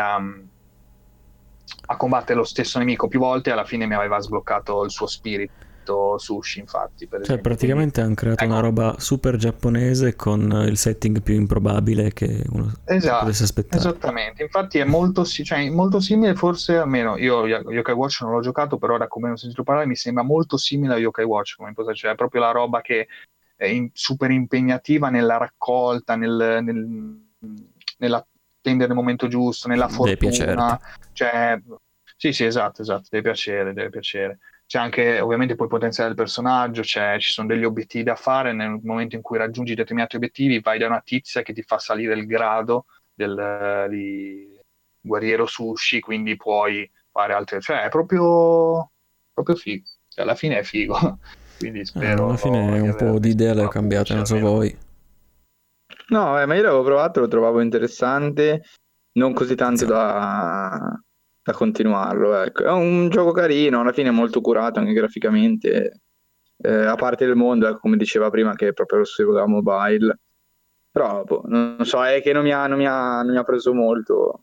a combattere lo stesso nemico più volte e alla fine mi aveva sbloccato il suo spirito sushi, infatti, per Cioè esempio. praticamente hanno creato una roba super giapponese con il setting più improbabile che uno si potesse aspettare. Esattamente, infatti è molto simile, forse almeno io Yokai Watch non l'ho giocato, però da come ho sentito parlare mi sembra molto simile a Yokai Watch come cioè è proprio la roba che è super impegnativa nella raccolta, nell'attendere il momento giusto, nella Deve fortuna, piacerti. cioè sì, esatto, deve piacere. C'è anche ovviamente poi potenziare il personaggio, ci sono degli obiettivi da fare, nel momento in cui raggiungi determinati obiettivi vai da una tizia che ti fa salire il grado di guerriero sushi, quindi puoi fare altre, cioè è proprio figo, cioè, alla fine è figo, quindi Alla fine spero di un po' avermi di idea le ho una cambiate, pulce non so almeno. voi. No, ma io l'avevo provato, lo trovavo interessante, non così tanto da continuarlo, ecco. È un gioco carino, alla fine molto curato anche graficamente, a parte il mondo, ecco, come diceva prima, che è proprio esclusivo da mobile. Però, boh, non so, è che non mi ha preso molto.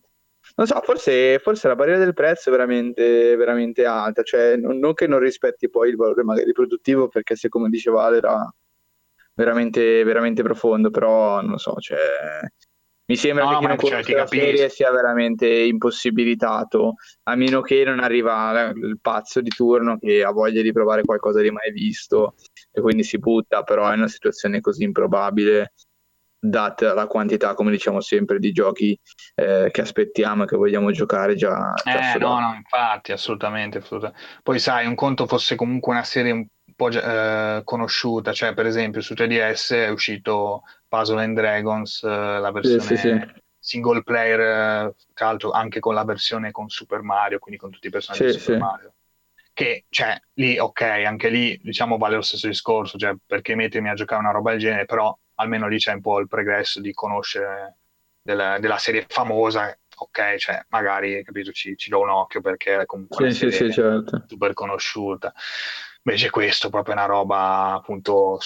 Non so, forse la barriera del prezzo è veramente, veramente alta, cioè non che non rispetti poi il valore magari produttivo, perché se come diceva Ale era veramente, veramente profondo, però non so, cioè, mi sembra No, che no, chi non ma cioè, ti conosce la serie capisco. sia veramente impossibilitato, a meno che non arriva il pazzo di turno che ha voglia di provare qualcosa di mai visto e quindi si butta, però è una situazione così improbabile, data la quantità, come diciamo sempre, di giochi che aspettiamo e che vogliamo giocare già No, sodati. no, infatti, assolutamente, assolutamente. Poi sai, un conto fosse comunque una serie un po' conosciuta, cioè per esempio su 3DS è uscito Puzzle and Dragons, la Sì, sì, sì. versione single player, tra l'altro anche con la versione con Super Mario, quindi con tutti i personaggi di Sì, Super sì. Mario. Che, cioè, lì, ok, anche lì, diciamo, vale lo stesso discorso, cioè, perché mettermi a giocare una roba del genere, però almeno lì c'è un po' il pregresso di conoscere della serie famosa, ok, cioè magari, capito, ci do un occhio perché è comunque una Sì, sì, sì, serie certo. super conosciuta. Invece questo è proprio una roba appunto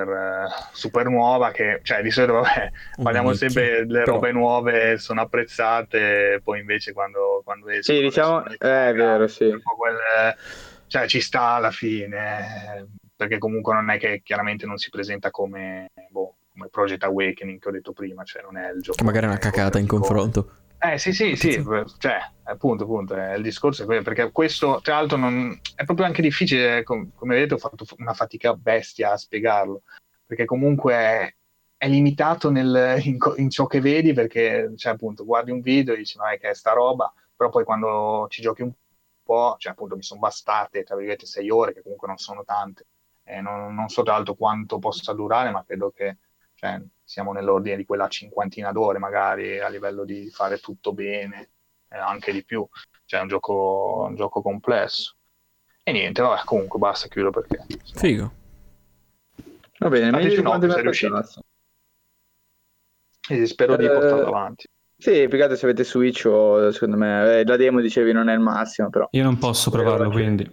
super nuova che, cioè di solito, vabbè, Una parliamo nicchia. sempre delle Però robe nuove, sono apprezzate, poi invece quando Sì, escono diciamo, nessuno le è caga, vero, sì. un po' cioè ci sta alla fine, perché comunque non è che chiaramente non si presenta come, come Project Awakening che ho detto prima, cioè non è il che magari è una giocone cacata in autentico. confronto. Sì, cioè, appunto, il discorso è quello, perché questo, tra l'altro, è proprio anche difficile, come vedete, ho fatto una fatica bestia a spiegarlo, perché comunque è limitato in ciò che vedi, perché, cioè, appunto, guardi un video e dici, ma è che è sta roba, però poi quando ci giochi un po', cioè, appunto, mi sono bastate, tra virgolette, 6 ore, che comunque non sono tante, non so tra l'altro quanto possa durare, ma credo che cioè, siamo nell'ordine di quella cinquantina d'ore magari a livello di fare tutto bene, anche di più. Cioè, è un gioco complesso. E niente, vabbè, comunque basta, chiudo perché insomma, Figo. Va bene, meglio dateci di un quanto occhio mi se riuscite. aspettassi. E spero di portarlo Eh, avanti. sì, più che altro se avete Switch o secondo me la demo dicevi non è il massimo, però Io non posso provarlo, quindi.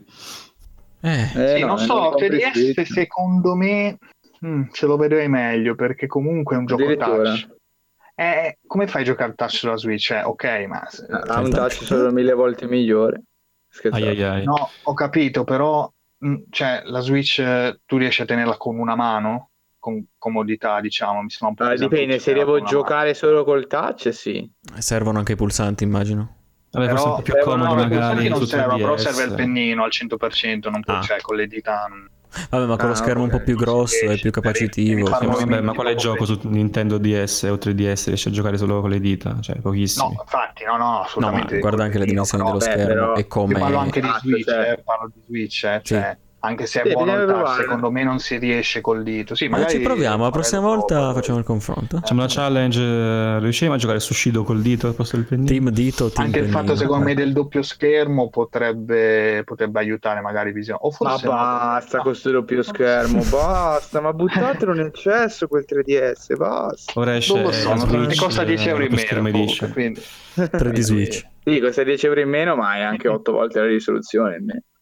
Sì, non no, non so, compri 3DS Switch. secondo me ce lo vedrei meglio perché comunque è un gioco Addirittura touch. Come fai a giocare touch sulla Switch? Ok, ma ha C'è il un touch. touch solo 1000 volte migliore. Ai ai Scherzate. ai. no, ho capito, però cioè, la Switch tu riesci a tenerla con una mano? Con comodità, diciamo, mi sembra un po' Dipende, pesantuccio se tenerla devo con una mano. giocare solo col touch, sì. Servono anche i pulsanti, immagino. Vabbè, forse è un po' Però, più comodo no, i pulsanti magari non su servono, però serve 3DS. il pennino al 100%, non puoi, Ah. cioè con le dita Vabbè, ma con lo Ah, schermo un po' ok. più non si grosso e più riesce, devi capacitivo, fare Sì, ma vabbè, ma movimenti quale poco gioco su Nintendo DS o 3DS riesci a giocare solo con le dita? Cioè, No, pochissimi. infatti, no, no, ma assolutamente col guarda anche le pennino, dimensioni dello però Beh, schermo però, e io parlo come... anche di esatto, Switch, cioè, parlo di Switch, Sì. cioè, anche se è sì, buono bisogna il touch, provare. secondo me non si riesce col dito. Sì, Ci magari, proviamo, la prossima lo provo volta allora. facciamo il confronto. Facciamo una challenge, riusciamo a giocare su Shido col dito al posto del pennino? Team dito, team Anche il fatto, pennino. secondo me, del doppio schermo potrebbe aiutare magari visione. O Ma forse no, perché... basta no, con questo doppio non lo so. schermo, basta, ma buttatelo nel cesso quel 3DS, basta. Ora Non lo esce so, la e Switch, costa 10 euro in doppio meno schermo comunque, edition. quindi... 3D Switch. Sì, costa 10 euro in meno, ma è anche 8 volte la risoluzione.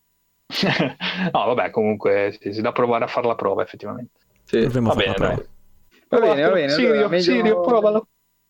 No, vabbè, comunque si da provare a fare la prova, effettivamente. Sì. Proviamo a Va fare la bene, dai. prova. Va Provatelo. bene, allora Sirio, meglio... provalo.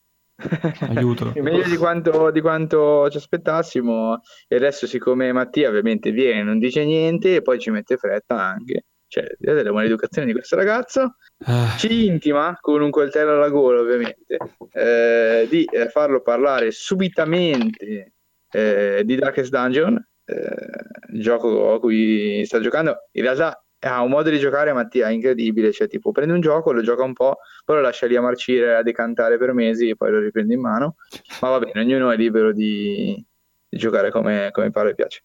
Aiuto. meglio di quanto ci aspettassimo. E adesso, siccome Mattia ovviamente viene, non dice niente, e poi ci mette fretta anche. Cioè, vedete la maleducazione di questo ragazzo. Ah, Ci intima, con un coltello alla gola ovviamente, di farlo parlare subitamente di Darkest Dungeon, il gioco a cui sta giocando. In realtà ha un modo di giocare, Mattia, incredibile, cioè tipo prende un gioco, lo gioca un po', poi lo lascia lì a marcire, a decantare per mesi e poi lo riprende in mano, ma va bene, ognuno è libero di giocare come pare e piace.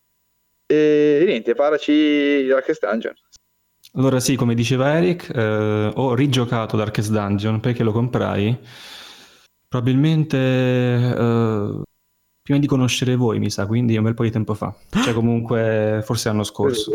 E niente, parlaci di Darkest Dungeon. allora sì, come diceva Eric, ho rigiocato Darkest Dungeon perché lo comprai probabilmente prima di conoscere voi, mi sa, quindi un bel po' di tempo fa. Cioè comunque forse l'anno scorso.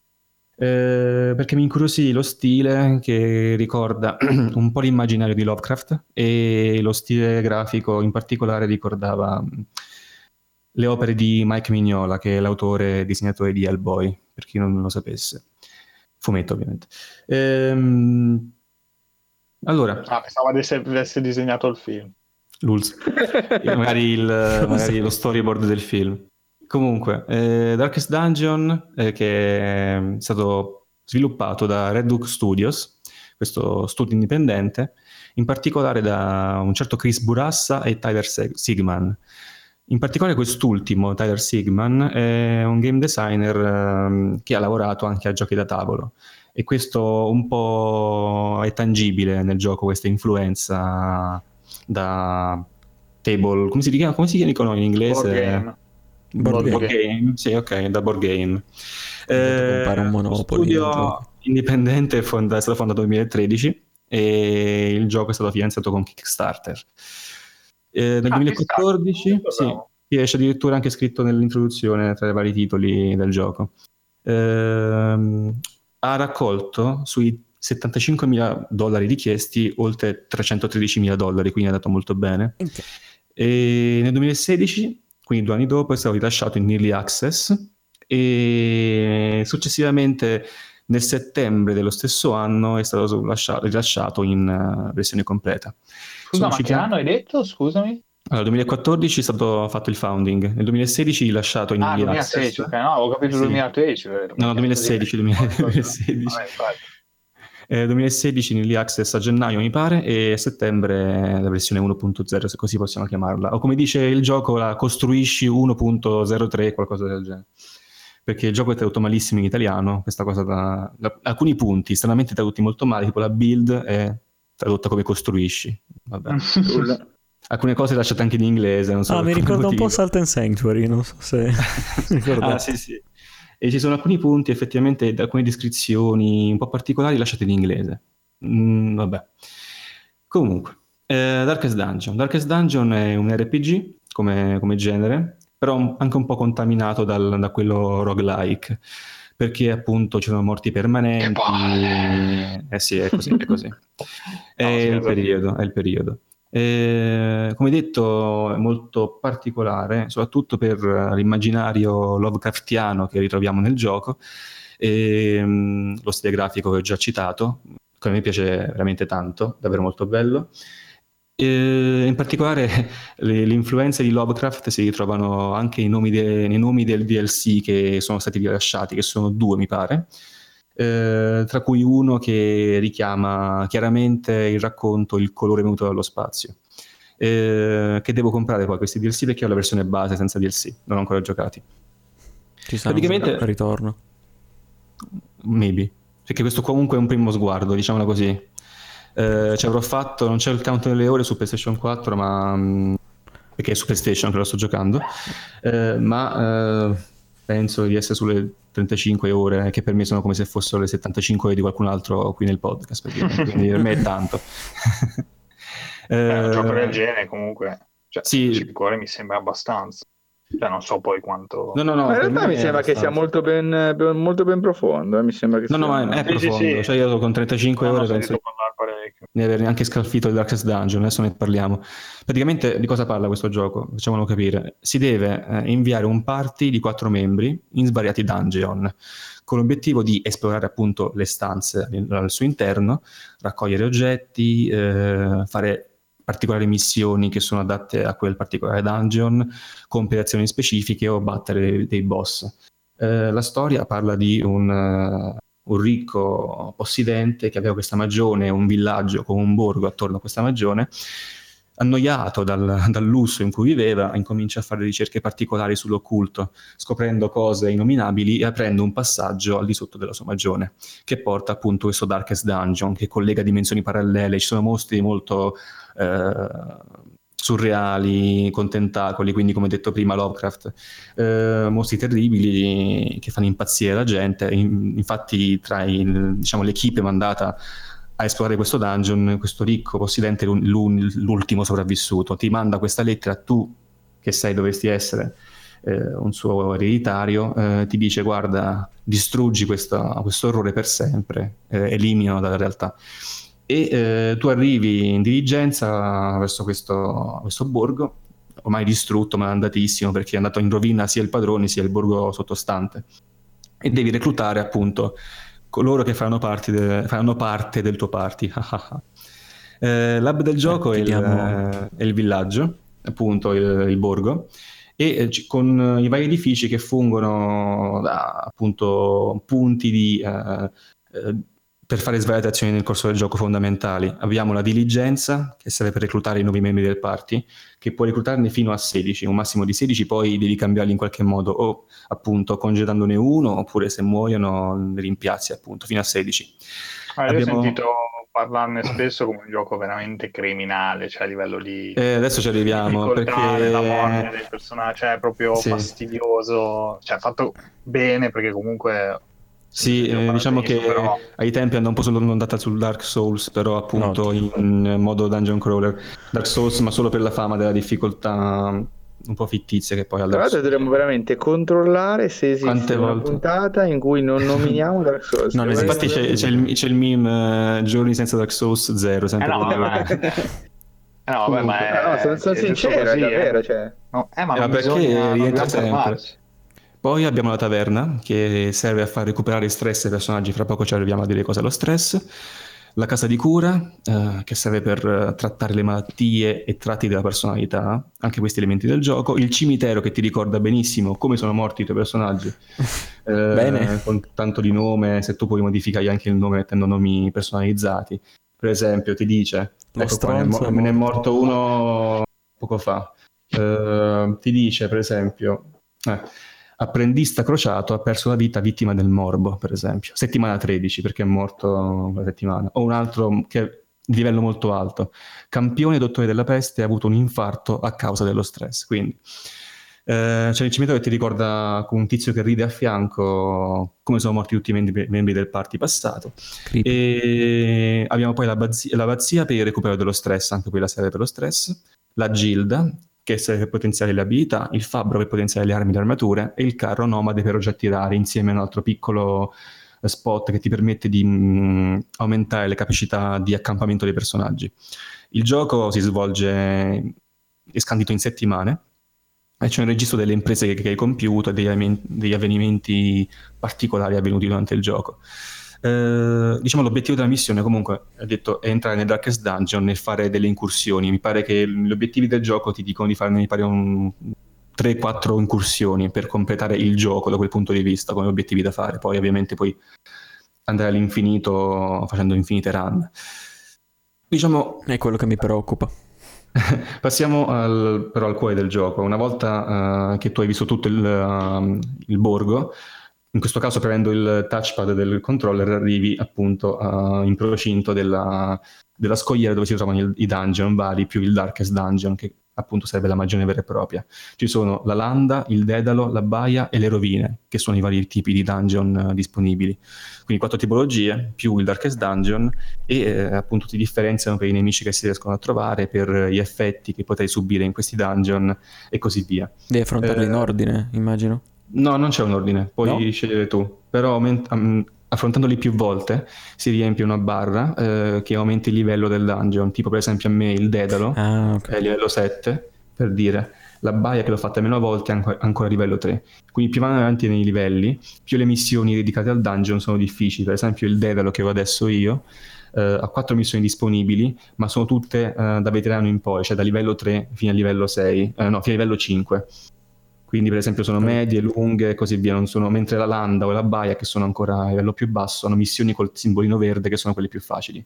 Perché mi incuriosì lo stile che ricorda un po' l'immaginario di Lovecraft e lo stile grafico in particolare ricordava le opere di Mike Mignola, che è l'autore e disegnatore di Hellboy, per chi non lo sapesse. Fumetto, ovviamente. Allora, Ah, pensavo avesse disegnato il film. Lulz. Magari lo storyboard del film. Comunque, Darkest Dungeon, che è stato sviluppato da Red Hook Studios, questo studio indipendente, in particolare da un certo Chris Burassa e Tyler Sigman. In particolare quest'ultimo, Tyler Sigman, è un game designer che ha lavorato anche a giochi da tavolo, e questo un po' è tangibile nel gioco, questa influenza da table, come si chiamano in inglese? Board game. Sì, ok, da board game. Compare un Monopoly. Studio indipendente è stato fondato nel 2013 e il gioco è stato finanziato con Kickstarter. Nel 2014 c'è addirittura anche scritto nell'introduzione tra i vari titoli del gioco. Ha raccolto sui $75.000 richiesti oltre $313.000, quindi è andato molto bene. Okay. E nel 2016, quindi 2 anni dopo, è stato rilasciato in Early Access e successivamente nel settembre dello stesso anno è stato rilasciato in versione completa. Scusa, ma che anno hai detto? Scusami. Allora, nel 2014 è stato fatto il founding, nel 2016 rilasciato in Early Access. 2016, ok, no, ho capito 2013. No, 2016. 2016 in Early Access a gennaio mi pare, e a settembre la versione 1.0, se così possiamo chiamarla, o come dice il gioco la costruisci 1.03, qualcosa del genere, perché il gioco è tradotto malissimo in italiano, questa cosa alcuni punti stranamente tradotti molto male, tipo la build è tradotta come costruisci, vabbè. Alcune cose lasciate anche in inglese, non so. Mi ricorda un po' Salt and Sanctuary, non so se ricordate. Sì. E ci sono alcuni punti, effettivamente, alcune descrizioni un po' particolari lasciate in inglese. Vabbè. Comunque, Darkest Dungeon è un RPG come genere, però anche un po' contaminato da quello roguelike, perché appunto ci sono morti permanenti. Sì, è così. È il periodo. Come detto, è molto particolare, soprattutto per l'immaginario Lovecraftiano che ritroviamo nel gioco, e lo stile grafico che ho già citato, che a me piace veramente tanto, davvero molto bello. In particolare le influenze di Lovecraft si ritrovano anche nei nomi del DLC che sono stati rilasciati, che sono 2 mi pare, tra cui uno che richiama chiaramente il racconto Il colore venuto dallo spazio, che devo comprare poi questi DLC perché ho la versione base senza DLC, non ho ancora giocati. Ci sarà praticamente un ritorno? Maybe, perché questo comunque è un primo sguardo, diciamola così. Ci avrò fatto, non c'è il count delle ore su PlayStation 4, ma perché è su PlayStation che lo sto giocando, ma penso di essere sulle 35 ore, che per me sono come se fossero le 75 ore di qualcun altro qui nel podcast, quindi per me è tanto. Un gioco del genere comunque, cioè, sì. 5 ore mi sembra abbastanza. Cioè, non so poi quanto. No, in realtà mi sembra che sia molto ben profondo. Mi sembra che sia... è profondo. Sì. Cioè, io con 35 ore penso di aver anche scalfito il Darkest Dungeon. Adesso ne parliamo. Praticamente di cosa parla questo gioco? Facciamolo capire. Si deve inviare un party di 4 membri in svariati dungeon, con l'obiettivo di esplorare appunto le stanze al suo interno, raccogliere oggetti, fare particolari missioni che sono adatte a quel particolare dungeon, compiere azioni specifiche o battere dei boss. La storia parla di un ricco possidente che aveva questa magione, un villaggio con un borgo attorno a questa magione. Annoiato dal lusso in cui viveva, incomincia a fare ricerche particolari sull'occulto, scoprendo cose innominabili e aprendo un passaggio al di sotto della sua magione, che porta appunto questo Darkest Dungeon, che collega dimensioni parallele. Ci sono mostri molto surreali, con tentacoli, quindi come detto prima Lovecraft, mostri terribili che fanno impazzire la gente. Infatti tra l'equipe mandata a esplorare questo dungeon, questo ricco possidente, l'ultimo sopravvissuto, ti manda questa lettera, tu che sai dovresti essere un suo ereditario, ti dice: guarda, distruggi questo orrore per sempre, eliminalo dalla realtà. E tu arrivi in diligenza verso questo borgo, ormai distrutto, malandatissimo, perché è andato in rovina sia il padrone sia il borgo sottostante, e devi reclutare appunto coloro che faranno parte del tuo party. L'hub del gioco è il villaggio, appunto il borgo, e con i vari edifici che fungono da appunto punti per fare svariate azioni nel corso del gioco fondamentali. Abbiamo la diligenza, che serve per reclutare i nuovi membri del party, che puoi reclutarne fino a 16, un massimo di 16, poi devi cambiarli in qualche modo, o appunto congedandone uno, oppure se muoiono li rimpiazzi appunto, fino a 16. Io ho sentito parlarne spesso come un gioco veramente criminale, cioè a livello di adesso ci arriviamo, perché la morte dei personaggi, cioè è proprio fastidioso, cioè fatto bene, perché comunque sì, diciamo che però ai tempi hanno un po' andata sul Dark Souls, però appunto in modo dungeon crawler. Dark Souls, ma solo per la fama della difficoltà un po' fittizia che poi ha. Tra l'altro dovremmo veramente controllare se esiste una puntata in cui non nominiamo Dark Souls. No, infatti c'è il meme giorni senza Dark Souls 0, sempre sono sincero, è davvero, cioè. Ma perché rientra sempre. Poi abbiamo la taverna, che serve a far recuperare stress ai personaggi, fra poco ci arriviamo a dire cosa è lo stress. La casa di cura, che serve per trattare le malattie e tratti della personalità, anche questi elementi del gioco. Il cimitero, che ti ricorda benissimo come sono morti i tuoi personaggi, Bene. con tanto di nome, se tu puoi modificare anche il nome mettendo nomi personalizzati. Per esempio ti dice, me ne è morto uno poco fa, ti dice per esempio... apprendista crociato ha perso la vita vittima del morbo, per esempio. Settimana 13, perché è morto la settimana. O un altro che è di livello molto alto. Campione dottore della peste ha avuto un infarto a causa dello stress. Quindi c'è il cimitero che ti ricorda con un tizio che ride a fianco come sono morti tutti i membri del party passato. E abbiamo poi l'abbazia per il recupero dello stress, anche quella serve per lo stress. La gilda, che serve per potenziare le abilità, il fabbro per potenziare le armi e le armature, e il carro nomade per oggetti rari, insieme a un altro piccolo spot che ti permette di aumentare le capacità di accampamento dei personaggi. Il gioco si svolge, è scandito in settimane, e c'è un registro delle imprese che hai compiuto e degli avvenimenti particolari avvenuti durante il gioco. Diciamo l'obiettivo della missione comunque è detto è entrare nel Darkest Dungeon e fare delle incursioni. Mi pare che gli obiettivi del gioco ti dicono di farne 3-4 incursioni per completare il gioco da quel punto di vista, come obiettivi da fare. Poi ovviamente puoi andare all'infinito facendo infinite run. Diciamo è quello che mi preoccupa. Passiamo però al cuore del gioco. Una volta che tu hai visto tutto il borgo, in questo caso prendendo il touchpad del controller arrivi appunto in procinto della scogliera dove si trovano i dungeon vari più il Darkest Dungeon, che appunto serve la magione vera e propria. Ci sono la landa, il dedalo, la baia e le rovine, che sono i vari tipi di dungeon disponibili. Quindi 4 tipologie più il Darkest Dungeon, e appunto ti differenziano per i nemici che si riescono a trovare, per gli effetti che potrai subire in questi dungeon e così via. Devi affrontarli in ordine, immagino. No, non c'è un ordine, puoi scegliere tu, però affrontandoli più volte si riempie una barra che aumenta il livello del dungeon, tipo per esempio a me il dedalo è livello 7, per dire. La baia che l'ho fatta meno volte è ancora livello 3. Quindi più vanno avanti nei livelli, più le missioni dedicate al dungeon sono difficili. Per esempio il dedalo che ho adesso io ha 4 missioni disponibili, ma sono tutte da veterano in poi, cioè da livello 3 fino a livello 6, fino a livello 5. Quindi per esempio sono medie, lunghe e così via, non sono, mentre la landa o la baia, che sono ancora a livello più basso, hanno missioni col simbolino verde che sono quelle più facili.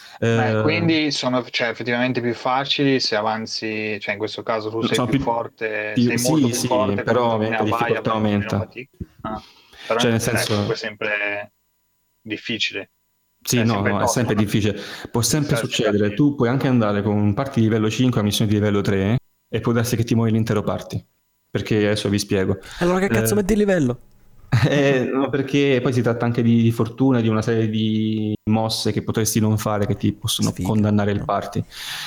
Quindi sono effettivamente più facili se avanzi, cioè in questo caso tu sei più forte, sei molto più forte, però la difficoltà aumenta. Però cioè nel senso è sempre difficile. Sì, è sempre difficile. Può sempre succedere, tu puoi anche andare con un party di livello 5 a missioni di livello 3 e può darsi che ti muovi l'intero party. Perché adesso vi spiego. Allora che cazzo metti il livello? No, perché poi si tratta anche di fortuna, di una serie di mosse che potresti non fare che ti possono condannare il party.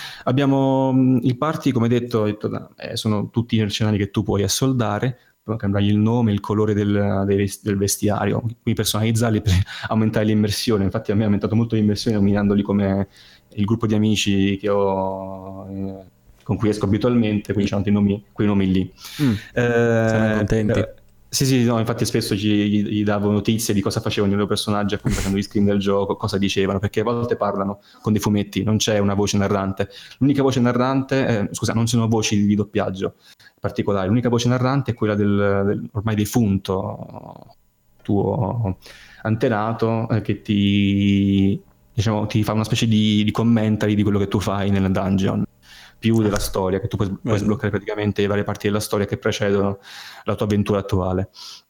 Abbiamo il party, come detto, sono tutti i mercenari che tu puoi assoldare, puoi cambiargli il nome, il colore del vestiario, quindi personalizzarli per aumentare l'immersione. Infatti a me ha aumentato molto l'immersione nominandoli come il gruppo di amici che ho... con cui esco abitualmente, quindi c'hanno quei nomi lì. Sono contenti. Sì, no, infatti spesso gli davo notizie di cosa facevano i loro personaggi, appunto facendo gli screen del gioco, cosa dicevano, perché a volte parlano con dei fumetti, non c'è una voce narrante. L'unica voce narrante, scusa, non sono voci di doppiaggio particolari, l'unica voce narrante è quella del ormai defunto tuo antenato, che ti fa una specie di commentary di quello che tu fai nel dungeon, più della storia, che tu puoi sbloccare praticamente le varie parti della storia che precedono la tua avventura attuale.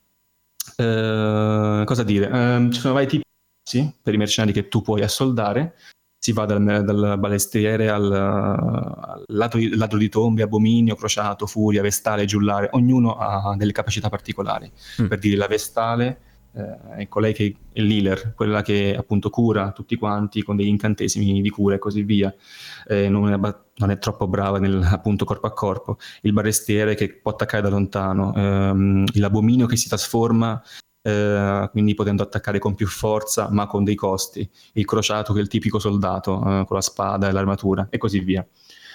Cosa dire? Ci sono vari tipi per i mercenari che tu puoi assoldare. Si va dal balestriere al ladro di tombe, abominio, crociato, furia, vestale, giullare. Ognuno ha delle capacità particolari. Per dire, la vestale è colei che è l'healer, quella che appunto cura tutti quanti con degli incantesimi di cura e così via. Non è troppo brava nel appunto corpo a corpo. Il barestiere che può attaccare da lontano, l'abominio che si trasforma, quindi potendo attaccare con più forza ma con dei costi, il crociato che è il tipico soldato con la spada e l'armatura e così via.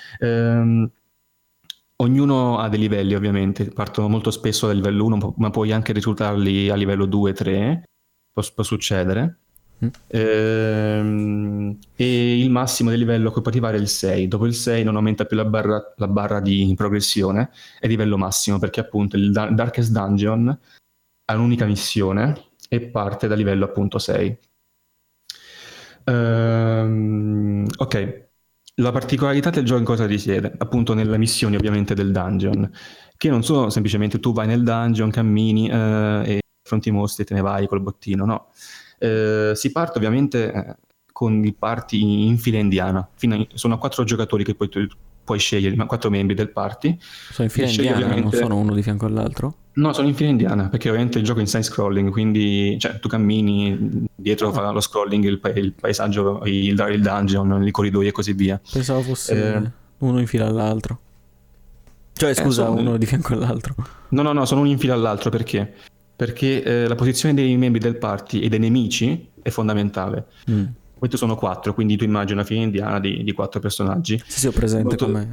Ognuno ha dei livelli, ovviamente, partono molto spesso dal livello 1, ma puoi anche reclutarli a livello 2, 3, può succedere. E il massimo del livello a cui può arrivare è il 6. Dopo il 6 non aumenta più la barra di progressione, è livello massimo, perché appunto il Darkest Dungeon ha un'unica missione e parte da livello appunto 6. Ok. La particolarità del gioco in cosa risiede? Appunto nelle missioni ovviamente del dungeon, che non sono semplicemente tu vai nel dungeon, cammini e affronti i mostri e te ne vai col bottino, no. Si parte ovviamente con il party in fila indiana. Sono 4 giocatori che puoi scegliere, 4 membri del party. Sono in fila indiana, ovviamente... non sono uno di fianco all'altro? No, sono in fila indiana, perché ovviamente il gioco è in side scrolling, quindi tu cammini, dietro fa lo scrolling, il paesaggio, il dungeon, i corridoi e così via. Pensavo fosse uno in fila all'altro. Cioè, scusa, uno di fianco all'altro. No, sono uno in fila all'altro, perché? Perché la posizione dei membri del party e dei nemici è fondamentale. Questi sono 4, quindi tu immagini una fila indiana di 4 personaggi. Sì, ho presente com'è.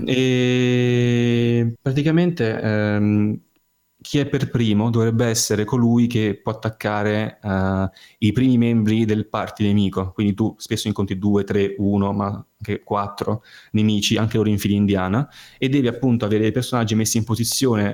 E praticamente chi è per primo dovrebbe essere colui che può attaccare i primi membri del party nemico. Quindi tu spesso incontri 2, 3, 1, ma anche 4 nemici, anche loro in fila indiana, e devi appunto avere i personaggi messi in posizione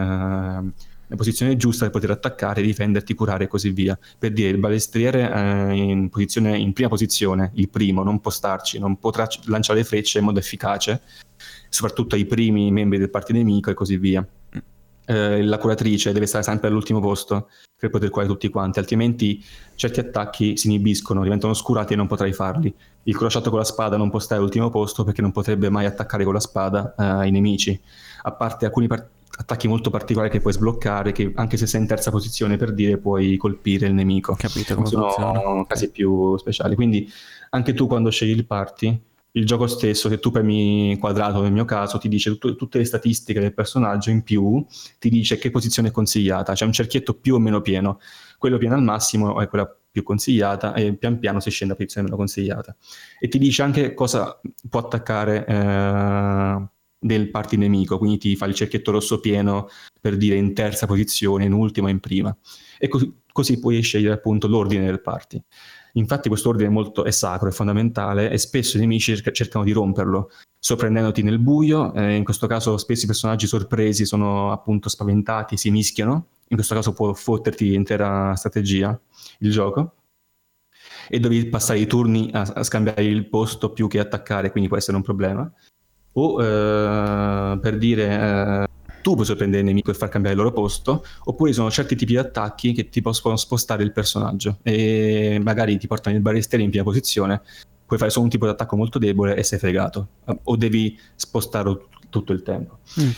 la posizione giusta per poter attaccare, difenderti, curare e così via. Per dire, il balestriere in prima posizione, il primo, non può starci, non potrà lanciare le frecce in modo efficace, soprattutto ai primi membri del party nemico e così via. La curatrice deve stare sempre all'ultimo posto per poter curare tutti quanti, altrimenti certi attacchi si inibiscono, diventano oscurati e non potrai farli. Il crociato con la spada non può stare all'ultimo posto perché non potrebbe mai attaccare con la spada i nemici, a parte alcuni attacchi molto particolari che puoi sbloccare, che anche se sei in terza posizione, per dire, puoi colpire il nemico. Capito come sono funziona. casi più speciali, quindi anche tu quando scegli il party, il gioco stesso, se tu premi quadrato nel mio caso, ti dice tutte le statistiche del personaggio, in più ti dice che posizione è consigliata, c'è un cerchietto più o meno pieno, quello pieno al massimo è quella più consigliata e pian piano si scende a posizione meno consigliata, e ti dice anche cosa può attaccare del party nemico, quindi ti fa il cerchietto rosso pieno per dire in terza posizione, in ultima, in prima, e così puoi scegliere appunto l'ordine del party. Infatti questo ordine è sacro, è fondamentale, e spesso i nemici cercano di romperlo, sorprendendoti nel buio. In questo caso spesso i personaggi sorpresi sono appunto spaventati, si mischiano. In questo caso può fotterti l'intera strategia, il gioco, e devi passare i turni a scambiare il posto più che attaccare, quindi può essere un problema. O per dire... tu puoi sorprendere il nemico e far cambiare il loro posto, oppure sono certi tipi di attacchi che ti possono spostare il personaggio e magari ti portano il barriere in prima posizione, puoi fare solo un tipo di attacco molto debole e sei fregato, o devi spostarlo tutto il tempo.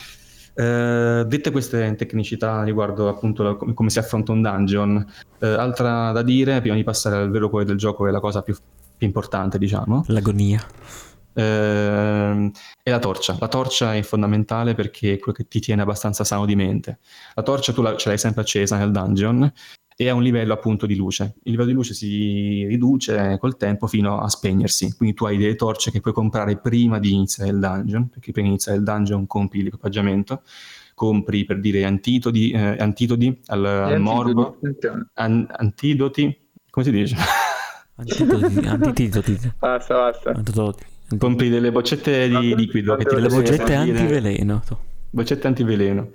Dette queste tecnicità riguardo appunto come si affronta un dungeon, altra da dire prima di passare al vero cuore del gioco, è la cosa più importante, diciamo, l'agonia. È la torcia. La torcia è fondamentale perché è quello che ti tiene abbastanza sano di mente. La torcia tu ce l'hai sempre accesa nel dungeon e ha un livello appunto di luce. Il livello di luce si riduce col tempo fino a spegnersi, quindi tu hai delle torce che puoi comprare prima di iniziare il dungeon, perché prima di iniziare il dungeon compri l'equipaggiamento. compri per dire antidoti al morbo, antidoti, come si dice? Antitoti. Basta. Compri delle boccette di liquido che ti Delle possono boccette servire- antiveleno. Boccette antiveleno.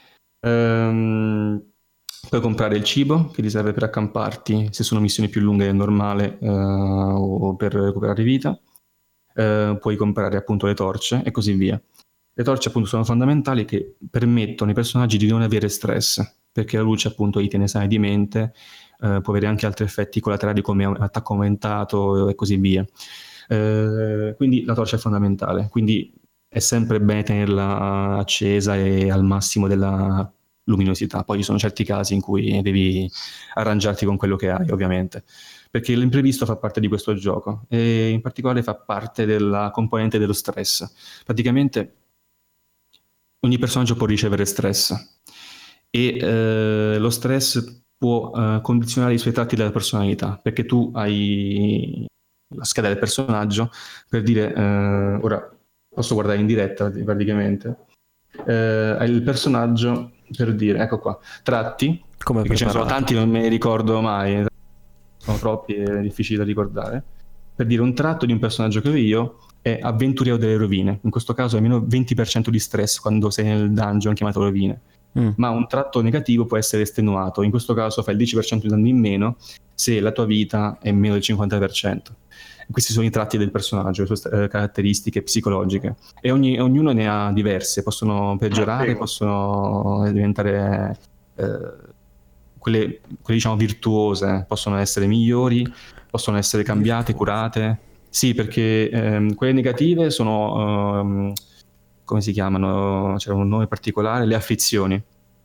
Puoi comprare il cibo che ti serve per accamparti se sono missioni più lunghe del normale o per recuperare vita. Puoi comprare appunto le torce e così via. Le torce appunto sono fondamentali, che permettono ai personaggi di non avere stress, perché la luce appunto li tiene sani di mente, può avere anche altri effetti collaterali come attacco aumentato e così via. Quindi la torcia è fondamentale, quindi è sempre bene tenerla accesa e al massimo della luminosità. Poi ci sono certi casi in cui devi arrangiarti con quello che hai, ovviamente, perché l'imprevisto fa parte di questo gioco e in particolare fa parte della componente dello stress. Praticamente ogni personaggio può ricevere stress e lo stress può condizionare i suoi tratti della personalità, perché tu hai la scheda del personaggio per dire, ora posso guardare in diretta praticamente, hai il personaggio per dire, ecco qua, tratti, Come perché ce ne sono preparato. tanti, non me li ricordo mai, sono troppi e difficili da ricordare. Per dire, un tratto di un personaggio che ho io è avventuriero delle rovine, in questo caso è meno 20% di stress quando sei nel dungeon chiamato rovine, ma un tratto negativo può essere estenuato, in questo caso fai il 10% di danni in meno se la tua vita è meno del 50%. Questi sono i tratti del personaggio, le sue caratteristiche psicologiche, e ognuno ne ha diverse, possono peggiorare, possono diventare quelle diciamo virtuose, possono essere migliori, possono essere cambiate, curate. Sì, perché quelle negative sono, come si chiamano? C'è un nome particolare, le afflizioni.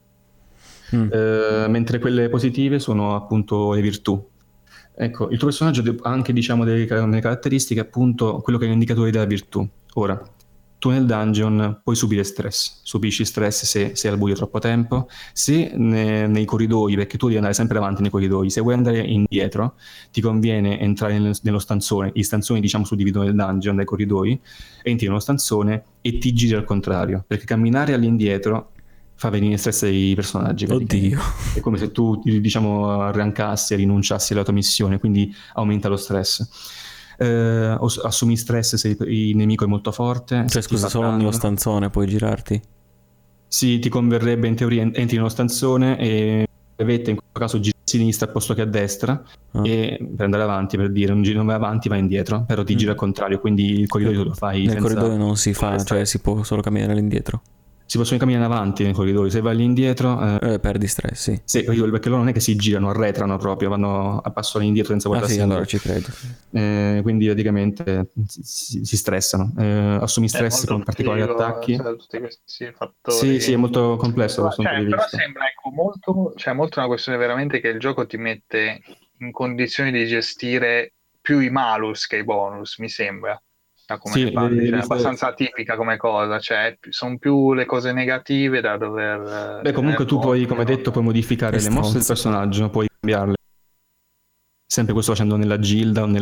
Mentre quelle positive sono appunto le virtù. Ecco, il tuo personaggio ha anche, diciamo, delle caratteristiche, appunto, quello che è l'indicatore della virtù. Ora, tu nel dungeon puoi subire stress, subisci stress se sei al buio troppo tempo, se nei corridoi, perché tu devi andare sempre avanti nei corridoi, se vuoi andare indietro ti conviene entrare nello stanzone. Gli stanzoni, diciamo, suddividono il dungeon dai corridoi, entri nello stanzone e ti giri al contrario, perché camminare all'indietro fa venire stress ai personaggi. Oddio. È come se tu, diciamo, arrancassi e rinunciassi alla tua missione, quindi aumenta lo stress. Assumi stress se il nemico è molto forte. Cioè, scusa, solo nello stanzone puoi girarti? Sì, ti converrebbe in teoria entri nello stanzone e avete in questo caso giri a sinistra al posto che a destra e per andare avanti, per dire, non vai avanti, vai indietro, però ti gira al contrario, quindi il corridoio lo fai nel corridoio non si fa, cioè si può solo camminare all'indietro. Si possono camminare avanti nei corridoi, se vai all'indietro perdi stress, sì. Sì, perché loro non è che si girano, arretrano proprio, vanno a passo all'indietro senza guardarsi. Sì, allora ci credo. Quindi praticamente si stressano, assumi stress con particolari attacchi. Cioè, tutti questi fattori. Sì, è molto complesso da questo punto di vista. Però sembra molto una questione veramente che il gioco ti mette in condizioni di gestire più i malus che i bonus, mi sembra. Come parli, è abbastanza tipica come cosa, cioè sono più le cose negative da dover. Beh, comunque tu puoi, come detto, puoi modificare le mosse del personaggio, puoi cambiarle. Sempre questo facendo nella gilda o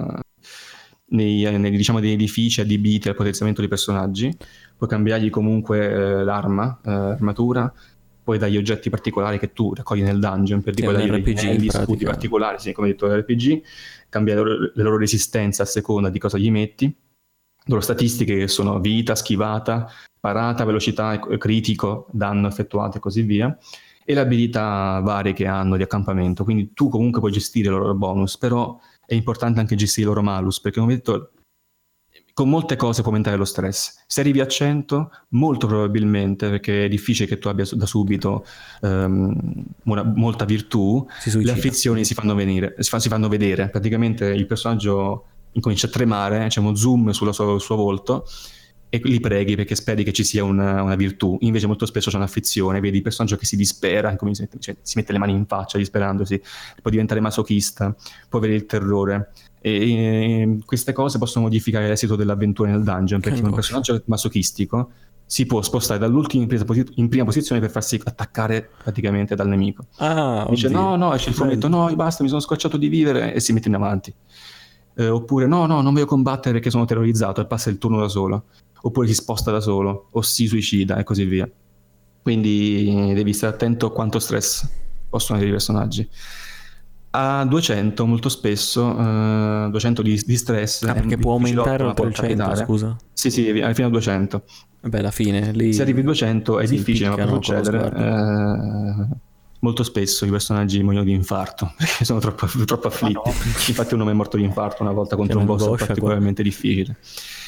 nei diciamo degli edifici adibiti al potenziamento dei personaggi. Puoi cambiargli comunque l'armatura, poi dagli oggetti particolari che tu raccogli nel dungeon, per dire degli scudi particolari, sì, come detto RPG, cambiare le loro resistenze a seconda di cosa gli metti. Loro statistiche che sono vita, schivata, parata, velocità, critico, danno effettuato e così via, e le abilità varie che hanno di accampamento. Quindi tu comunque puoi gestire i loro bonus, però è importante anche gestire i loro malus, perché come detto con molte cose può aumentare lo stress. Se arrivi a 100, molto probabilmente, perché è difficile che tu abbia da subito molta virtù, le afflizioni si fanno vedere. Praticamente il personaggio incomincia a tremare, c'è uno zoom sul suo volto e li preghi perché speri che ci sia una virtù. Invece molto spesso c'è un'afflizione, vedi il personaggio che si dispera, si mette le mani in faccia disperandosi, può diventare masochista, può avere il terrore, e queste cose possono modificare l'esito dell'avventura nel dungeon, perché un personaggio masochistico si può spostare dall'ultimo in prima posizione per farsi attaccare praticamente dal nemico. Dice no, esce il fumetto, no basta, mi sono scocciato di vivere, e si mette in avanti. Oppure no, non voglio combattere perché sono terrorizzato, e passa il turno da solo. Oppure si sposta da solo o si suicida e così via. quindi devi stare attento a quanto stress possono avere i personaggi. A 200 molto spesso 200 di stress perché può aumentare oltre il 100, scusa. Sì, fino a 200. Beh, alla fine lì se arrivi a 200 è difficile, ma può succedere. Molto spesso i personaggi muoiono di infarto perché sono troppo afflitti. Infatti uno mi è morto di infarto una volta contro un boss particolarmente difficile.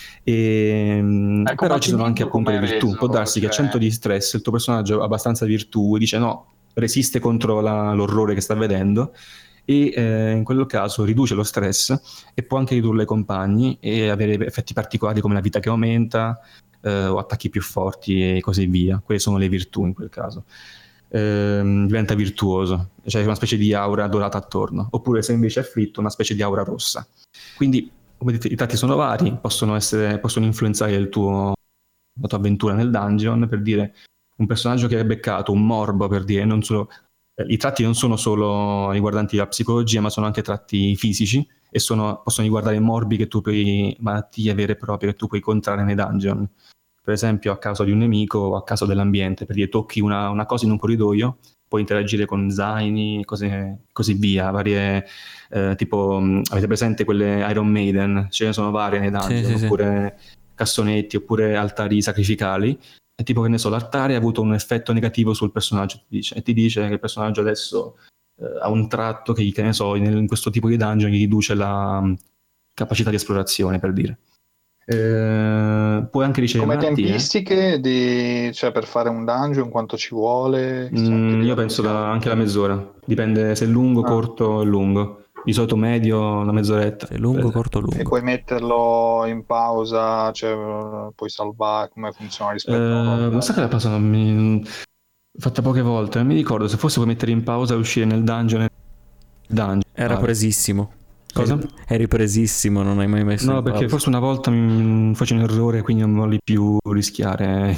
Però ci sono anche appunto le virtù. Può darsi che a 100 di stress il tuo personaggio ha abbastanza virtù e dice no, resiste contro l'orrore che sta vedendo, e in quel caso riduce lo stress e può anche ridurre i compagni e avere effetti particolari come la vita che aumenta, o attacchi più forti e così via. Quelle sono le virtù in quel caso. Diventa virtuoso, cioè una specie di aura dorata attorno, oppure se invece è afflitto una specie di aura rossa. Quindi come dite, i tratti sono vari, possono influenzare la tua avventura nel dungeon. Per dire, un personaggio che è beccato, un morbo, per dire, non solo i tratti non sono solo riguardanti la psicologia, ma sono anche tratti fisici e possono riguardare morbi che tu puoi, malattie vere e proprie che tu puoi incontrare nei dungeon. Per esempio a causa di un nemico o a causa dell'ambiente, per dire tocchi una cosa in un corridoio, puoi interagire con zaini, così via, varie tipo avete presente quelle Iron Maiden? Ce ne sono varie nei dungeon, oppure cassonetti, oppure altari sacrificali. È tipo, che ne so, l'altare ha avuto un effetto negativo sul personaggio, ti dice che il personaggio adesso ha un tratto che ne so, in questo tipo di dungeon gli riduce la capacità di esplorazione, per dire. Puoi anche ricevere come tempistiche cioè per fare un dungeon quanto ci vuole? Io penso anche la mezz'ora, dipende se è lungo, corto o lungo. Di solito medio, una mezz'oretta. Se è lungo, corto, lungo. E puoi metterlo in pausa, cioè puoi salvare, come funziona rispetto a... Ma sai che la pausa fatta poche volte, non mi ricordo se fosse puoi mettere in pausa e uscire nel dungeon. Era presissimo. Cosa? Eri presissimo, non hai mai messo no, in perché pausa. Forse una volta mi fece un errore, quindi non voglio più rischiare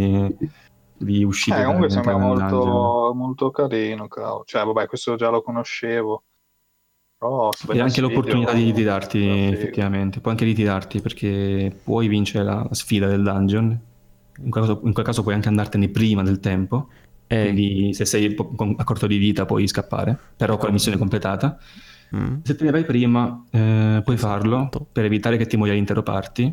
di uscire. Comunque sembra molto carino, cavolo. Cioè, vabbè, questo già lo conoscevo. Però e anche l'opportunità di ritirarti, effettivamente. Puoi anche ritirarti perché puoi vincere la sfida del dungeon. In quel caso puoi anche andartene prima del tempo. Quindi se sei a corto di vita puoi scappare, però con la missione completata. Se te ne vai prima puoi farlo per evitare che ti muoia l'intero party,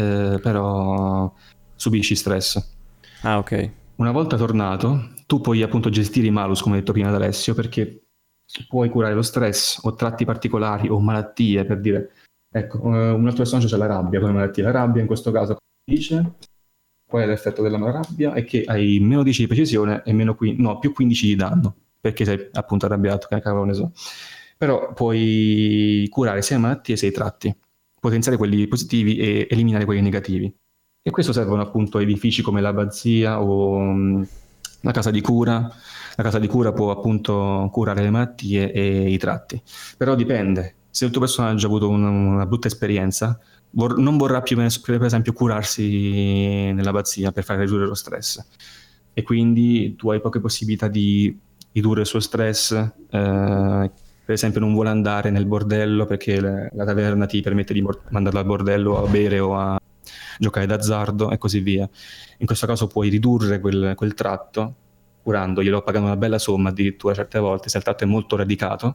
però subisci stress. Ok. Una volta tornato tu puoi appunto gestire i malus, come detto prima da Alessio, perché puoi curare lo stress o tratti particolari o malattie, per dire, ecco, un altro personaggio c'è la rabbia come malattia. La rabbia in questo caso dice qual è l'effetto della rabbia? È che hai meno 10 di precisione e più 15 di danno, perché sei appunto arrabbiato, che cavolo ne so. Però puoi curare sia malattie sia i tratti, potenziare quelli positivi e eliminare quelli negativi. E questo servono appunto edifici come l'abbazia o la casa di cura. La casa di cura può appunto curare le malattie e i tratti. Però dipende. Se il tuo personaggio ha avuto una brutta esperienza, non vorrà più, per esempio, curarsi nell'abbazia per far ridurre lo stress. E quindi tu hai poche possibilità di ridurre il suo stress. Per esempio non vuole andare nel bordello perché la taverna ti permette di mandarlo al bordello a bere o a giocare d'azzardo e così via. In questo caso puoi ridurre quel tratto curandoglielo, pagando una bella somma addirittura certe volte se il tratto è molto radicato,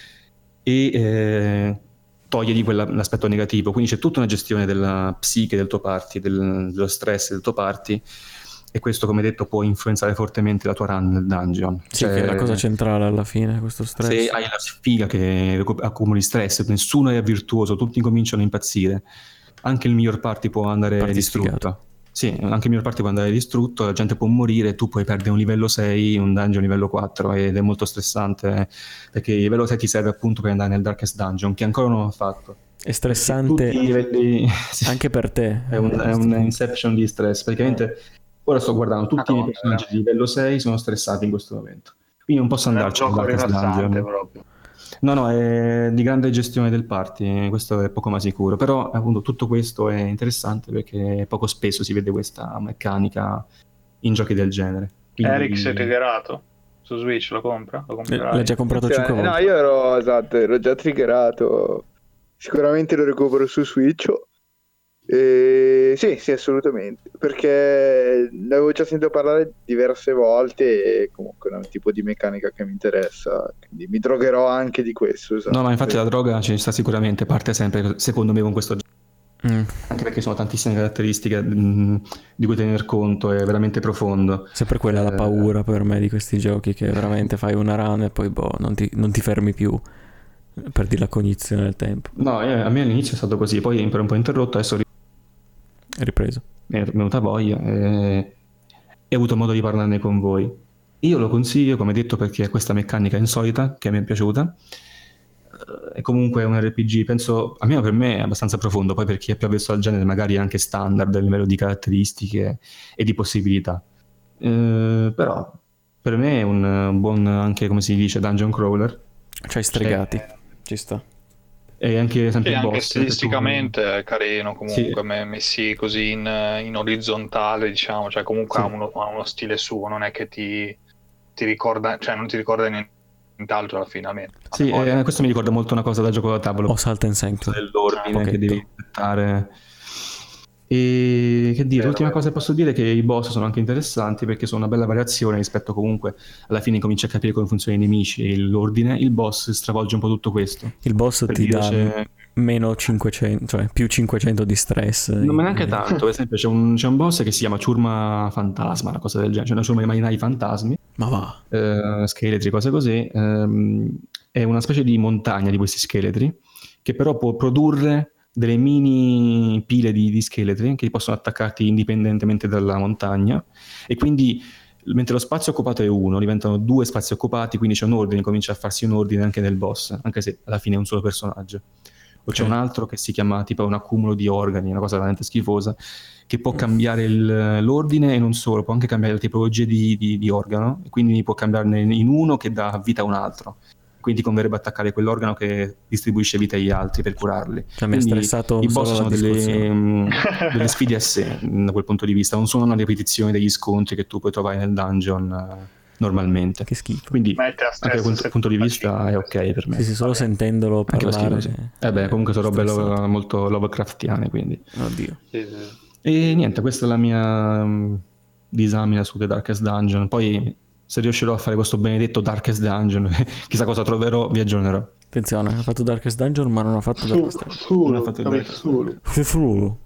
e togli l'aspetto negativo. Quindi c'è tutta una gestione della psiche del tuo party, dello stress del tuo party, e questo, come detto, può influenzare fortemente la tua run nel dungeon. Sì, che è la cosa centrale alla fine, questo stress. Se hai la sfiga che accumuli stress, nessuno è virtuoso, tutti cominciano a impazzire, anche il miglior party può andare distrutto. Sì, anche il miglior party può andare distrutto, la gente può morire, tu puoi perdere un livello 6, un dungeon livello 4, ed è molto stressante, perché il livello 6 ti serve appunto per andare nel Darkest Dungeon, che ancora non ho fatto. È stressante livelli... anche per te. È un inception di stress, praticamente ora sto guardando tutti i personaggi di livello 6 sono stressati in questo momento, quindi non posso andarci nel Darkest Dungeon proprio. No, è di grande gestione del party, questo è poco ma sicuro, però appunto tutto questo è interessante perché poco spesso si vede questa meccanica in giochi del genere. Quindi... Eric si è triggerato su Switch, lo compra? L'ha già comprato 5 volte. No, io ero già triggerato, sicuramente lo recupero su Switch. Sì, assolutamente, perché ne avevo già sentito parlare diverse volte e comunque è un tipo di meccanica che mi interessa, quindi mi drogherò anche di questo. Esatto. No, ma infatti la droga ci sta sicuramente, parte sempre, secondo me, con questo gioco. Anche perché sono tantissime caratteristiche di cui tener conto, è veramente profondo. Sempre quella la paura per me di questi giochi, che veramente fai una run e poi non ti fermi più, perdi la cognizione del tempo. No, a me all'inizio è stato così, poi per un po' interrotto, adesso È ripreso. mi è venuta voglia e ho avuto modo di parlarne con voi. Io lo consiglio, come detto, perché è questa meccanica insolita che mi è piaciuta. E comunque è un RPG, penso, almeno per me è abbastanza profondo, poi per chi è più avvezzo al genere magari è anche standard a livello di caratteristiche e di possibilità. Però per me è un buon, anche come si dice, dungeon crawler. C'hai stregati, ci sta. E anche sempre Sì, il anche boss, stilisticamente è carino comunque, Sì. messi così in orizzontale, diciamo, cioè comunque Sì. ha uno stile suo, non è che ti ricorda, cioè non ti ricorda nient'altro alla fine. Sì, questo mi ricorda molto una cosa da gioco da tavolo. O Salt and Sanctum. Dell'ordine che Pochetto. devi rispettare. E che dire, l'ultima cosa che posso dire è che i boss sono anche interessanti perché sono una bella variazione rispetto comunque alla fine cominci a capire come funzionano i nemici e l'ordine. Il boss stravolge un po' tutto questo. Il boss Per ti dire, dà meno 500, cioè più 500 di stress. non me neanche tanto, per esempio c'è un boss che si chiama ciurma fantasma, una cosa del genere, c'è una ciurma di marinai fantasmi, Ma va. scheletri, cose così. È una specie di montagna di questi scheletri che però può produrre delle mini pile di scheletri che possono attaccarti indipendentemente dalla montagna, e quindi mentre lo spazio occupato è uno, diventano 2 spazi occupati, quindi c'è un ordine, comincia a farsi un ordine anche nel boss, anche se alla fine è un solo personaggio. O c'è un altro che si chiama tipo un accumulo di organi, una cosa veramente schifosa, che può cambiare l'ordine, e non solo, può anche cambiare le tipologie di organo, e quindi può cambiarne in uno che dà vita a un altro. Quindi converrebbe attaccare quell'organo che distribuisce vita agli altri per curarli. Cioè, mi ha stressato i boss solo la sono discussione. delle sfide a sé da quel punto di vista, non sono una ripetizione degli scontri che tu puoi trovare nel dungeon normalmente. Che schifo. Quindi Mette a anche da stress quel punto di vista è ok per me. Sì, solo sentendolo Anche la parlare. schifo, sì. Comunque sono robe molto Lovecraftiane, quindi. Oddio. E niente, questa è la mia disamina su The Darkest Dungeon. Poi se riuscirò a fare questo benedetto Darkest Dungeon, chissà cosa troverò, vi aggiornerò. Attenzione, ha fatto Darkest Dungeon ma non ha fatto Darkest Dungeon. Non ha fatto il Darkest. Cthulhu.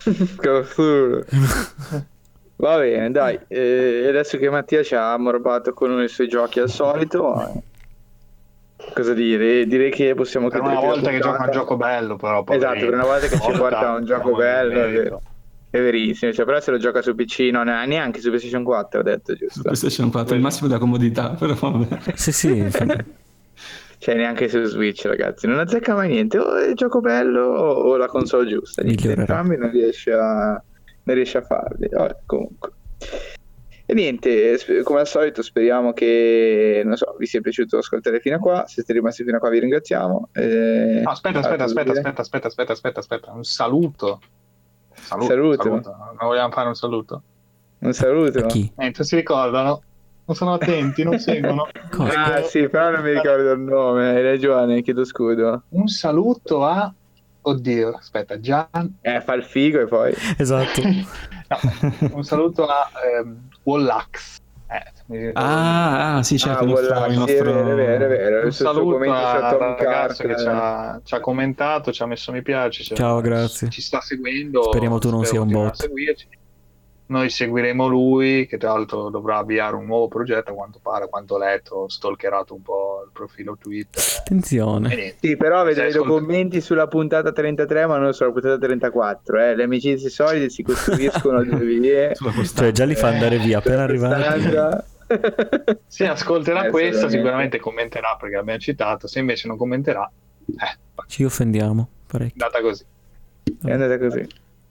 Va bene, dai. Adesso che Mattia ci ha ammorbato con uno dei suoi giochi al solito, cosa dire? Direi che possiamo Per una volta che gioca un gioco bello, però. Esatto, per una volta che ci porta un gioco bello. È verissimo, cioè, però se lo gioca su PC non è neanche su PlayStation 4, ho detto, giusto? PlayStation 4 è il massimo della comodità, però vabbè. Sì. Cioè neanche su Switch, ragazzi, non azzecca mai niente, o il gioco bello o la console giusta, entrambi non riesce a farli. Vabbè, comunque. E niente, come al solito speriamo che, non so, vi sia piaciuto ascoltare fino a qua. Se siete rimasti fino a qua vi ringraziamo. Aspetta, un saluto. Saluto. Non vogliamo fare un saluto? Un saluto? A chi? Non si ricordano, non sono attenti, non seguono. Ah sì, però non mi ricordo il nome, hai ragione, chiedo scudo. Un saluto a... Oddio, aspetta, Gian... Fa il figo e poi... Esatto. No, un saluto a Wallax. Sì, certo, il nostro... È vero. Un saluto al ragazzo che ci ha commentato, ci ha messo mi piace. Ciao, grazie. Ci sta seguendo. Speriamo tu non sia un bot. Noi seguiremo lui, che tra l'altro dovrà avviare un nuovo progetto, a quanto pare, a quanto ho letto, ho stalkerato un po' il profilo Twitter. Attenzione. Sì, però vedo commenti sulla puntata 33, ma non sulla puntata 34. Le amicizie solide si costruiscono a 2 vie. Cioè già li fa andare via appena arrivare. Se ascolterà questa sicuramente commenterà, perché l'abbiamo citato. Se invece non commenterà, ci offendiamo parecchio. È andata così.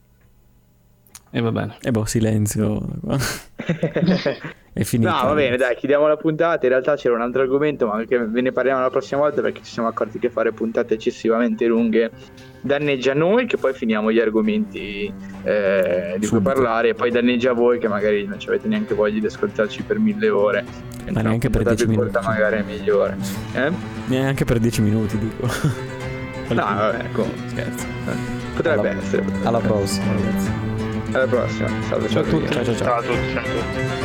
E va bene. E silenzio. È finito. No, va bene, dai, chiudiamo la puntata. In realtà c'era un altro argomento, ma ve ne parliamo la prossima volta, perché ci siamo accorti che fare puntate eccessivamente lunghe danneggia noi, che poi finiamo gli argomenti di cui parlare, e poi danneggia voi, che magari non ci avete neanche voglia di ascoltarci per 1000 ore. Ma neanche per 10 minuti. Magari è migliore. Neanche per 10 minuti, dico. No, vabbè, comunque. Scherzo. Potrebbe essere. Alla prossima, ragazzi. Alla prossima. Salve, Ciao a tutti. Ciao. Ciao a tutti, ciao a tutti.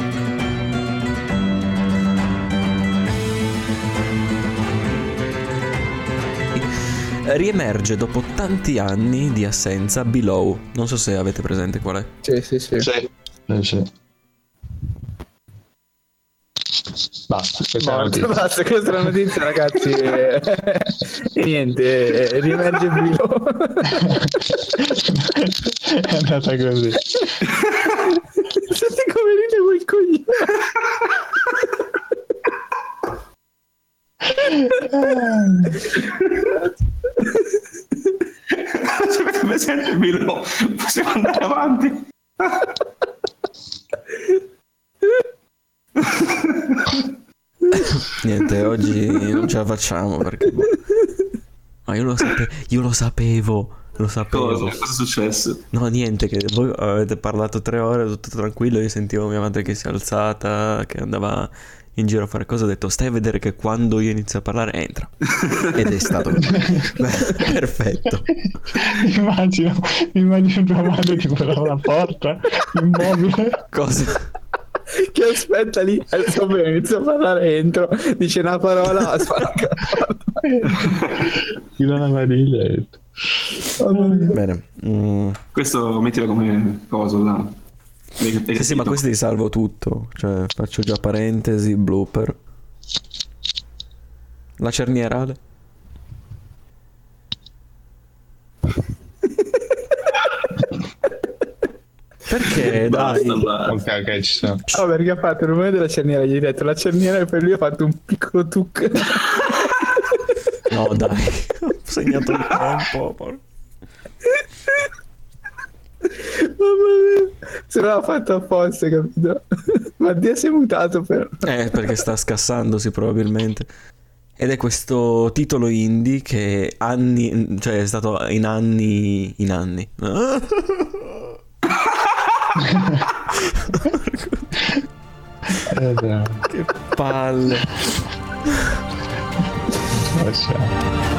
Riemerge dopo tanti anni di assenza Below. Non so se avete presente qual è. Sì. Sì. Basta, questa è la notizia. Basta, questa è la notizia, ragazzi. E niente, riemerge Bilo. È andata così. Senti come ride quel coglione. Se avete presente Bilo, possiamo andare avanti. Niente, oggi non ce la facciamo perché ma io lo sapevo. Cosa è successo? No, niente, che voi avete parlato 3 ore tutto tranquillo, io sentivo mia madre che si è alzata, che andava in giro a fare cose, ho detto stai a vedere che quando io inizio a parlare entra. Ed è stato perfetto. Immagino tua madre tipo alla porta, immobile. Cosa? Che aspetta lì, adesso inizia a parlare, entro, dice una parola, spacca. Ti dà una maniglia. Bene. Questo mettilo come cosa là. Sì, ma questi salvo tutto. Cioè, faccio già parentesi, blooper. La cernierale. Perché? Dai. Ok, ci sono. Oh, perché ha fatto il nome della cerniera, gli hai detto la cerniera e per lui ha fatto un piccolo tuc. No, dai. Ho segnato il tempo. Mamma mia, se l'ha fatto apposta, capito? Mattia si è mutato però. Perché sta scassandosi probabilmente. Ed è questo titolo indie che anni, cioè è stato in anni. Che palle. Lascia.